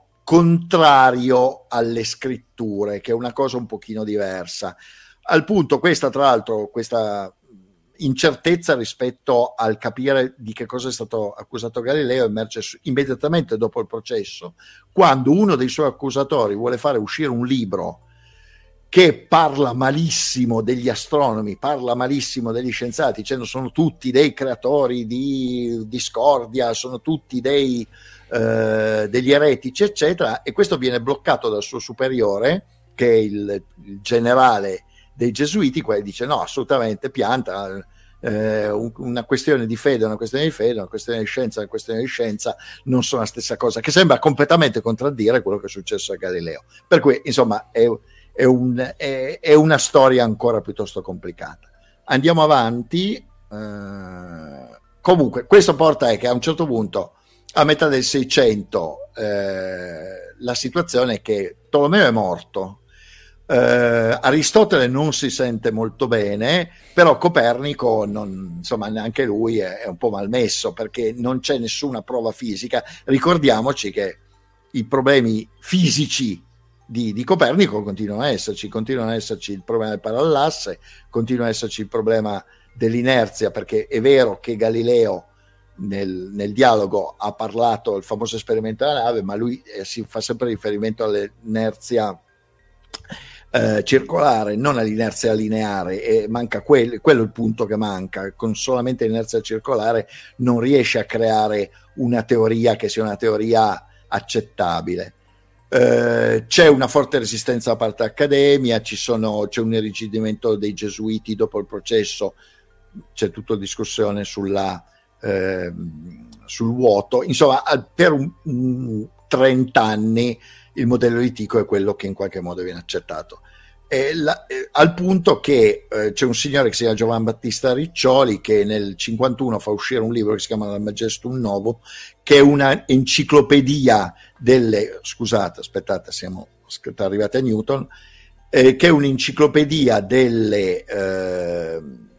contrario alle scritture, che è una cosa un pochino diversa, al punto questa tra l'altro questa incertezza rispetto al capire di che cosa è stato accusato Galileo emerge immediatamente dopo il processo, quando uno dei suoi accusatori vuole fare uscire un libro che parla malissimo degli astronomi, parla malissimo degli scienziati, dicendo sono tutti dei creatori di discordia, sono tutti dei, eh, degli eretici eccetera, e questo viene bloccato dal suo superiore che è il, il generale dei Gesuiti, qua dice no, assolutamente pianta, eh, una questione di fede, una questione di fede, una questione di scienza, una questione di scienza non sono la stessa cosa, che sembra completamente contraddire quello che è successo a Galileo. Per cui insomma è, è, un, è, è una storia ancora piuttosto complicata. Andiamo avanti. Eh, comunque questo porta è che a un certo punto, a metà del Seicento, eh, la situazione è che Tolomeo è morto. Uh, Aristotele non si sente molto bene, però Copernico non, insomma neanche lui è, è un po' malmesso perché non c'è nessuna prova fisica. Ricordiamoci che i problemi fisici di, di Copernico continuano a esserci, continuano a esserci il problema del parallasse, continua a esserci il problema dell'inerzia, perché è vero che Galileo nel, nel dialogo ha parlato del famoso esperimento della nave, ma lui eh, si fa sempre riferimento all'inerzia Eh, circolare, non all'inerzia lineare, e manca quel, quello è il punto che manca. Con solamente l'inerzia circolare non riesce a creare una teoria che sia una teoria accettabile. Eh, c'è una forte resistenza da parte dell'Accademia, ci sono, c'è un irrigidimento dei Gesuiti dopo il processo, c'è tutta discussione sulla, eh, sul vuoto, insomma per un, un trenta anni il modello di Tycho è quello che in qualche modo viene accettato, e la, eh, al punto che eh, c'è un signore che si chiama Giovan Battista Riccioli che nel cinquantuno fa uscire un libro che si chiama La Majestum Novum, che è una enciclopedia delle, scusate aspettate siamo arrivati a Newton, eh, che è un'enciclopedia delle, eh,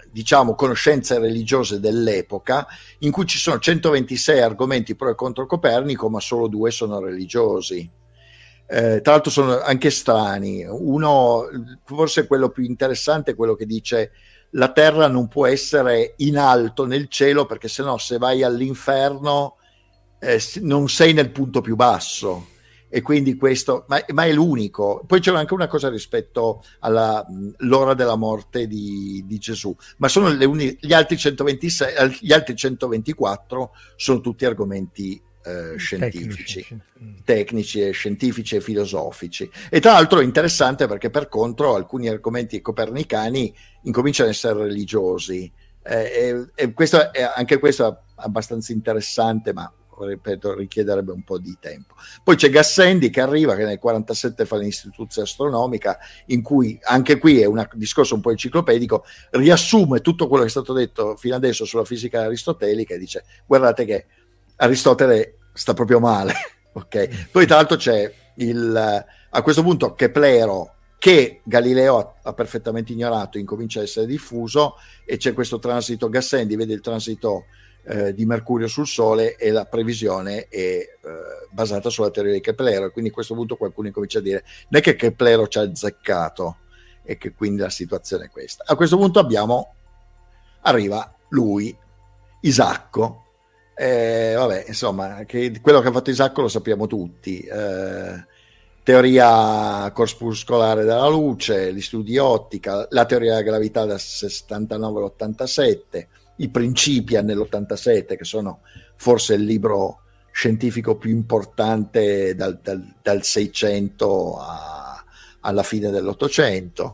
diciamo, conoscenze religiose dell'epoca, in cui ci sono centoventisei argomenti pro e contro Copernico, ma solo due sono religiosi. Eh, tra l'altro sono anche strani. Uno, forse quello più interessante, è quello che dice: la terra non può essere in alto nel cielo, perché sennò se vai all'inferno eh, non sei nel punto più basso, e quindi questo, ma, ma è l'unico. Poi c'è anche una cosa rispetto all'ora della morte di, di Gesù, ma sono le uni, gli altri centoventisei, gli altri centoventiquattro sono tutti argomenti eh, scientifici, tecnici. tecnici e scientifici e filosofici. E tra l'altro è interessante perché per contro alcuni argomenti copernicani incominciano ad essere religiosi, eh, e, e questo è, anche questo è abbastanza interessante, ma ripeto, richiederebbe un po' di tempo. Poi c'è Gassendi che arriva, che nel quarantasette fa l'Istituzione Astronomica, in cui anche qui è un discorso un po' enciclopedico, riassume tutto quello che è stato detto fino adesso sulla fisica aristotelica e dice: guardate che Aristotele sta proprio male. Ok. Poi tra l'altro c'è il, a questo punto Keplero, che Galileo ha, ha perfettamente ignorato, incomincia a essere diffuso, e c'è questo transito Gassendi, vede il transito eh, di Mercurio sul Sole, e la previsione è eh, basata sulla teoria di Keplero, e quindi a questo punto qualcuno incomincia a dire: non è che Keplero ci ha azzeccato, e che quindi la situazione è questa. A questo punto abbiamo, arriva lui, Isacco. Eh, vabbè, insomma, che quello che ha fatto Isacco lo sappiamo tutti. Eh, teoria corpuscolare della luce, gli studi di ottica, la teoria della gravità dal settantanove all'ottantasette, i Principia nell'ottantasette, che sono forse il libro scientifico più importante dal, dal, dal seicento a, alla fine dell'ottocento.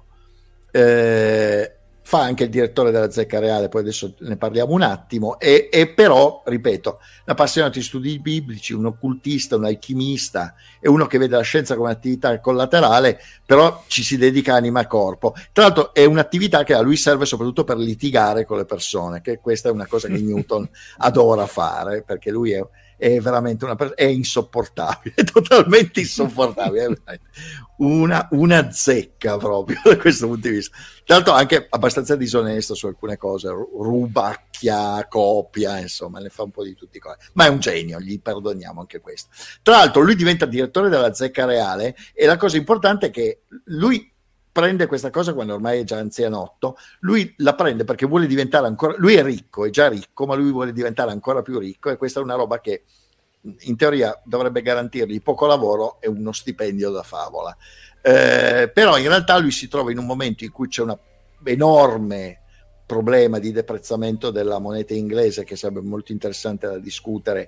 Eh, fa anche il direttore della Zecca Reale, poi adesso ne parliamo un attimo, e, e però, ripeto, un appassionato di studi biblici, un occultista, un alchimista, è uno che vede la scienza come attività collaterale, però ci si dedica anima e corpo. Tra l'altro è un'attività che a lui serve soprattutto per litigare con le persone, che questa è una cosa che Newton adora fare, perché lui è, è veramente una persona, è insopportabile, è totalmente insopportabile, è una, una zecca proprio da questo punto di vista. Tra l'altro anche abbastanza disonesto su alcune cose, rubacchia, copia, insomma, ne fa un po' di tutti i cose, ma è un genio, gli perdoniamo anche questo. Tra l'altro lui diventa direttore della Zecca Reale, e la cosa importante è che lui prende questa cosa quando ormai è già anzianotto. Lui la prende perché vuole diventare ancora, lui è ricco, è già ricco, ma lui vuole diventare ancora più ricco, e questa è una roba che in teoria dovrebbe garantirgli poco lavoro e uno stipendio da favola. Eh, però in realtà lui si trova in un momento in cui c'è un enorme problema di deprezzamento della moneta inglese, che sarebbe molto interessante da discutere,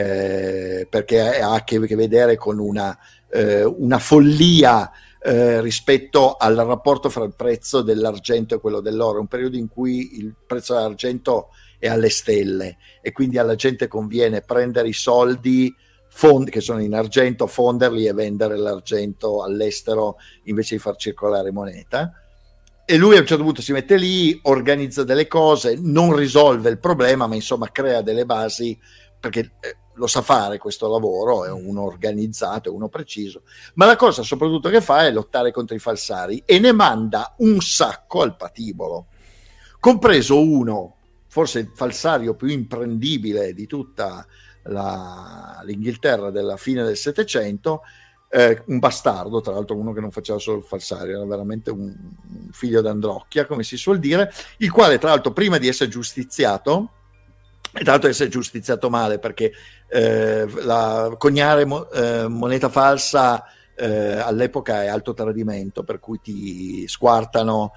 eh, perché ha a che vedere con una, eh, una follia eh, rispetto al rapporto fra il prezzo dell'argento e quello dell'oro. È un periodo in cui il prezzo dell'argento è alle stelle, e quindi alla gente conviene prendere i soldi Fond- che sono in argento, fonderli e vendere l'argento all'estero invece di far circolare moneta. E lui a un certo punto si mette lì, organizza delle cose, non risolve il problema, ma insomma crea delle basi, perché eh, lo sa fare questo lavoro, è uno organizzato, è uno preciso, ma la cosa soprattutto che fa è lottare contro i falsari, e ne manda un sacco al patibolo, compreso uno, forse il falsario più imprendibile di tutta La, l'Inghilterra della fine del Settecento, eh, un bastardo, tra l'altro uno che non faceva solo il falsario, era veramente un, un figlio d'Androcchia, come si suol dire, il quale tra l'altro prima di essere giustiziato, e tra l'altro essere giustiziato male, perché eh, la, coniare mo, eh, moneta falsa eh, all'epoca è alto tradimento, per cui ti squartano,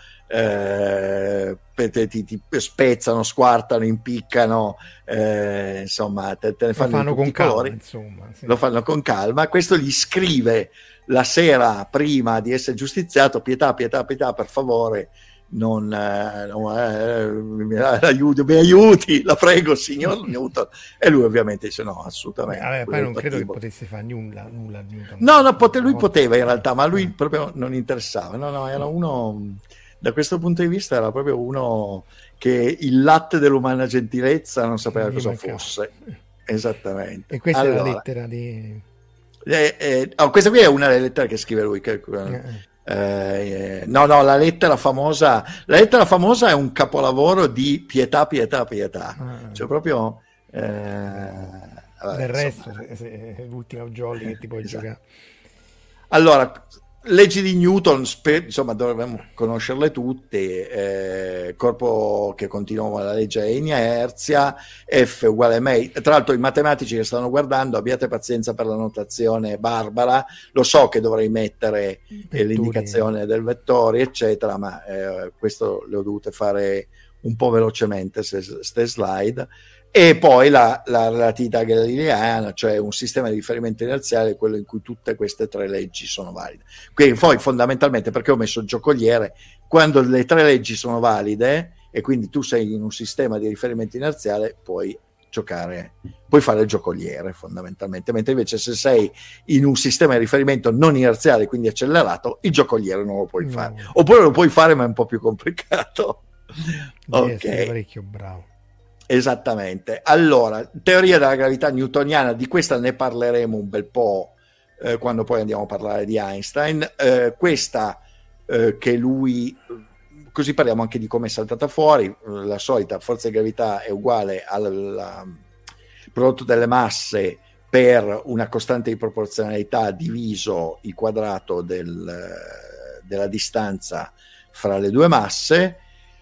eh, ti, ti, ti spezzano, squartano, impiccano, eh, insomma te, te ne fanno, fanno con calma, colori. Insomma, sì. Lo fanno con calma. Questo gli scrive la sera prima di essere giustiziato: pietà, pietà, pietà, per favore, non, eh, non eh, mi, aiuti, mi aiuti, la prego, signor Newton. E lui ovviamente dice no, assolutamente. Vabbè, poi non credo che potesse fare nulla, nulla Newton. No, no, pote, lui poteva in realtà, ma a lui proprio non interessava. No, no, era uno, da questo punto di vista era proprio uno che il latte dell'umana gentilezza non sapeva cosa fosse. Esattamente. E questa allora, è la lettera di... Eh, eh, oh, questa qui è una delle lettere che scrive lui, che, eh, Eh, no, no, la lettera famosa, la lettera famosa è un capolavoro di pietà, pietà, pietà. Ah. Cioè proprio... Eh, vabbè, del resto, se, se è l'ultima jolly che ti puoi esatto. giocare. Allora, leggi di Newton, spe- insomma, dovremmo conoscerle tutte. Eh, corpo che continua la legge è inerzia, F uguale a me. Tra l'altro, i matematici che stanno guardando, abbiate pazienza per la notazione barbara. Lo so che dovrei mettere eh, l'indicazione del vettore, eccetera, ma eh, questo le ho dovute fare un po' velocemente, queste slide. E poi la, la relatività galileiana, cioè un sistema di riferimento inerziale, quello in cui tutte queste tre leggi sono valide. Quindi poi fondamentalmente, perché ho messo il giocoliere, quando le tre leggi sono valide e quindi tu sei in un sistema di riferimento inerziale, puoi giocare, puoi fare il giocoliere fondamentalmente, mentre invece se sei in un sistema di riferimento non inerziale, quindi accelerato, il giocoliere non lo puoi no. fare, oppure lo puoi fare ma è un po' più complicato. Devi essere parecchio bravo. Esattamente. Allora, teoria della gravità newtoniana, di questa ne parleremo un bel po' eh, quando poi andiamo a parlare di Einstein. Eh, questa eh, che lui, così parliamo anche di come è saltata fuori, la solita forza di gravità è uguale al prodotto delle masse per una costante di proporzionalità diviso il quadrato del, della distanza fra le due masse.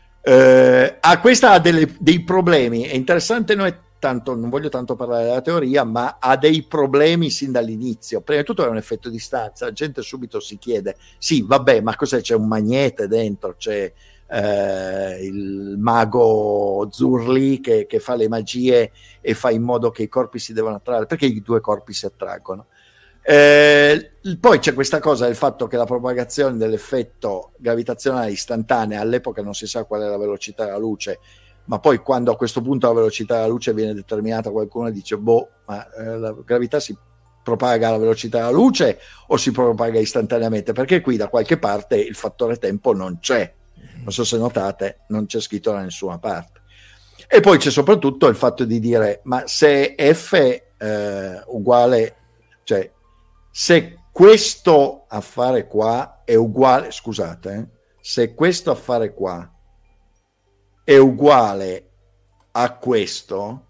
Uh, a questa ha delle, dei problemi. È interessante, non, è tanto, non voglio tanto parlare della teoria, ma ha dei problemi sin dall'inizio. Prima di tutto è un effetto di stanza, la gente subito si chiede sì vabbè, ma cos'è, c'è un magnete dentro, c'è uh, il mago Zurli che, che fa le magie e fa in modo che i corpi si devono attrarre, perché i due corpi si attraggono. Eh, poi c'è questa cosa del fatto che la propagazione dell'effetto gravitazionale istantanea, all'epoca non si sa qual è la velocità della luce, ma poi quando a questo punto la velocità della luce viene determinata, qualcuno dice boh, ma eh, la gravità si propaga alla velocità della luce o si propaga istantaneamente? Perché qui da qualche parte il fattore tempo non c'è, non so se notate, non c'è scritto da nessuna parte. E poi c'è soprattutto il fatto di dire ma se F eh, uguale, cioè se questo affare qua è uguale, scusate, eh, se questo affare qua è uguale a questo,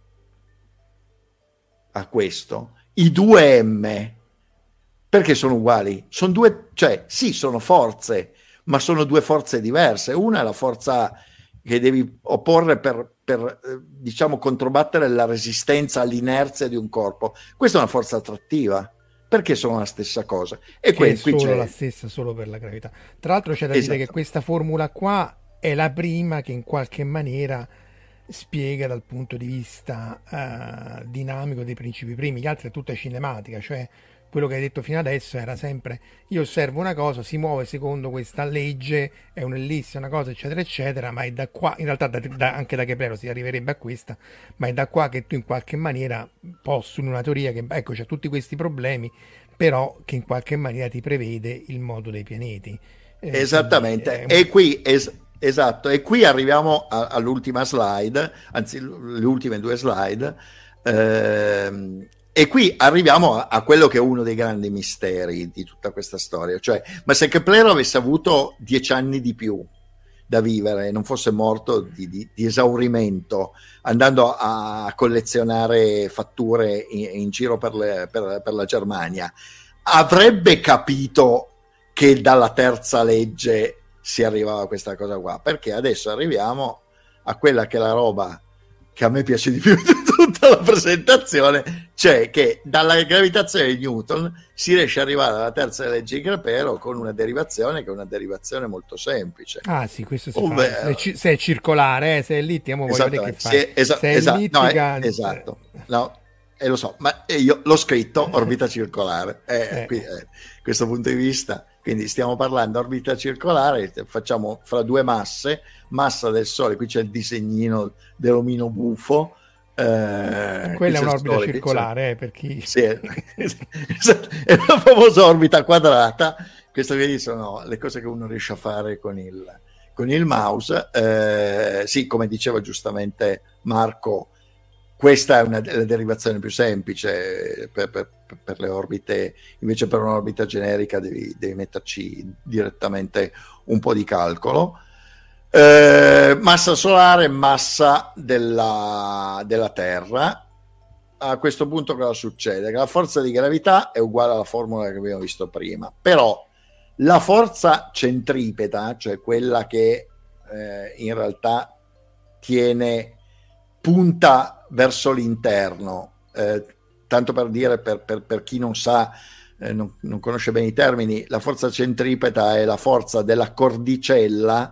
a questo, i due M, perché sono uguali? Sono due, cioè sì, sono forze, ma sono due forze diverse. Una è la forza che devi opporre per, per eh, diciamo, controbattere la resistenza all'inerzia di un corpo. Questa è una forza attrattiva. Perché sono la stessa cosa, e che qui, è solo qui c'è... la stessa solo per la gravità. Tra l'altro c'è da esatto. dire che questa formula qua è la prima che in qualche maniera spiega dal punto di vista uh, dinamico dei principi primi. Gli altri è tutta cinematica, cioè quello che hai detto fino adesso era sempre io osservo una cosa, si muove secondo questa legge, è un'ellisse, una cosa eccetera eccetera, ma è da qua, in realtà da, da, anche da Keplero si arriverebbe a questa, ma è da qua che tu in qualche maniera postuli una teoria che ecco c'ha tutti questi problemi, però che in qualche maniera ti prevede il modo dei pianeti. Eh, Esattamente, un... e qui es- esatto, e qui arriviamo a- all'ultima slide, anzi le ultime due slide. Ehm, E qui arriviamo a, a quello che è uno dei grandi misteri di tutta questa storia, cioè, ma se Keplero avesse avuto dieci anni di più da vivere e non fosse morto di, di, di esaurimento, andando a collezionare fatture in, in giro per, le, per, per la Germania, avrebbe capito che dalla terza legge si arrivava a questa cosa qua, perché adesso arriviamo a quella che è la roba che a me piace di più di tutta la presentazione, cioè che dalla gravitazione di Newton si riesce ad arrivare alla terza legge di Keplero con una derivazione che è una derivazione molto semplice. Ah sì, questo si Ovvero, fa. Se, ci, se è circolare, eh, se è ellittica, mo voglio vedere che fai. Se, esa- se è esa- ellittica... no, è, esatto, no, e lo so, ma io l'ho scritto orbita circolare, eh, Eh. qui, eh, questo punto di vista, quindi stiamo parlando orbita circolare, facciamo fra due masse, massa del Sole, qui c'è il disegnino dell'omino bufo, eh, quella è un'orbita circolare, eh, per chi... Sì, è, è la famosa orbita quadrata. Queste qui sono le cose che uno riesce a fare con il, con il mouse. Eh, sì, come diceva giustamente Marco, questa è una delle derivazioni più semplice. Per, per, per le orbite, invece per un'orbita generica devi, devi metterci direttamente un po' di calcolo. Eh, massa solare, massa della, della Terra. A questo punto cosa succede? Che la forza di gravità è uguale alla formula che abbiamo visto prima, però la forza centripeta, cioè quella che eh, in realtà tiene punta verso l'interno, eh, tanto per dire, per, per, per chi non sa, eh, non, non conosce bene i termini, la forza centripeta è la forza della cordicella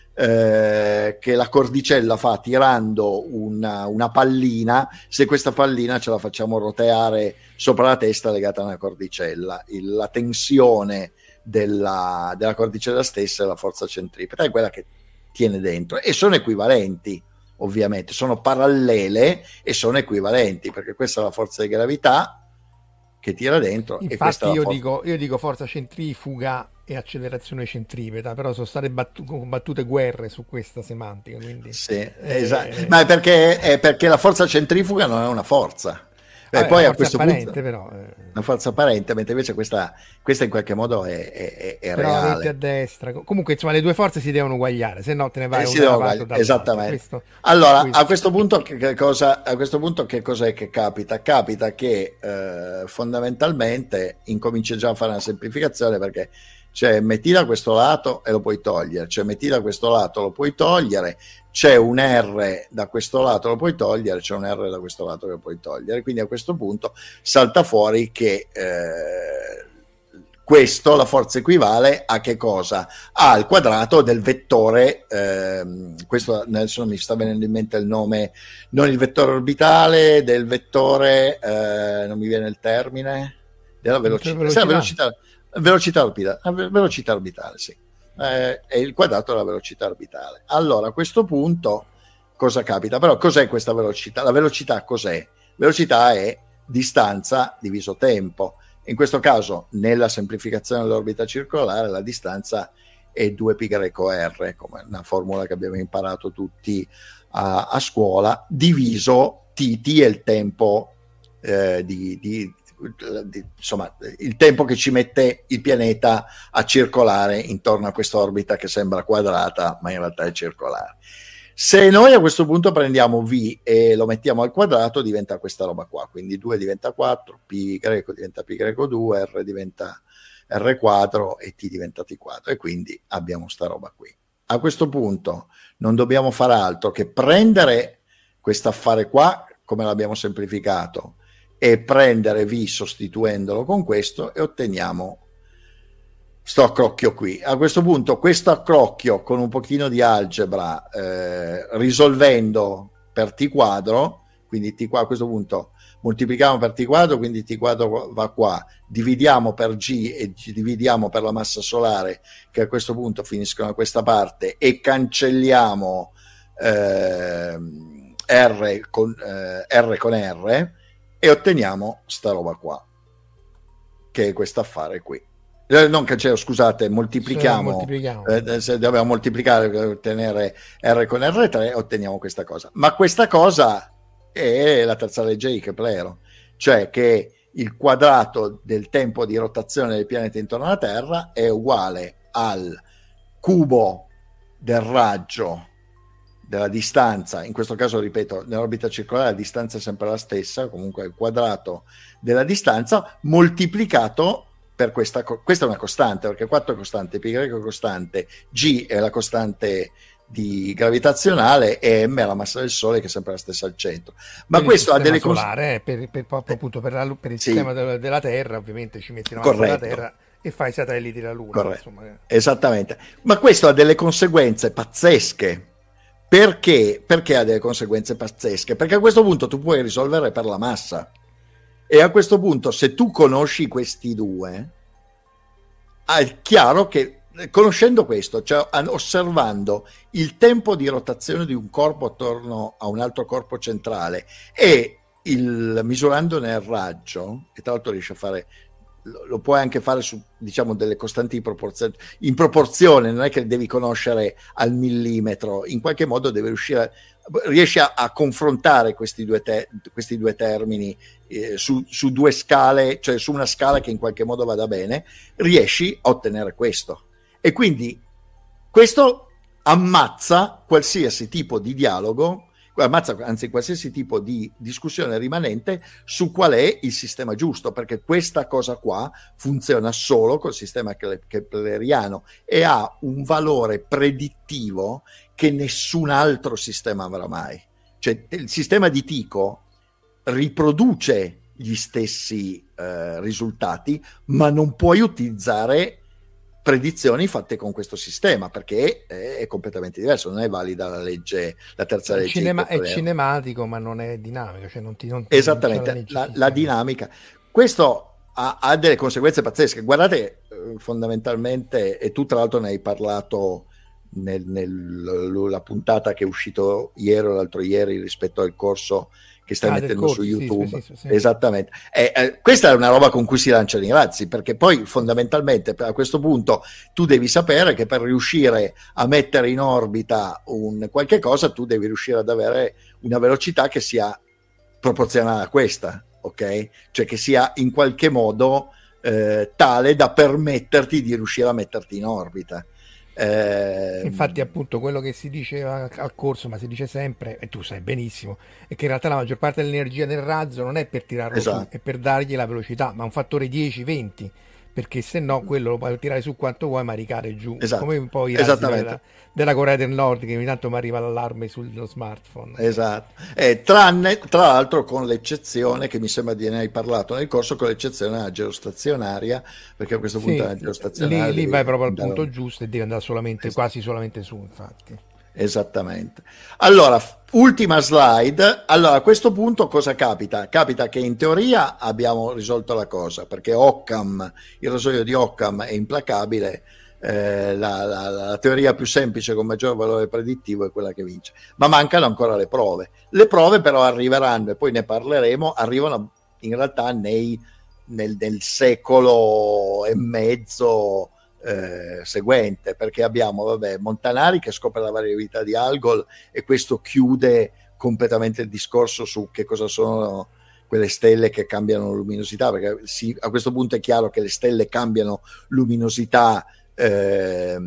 eh, che la cordicella fa tirando una, una pallina. Se questa pallina ce la facciamo roteare sopra la testa legata a una cordicella, il, la tensione della, della cordicella stessa è la forza centripeta, è quella che tiene dentro, e sono equivalenti, ovviamente sono parallele e sono equivalenti, perché questa è la forza di gravità che tira dentro. Infatti e questa io, for- dico, io dico forza centrifuga e accelerazione centripeta, però sono state battu- combattute guerre su questa semantica, quindi sì, eh, esatto. Ma è perché, è perché la forza centrifuga non è una forza. E vabbè, poi una a questo forza punto apparente, però, eh. una forza apparente, mentre invece questa, questa in qualche modo è, è, è però reale. a destra. Comunque insomma le due forze si devono uguagliare, se no te ne vai Eh, una si da devono una parte o uguagliare, dall'altra. esattamente. Questo, allora questo. a questo punto che, che cosa a questo punto che cos'è che capita? Capita che eh, fondamentalmente incominci già a fare una semplificazione, perché cioè metti da questo lato e lo puoi togliere, cioè metti da questo lato lo puoi togliere, c'è un R da questo lato lo puoi togliere, c'è un R da questo lato che lo puoi togliere, quindi a questo punto salta fuori che eh, questo, la forza equivale a che cosa? Al quadrato del vettore, ehm, questo adesso non mi sta venendo in mente il nome, non il vettore orbitale, del vettore, eh, non mi viene il termine, della velocità, velocità. Sì, velocità, velocità orbitale, velocità orbitale, sì. Eh, è il quadrato della velocità orbitale. Allora a questo punto cosa capita? Però cos'è questa velocità? La velocità cos'è? Velocità è distanza diviso tempo. In questo caso, nella semplificazione dell'orbita circolare, la distanza è due π R, come una formula che abbiamo imparato tutti a, a scuola, diviso T, T è il tempo eh, di, di, di, insomma, il tempo che ci mette il pianeta a circolare intorno a questa orbita che sembra quadrata, ma in realtà è circolare. Se noi a questo punto prendiamo V e lo mettiamo al quadrato, diventa questa roba qua, quindi due diventa quattro, π greco diventa π greco due, R diventa R quadro e T diventa T quadro, e quindi abbiamo sta roba qui. A questo punto non dobbiamo fare altro che prendere questo affare qua, come l'abbiamo semplificato, e prendere V sostituendolo con questo, e otteniamo sto accrocchio qui. A questo punto questo accrocchio con un pochino di algebra, eh, risolvendo per T quadro, quindi T qua, a questo punto moltiplichiamo per T quadro, quindi T quadro va qua, dividiamo per G e G dividiamo per la massa solare, che a questo punto finiscono da questa parte, e cancelliamo eh, R, con, eh, R con R, e otteniamo sta roba qua, che è questo affare qui. Non cancello, scusate, moltiplichiamo, moltiplichiamo. Eh, se dobbiamo moltiplicare per ottenere R con R tre, otteniamo questa cosa. Ma questa cosa è la terza legge di Keplero, cioè che il quadrato del tempo di rotazione del pianeta intorno alla Terra è uguale al cubo del raggio della distanza, in questo caso ripeto, nell'orbita circolare la distanza è sempre la stessa, comunque il quadrato della distanza moltiplicato per questa, questa è una costante, perché quattro è costante, π greco è costante, G è la costante di gravitazionale e M è la massa del Sole, che è sempre la stessa al centro. Ma per questo ha delle solare, per, per, per, appunto, per, la, per il sì. sistema della, della Terra, ovviamente ci metti la massa della Terra e fai i satelliti della Luna. Insomma. Esattamente. Ma questo ha delle conseguenze pazzesche. Perché? Perché ha delle conseguenze pazzesche? Perché a questo punto tu puoi risolvere per la massa. E a questo punto, se tu conosci questi due, è chiaro che, conoscendo questo, cioè osservando il tempo di rotazione di un corpo attorno a un altro corpo centrale e il, misurandone il raggio, e tra l'altro riesce a fare lo, lo puoi anche fare su, diciamo, delle costanti in proporzione, in proporzione, non è che devi conoscere al millimetro, in qualche modo devi riuscire, riesci a, a confrontare questi due, te, questi due termini eh, su, su due scale, cioè su una scala che in qualche modo vada bene, riesci a ottenere questo. E quindi questo ammazza qualsiasi tipo di dialogo, ammazza anzi qualsiasi tipo di discussione rimanente su qual è il sistema giusto, perché questa cosa qua funziona solo col sistema kepleriano e ha un valore predittivo che nessun altro sistema avrà mai. Cioè il sistema di Tycho riproduce gli stessi eh, risultati, ma non puoi utilizzare predizioni fatte con questo sistema, perché è, è completamente diverso, non è valida la legge, la terza legge. Cinema, è cinematico, ma non è dinamico, cioè non ti, non, esattamente, non la, la dinamica. Questo ha, ha delle conseguenze pazzesche. Guardate, fondamentalmente, e tu tra l'altro ne hai parlato nel, nella puntata che è uscito ieri o l'altro ieri rispetto al corso che stai ah, mettendo corso, su YouTube, sì, sì, sì, sì. Esattamente. Eh, eh, questa è una roba con cui si lanciano i razzi, perché poi fondamentalmente a questo punto tu devi sapere che per riuscire a mettere in orbita un qualche cosa tu devi riuscire ad avere una velocità che sia proporzionale a questa, ok? Cioè che sia in qualche modo eh, tale da permetterti di riuscire a metterti in orbita. Eh, infatti appunto quello che si dice al corso, ma si dice sempre, e tu sai benissimo, è che in realtà la maggior parte dell'energia del razzo non è per tirarlo esatto. su, è per dargli la velocità, ma un fattore dieci venti, perché se no quello lo puoi tirare su quanto vuoi ma ricade giù, esatto. come un po' i razzi della, della Corea del Nord, che ogni tanto mi arriva l'allarme sullo smartphone. Esatto, eh, tranne tra l'altro con l'eccezione che mi sembra di ne hai parlato nel corso, con l'eccezione della geostazionaria, perché a questo punto sì, la geostazionaria lì, lì vai proprio al punto un... giusto e devi andare solamente, esatto. quasi solamente su, infatti. Esattamente. Allora, ultima slide. Allora, a questo punto cosa capita? Capita che in teoria abbiamo risolto la cosa, perché Occam, il rasoio di Occam è implacabile, eh, la, la, la teoria più semplice con maggior valore predittivo è quella che vince, ma mancano ancora le prove. Le prove però arriveranno, e poi ne parleremo, arrivano in realtà nei, nel, nel secolo e mezzo Eh, seguente, perché abbiamo vabbè, Montanari che scopre la variabilità di Algol, e questo chiude completamente il discorso su che cosa sono quelle stelle che cambiano luminosità, perché sì, a questo punto è chiaro che le stelle cambiano luminosità eh,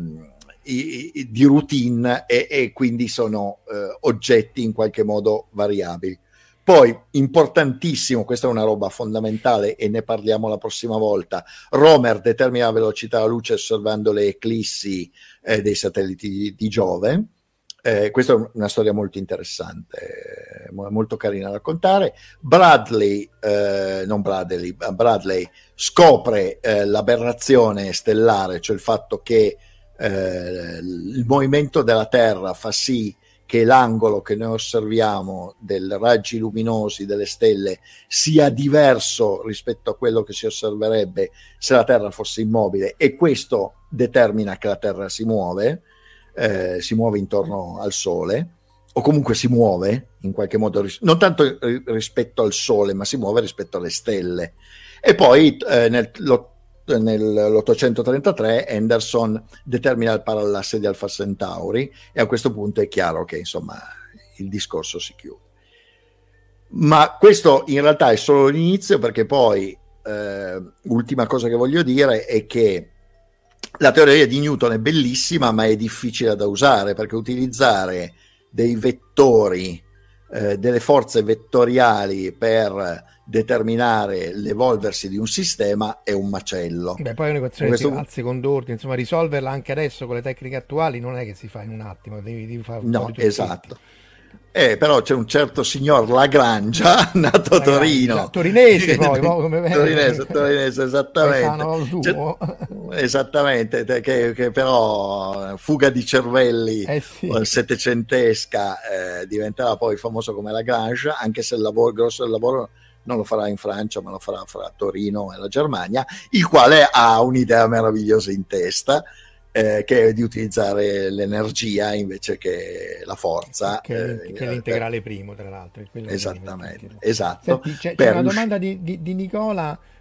i, i, di routine e, e quindi sono eh, oggetti in qualche modo variabili. Poi, importantissimo, questa è una roba fondamentale e ne parliamo la prossima volta, Romer determina la velocità della luce osservando le eclissi eh, dei satelliti di, di Giove. Eh, questa è una storia molto interessante, eh, molto carina da raccontare. Bradley, eh, non Bradley, Bradley scopre eh, l'aberrazione stellare, cioè il fatto che eh, il movimento della Terra fa sì che l'angolo che noi osserviamo dei raggi luminosi delle stelle sia diverso rispetto a quello che si osserverebbe se la Terra fosse immobile, e questo determina che la Terra si muove, eh, si muove intorno al Sole, o comunque si muove in qualche modo, non tanto rispetto al Sole, ma si muove rispetto alle stelle. E poi eh, nel, lo, nell'ottocentotrentatré Anderson determina il parallasse di Alfa Centauri, e a questo punto è chiaro che insomma il discorso si chiude. Ma questo in realtà è solo l'inizio, perché poi eh, ultima cosa che voglio dire è che la teoria di Newton è bellissima, ma è difficile da usare, perché utilizzare dei vettori, eh, delle forze vettoriali per determinare l'evolversi di un sistema è un macello. Beh, poi è un'equazione questo... al secondo ordine, insomma, risolverla anche adesso con le tecniche attuali non è che si fa in un attimo, devi, devi fare un no, esatto. Eh, però c'è un certo signor Lagrangia nato a Torino, torinese poi come torinese, torinese esattamente, cioè, esattamente che, che però fuga di cervelli eh sì. settecentesca, eh, diventerà poi famoso come Lagrange, anche se il lavoro, il grosso del lavoro non lo farà in Francia, ma lo farà fra Torino e la Germania, il quale ha un'idea meravigliosa in testa, eh, che è di utilizzare l'energia invece che la forza, che, eh, che è l'integrale primo, tra l'altro. Esattamente, esatto. Senti, c'è, per... c'è una domanda di, di, di Nicola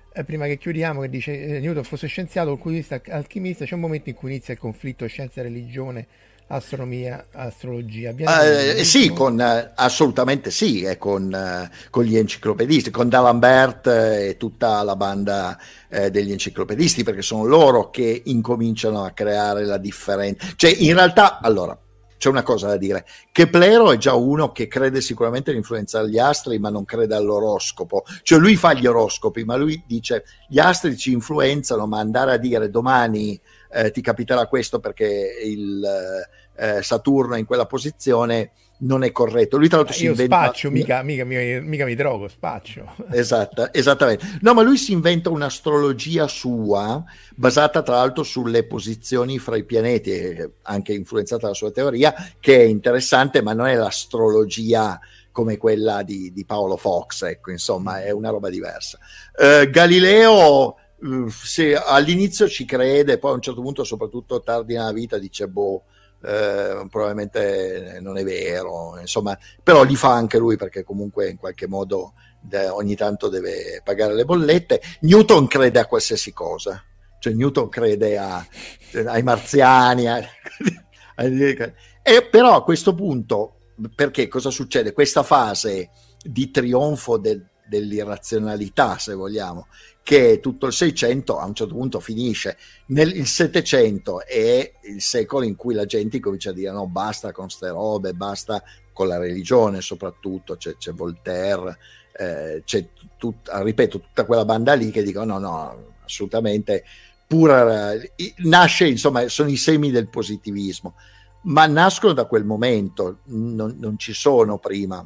eh, prima che chiudiamo, che dice eh, Newton fosse scienziato, occultista, alchimista, c'è un momento in cui inizia il conflitto scienza e religione, astronomia, astrologia. Eh, sì, con, eh, assolutamente sì, e con, eh, con gli enciclopedisti, con D'Alembert e tutta la banda eh, degli enciclopedisti, perché sono loro che incominciano a creare la differenza. Cioè, in realtà, allora, c'è una cosa da dire. Keplero è già uno che crede sicuramente all'influenza degli astri, ma non crede all'oroscopo. Cioè, lui fa gli oroscopi, ma lui dice gli astri ci influenzano, ma andare a dire domani eh, ti capiterà questo perché il... Eh, Saturno in quella posizione non è corretto. Lui tra l'altro si io inventa... spaccio, mica, mica, mica, mica mi drogo, spaccio. Esatto, esattamente. No, ma lui si inventa un'astrologia sua, basata tra l'altro sulle posizioni fra i pianeti, anche influenzata dalla sua teoria, che è interessante, ma non è l'astrologia come quella di, di Paolo Fox, ecco, insomma, è una roba diversa. Eh, Galileo... Se all'inizio ci crede, poi a un certo punto, soprattutto tardi nella vita, dice boh, eh, probabilmente non è vero, insomma, però li fa anche lui perché comunque in qualche modo de- ogni tanto deve pagare le bollette. Newton crede a qualsiasi cosa, cioè Newton crede a, ai marziani, a, a, e però a questo punto, perché cosa succede? Questa fase di trionfo del, dell'irrazionalità, se vogliamo, che tutto il Seicento a un certo punto finisce. Nel il Settecento è il secolo in cui la gente comincia a dire no, basta con ste robe, basta con la religione soprattutto, c'è, c'è Voltaire, eh, c'è tut, ripeto, tutta quella banda lì che dicono no, no, assolutamente, pura, nasce, insomma, sono i semi del positivismo, ma nascono da quel momento, non, non ci sono prima.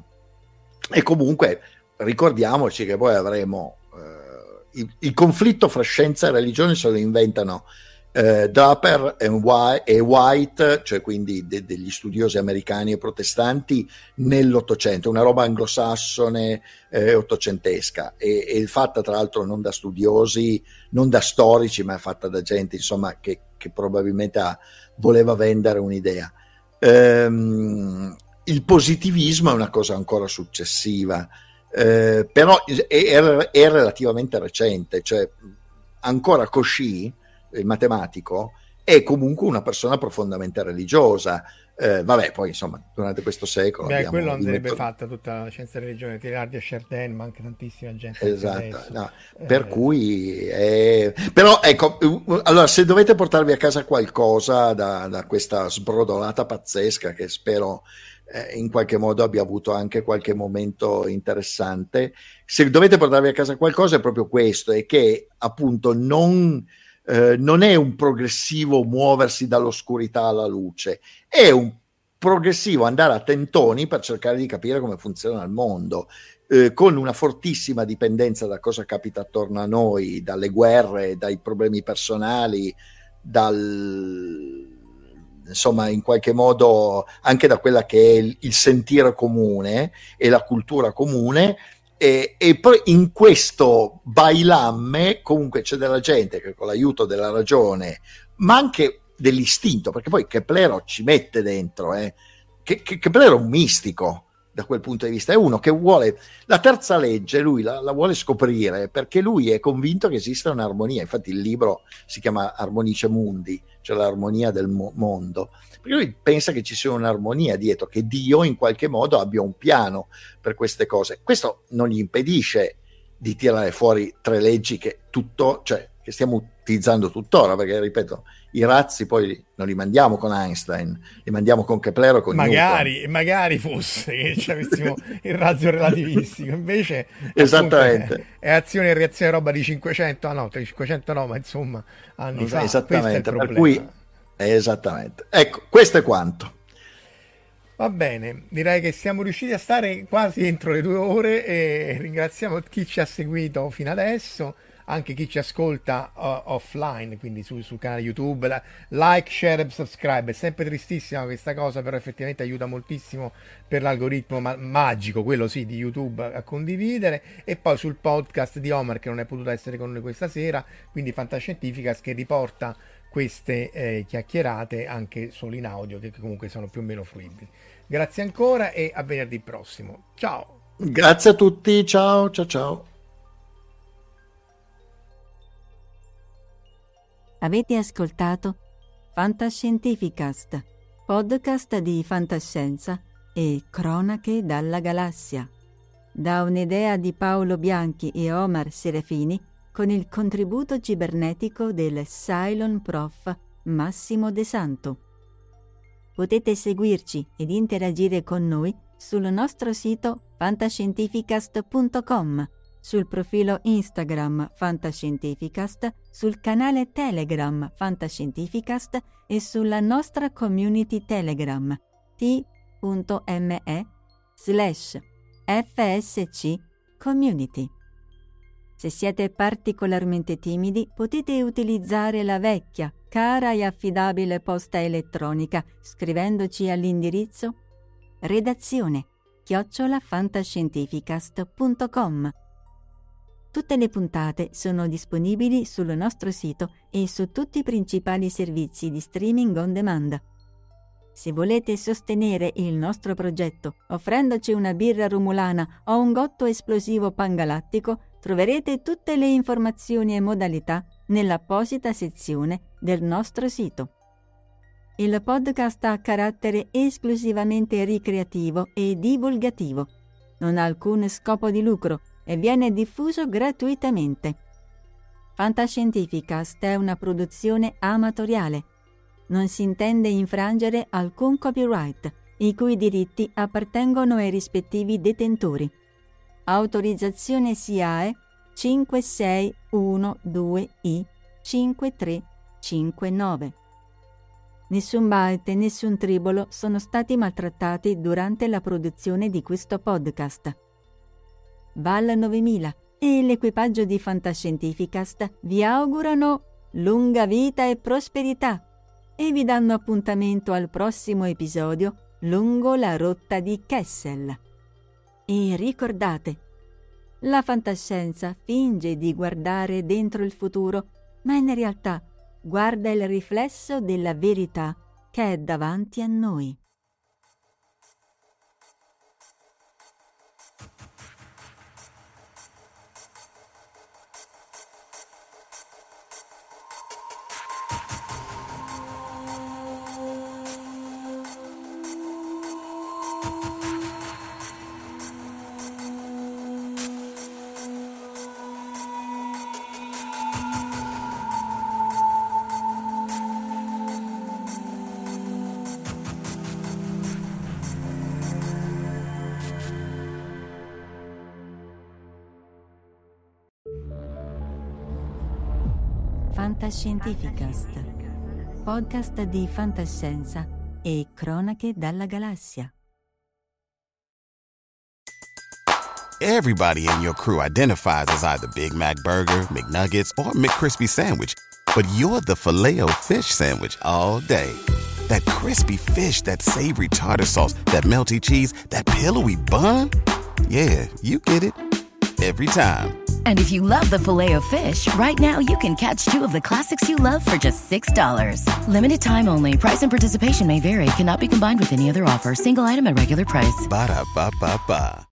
E comunque ricordiamoci che poi avremo Il, il conflitto fra scienza e religione se lo inventano eh, Draper e White, e White, cioè quindi de, degli studiosi americani e protestanti nell'Ottocento, una roba anglosassone eh, ottocentesca e, e fatta tra l'altro non da studiosi, non da storici, ma fatta da gente insomma che, che probabilmente ha, voleva vendere un'idea. Ehm, il positivismo è una cosa ancora successiva. Eh, però è, è, è relativamente recente, cioè ancora Cauchy, il matematico, è comunque una persona profondamente religiosa. Eh, vabbè, poi insomma, durante questo secolo. Beh, quello andrebbe metto... fatta tutta la scienza della religione, Teilhard e Chardin, ma anche tantissima gente. Esatto, no, eh... per cui è... però ecco, allora se dovete portarvi a casa qualcosa da, da questa sbrodolata pazzesca che spero Eh, in qualche modo abbia avuto anche qualche momento interessante, se dovete portarvi a casa qualcosa è proprio questo, è che appunto non, eh, non è un progressivo muoversi dall'oscurità alla luce, è un progressivo andare a tentoni per cercare di capire come funziona il mondo, eh, con una fortissima dipendenza da cosa capita attorno a noi, dalle guerre, dai problemi personali, dal insomma in qualche modo anche da quella che è il, il sentire comune e la cultura comune e, e poi in questo bailamme comunque c'è della gente che con l'aiuto della ragione ma anche dell'istinto, perché poi Keplero ci mette dentro eh, che, che Keplero è un mistico da quel punto di vista, è uno che vuole la terza legge, lui la, la vuole scoprire perché lui è convinto che esista un'armonia, infatti il libro si chiama Armonice Mundi, cioè l'armonia del mo- mondo, perché lui pensa che ci sia un'armonia dietro, che Dio in qualche modo abbia un piano per queste cose. Questo non gli impedisce di tirare fuori tre leggi che tutto, cioè che stiamo utilizzando tuttora, perché ripeto, i razzi poi non li mandiamo con Einstein, li mandiamo con Keplero, con magari, Newton. Magari fosse che avessimo il razzo relativistico, invece esattamente è, è azione e reazione, roba di cinquecento, ah no, cinquecento no, ma insomma anni fa. Esattamente, per cui esattamente. Ecco, questo è quanto. Va bene, direi che siamo riusciti a stare quasi entro le due ore e ringraziamo chi ci ha seguito fino adesso, anche chi ci ascolta uh, offline, quindi sul su canale YouTube. La, like, share e subscribe. È sempre tristissima questa cosa, però effettivamente aiuta moltissimo per l'algoritmo ma- magico, quello sì, di YouTube a condividere. E poi sul podcast di Omar, che non è potuto essere con noi questa sera, quindi Fantascientificas, che riporta queste eh, chiacchierate anche solo in audio, che comunque sono più o meno fruibili. Grazie ancora e a venerdì prossimo. Ciao. Grazie a tutti, ciao ciao ciao. Avete ascoltato Fantascientificast, podcast di fantascienza e cronache dalla galassia. Da un'idea di Paolo Bianchi e Omar Serafini, con il contributo cibernetico del Cylon Prof Massimo De Santo. Potete seguirci ed interagire con noi sul nostro sito fantascientificast punto com, sul profilo Instagram Fantascientificast, sul canale Telegram Fantascientificast e sulla nostra community Telegram t.me slash fsc community. Se siete particolarmente timidi, potete utilizzare la vecchia, cara e affidabile posta elettronica scrivendoci all'indirizzo redazione chiocciola fantascientificast punto com. Tutte le puntate sono disponibili sul nostro sito e su tutti i principali servizi di streaming on demand. Se volete sostenere il nostro progetto offrendoci una birra rumulana o un gotto esplosivo pangalattico, troverete tutte le informazioni e modalità nell'apposita sezione del nostro sito. Il podcast ha carattere esclusivamente ricreativo e divulgativo. Non ha alcun scopo di lucro e viene diffuso gratuitamente. Fantascientificast è una produzione amatoriale. Non si intende infrangere alcun copyright, i cui diritti appartengono ai rispettivi detentori. Autorizzazione S I A E cinque sei uno due I cinque tre cinque nove. Nessun byte e nessun tribolo sono stati maltrattati durante la produzione di questo podcast. Val novemila e l'equipaggio di Fantascientificast vi augurano lunga vita e prosperità e vi danno appuntamento al prossimo episodio lungo la rotta di Kessel. E ricordate, la fantascienza finge di guardare dentro il futuro, ma in realtà guarda il riflesso della verità che è davanti a noi. Fantascientificast, podcast di fantascienza e cronache dalla galassia. Everybody in your crew identifies as either Big Mac Burger, McNuggets, or McCrispy Sandwich. But you're the Filet-O-Fish Sandwich all day. That crispy fish, that savory tartar sauce, that melty cheese, that pillowy bun. Yeah, you get it. Every time. And if you love the Filet-O-Fish, right now you can catch two of the classics you love for just six dollars. Limited time only. Price and participation may vary. Cannot be combined with any other offer. Single item at regular price. Ba-da-ba-ba-ba.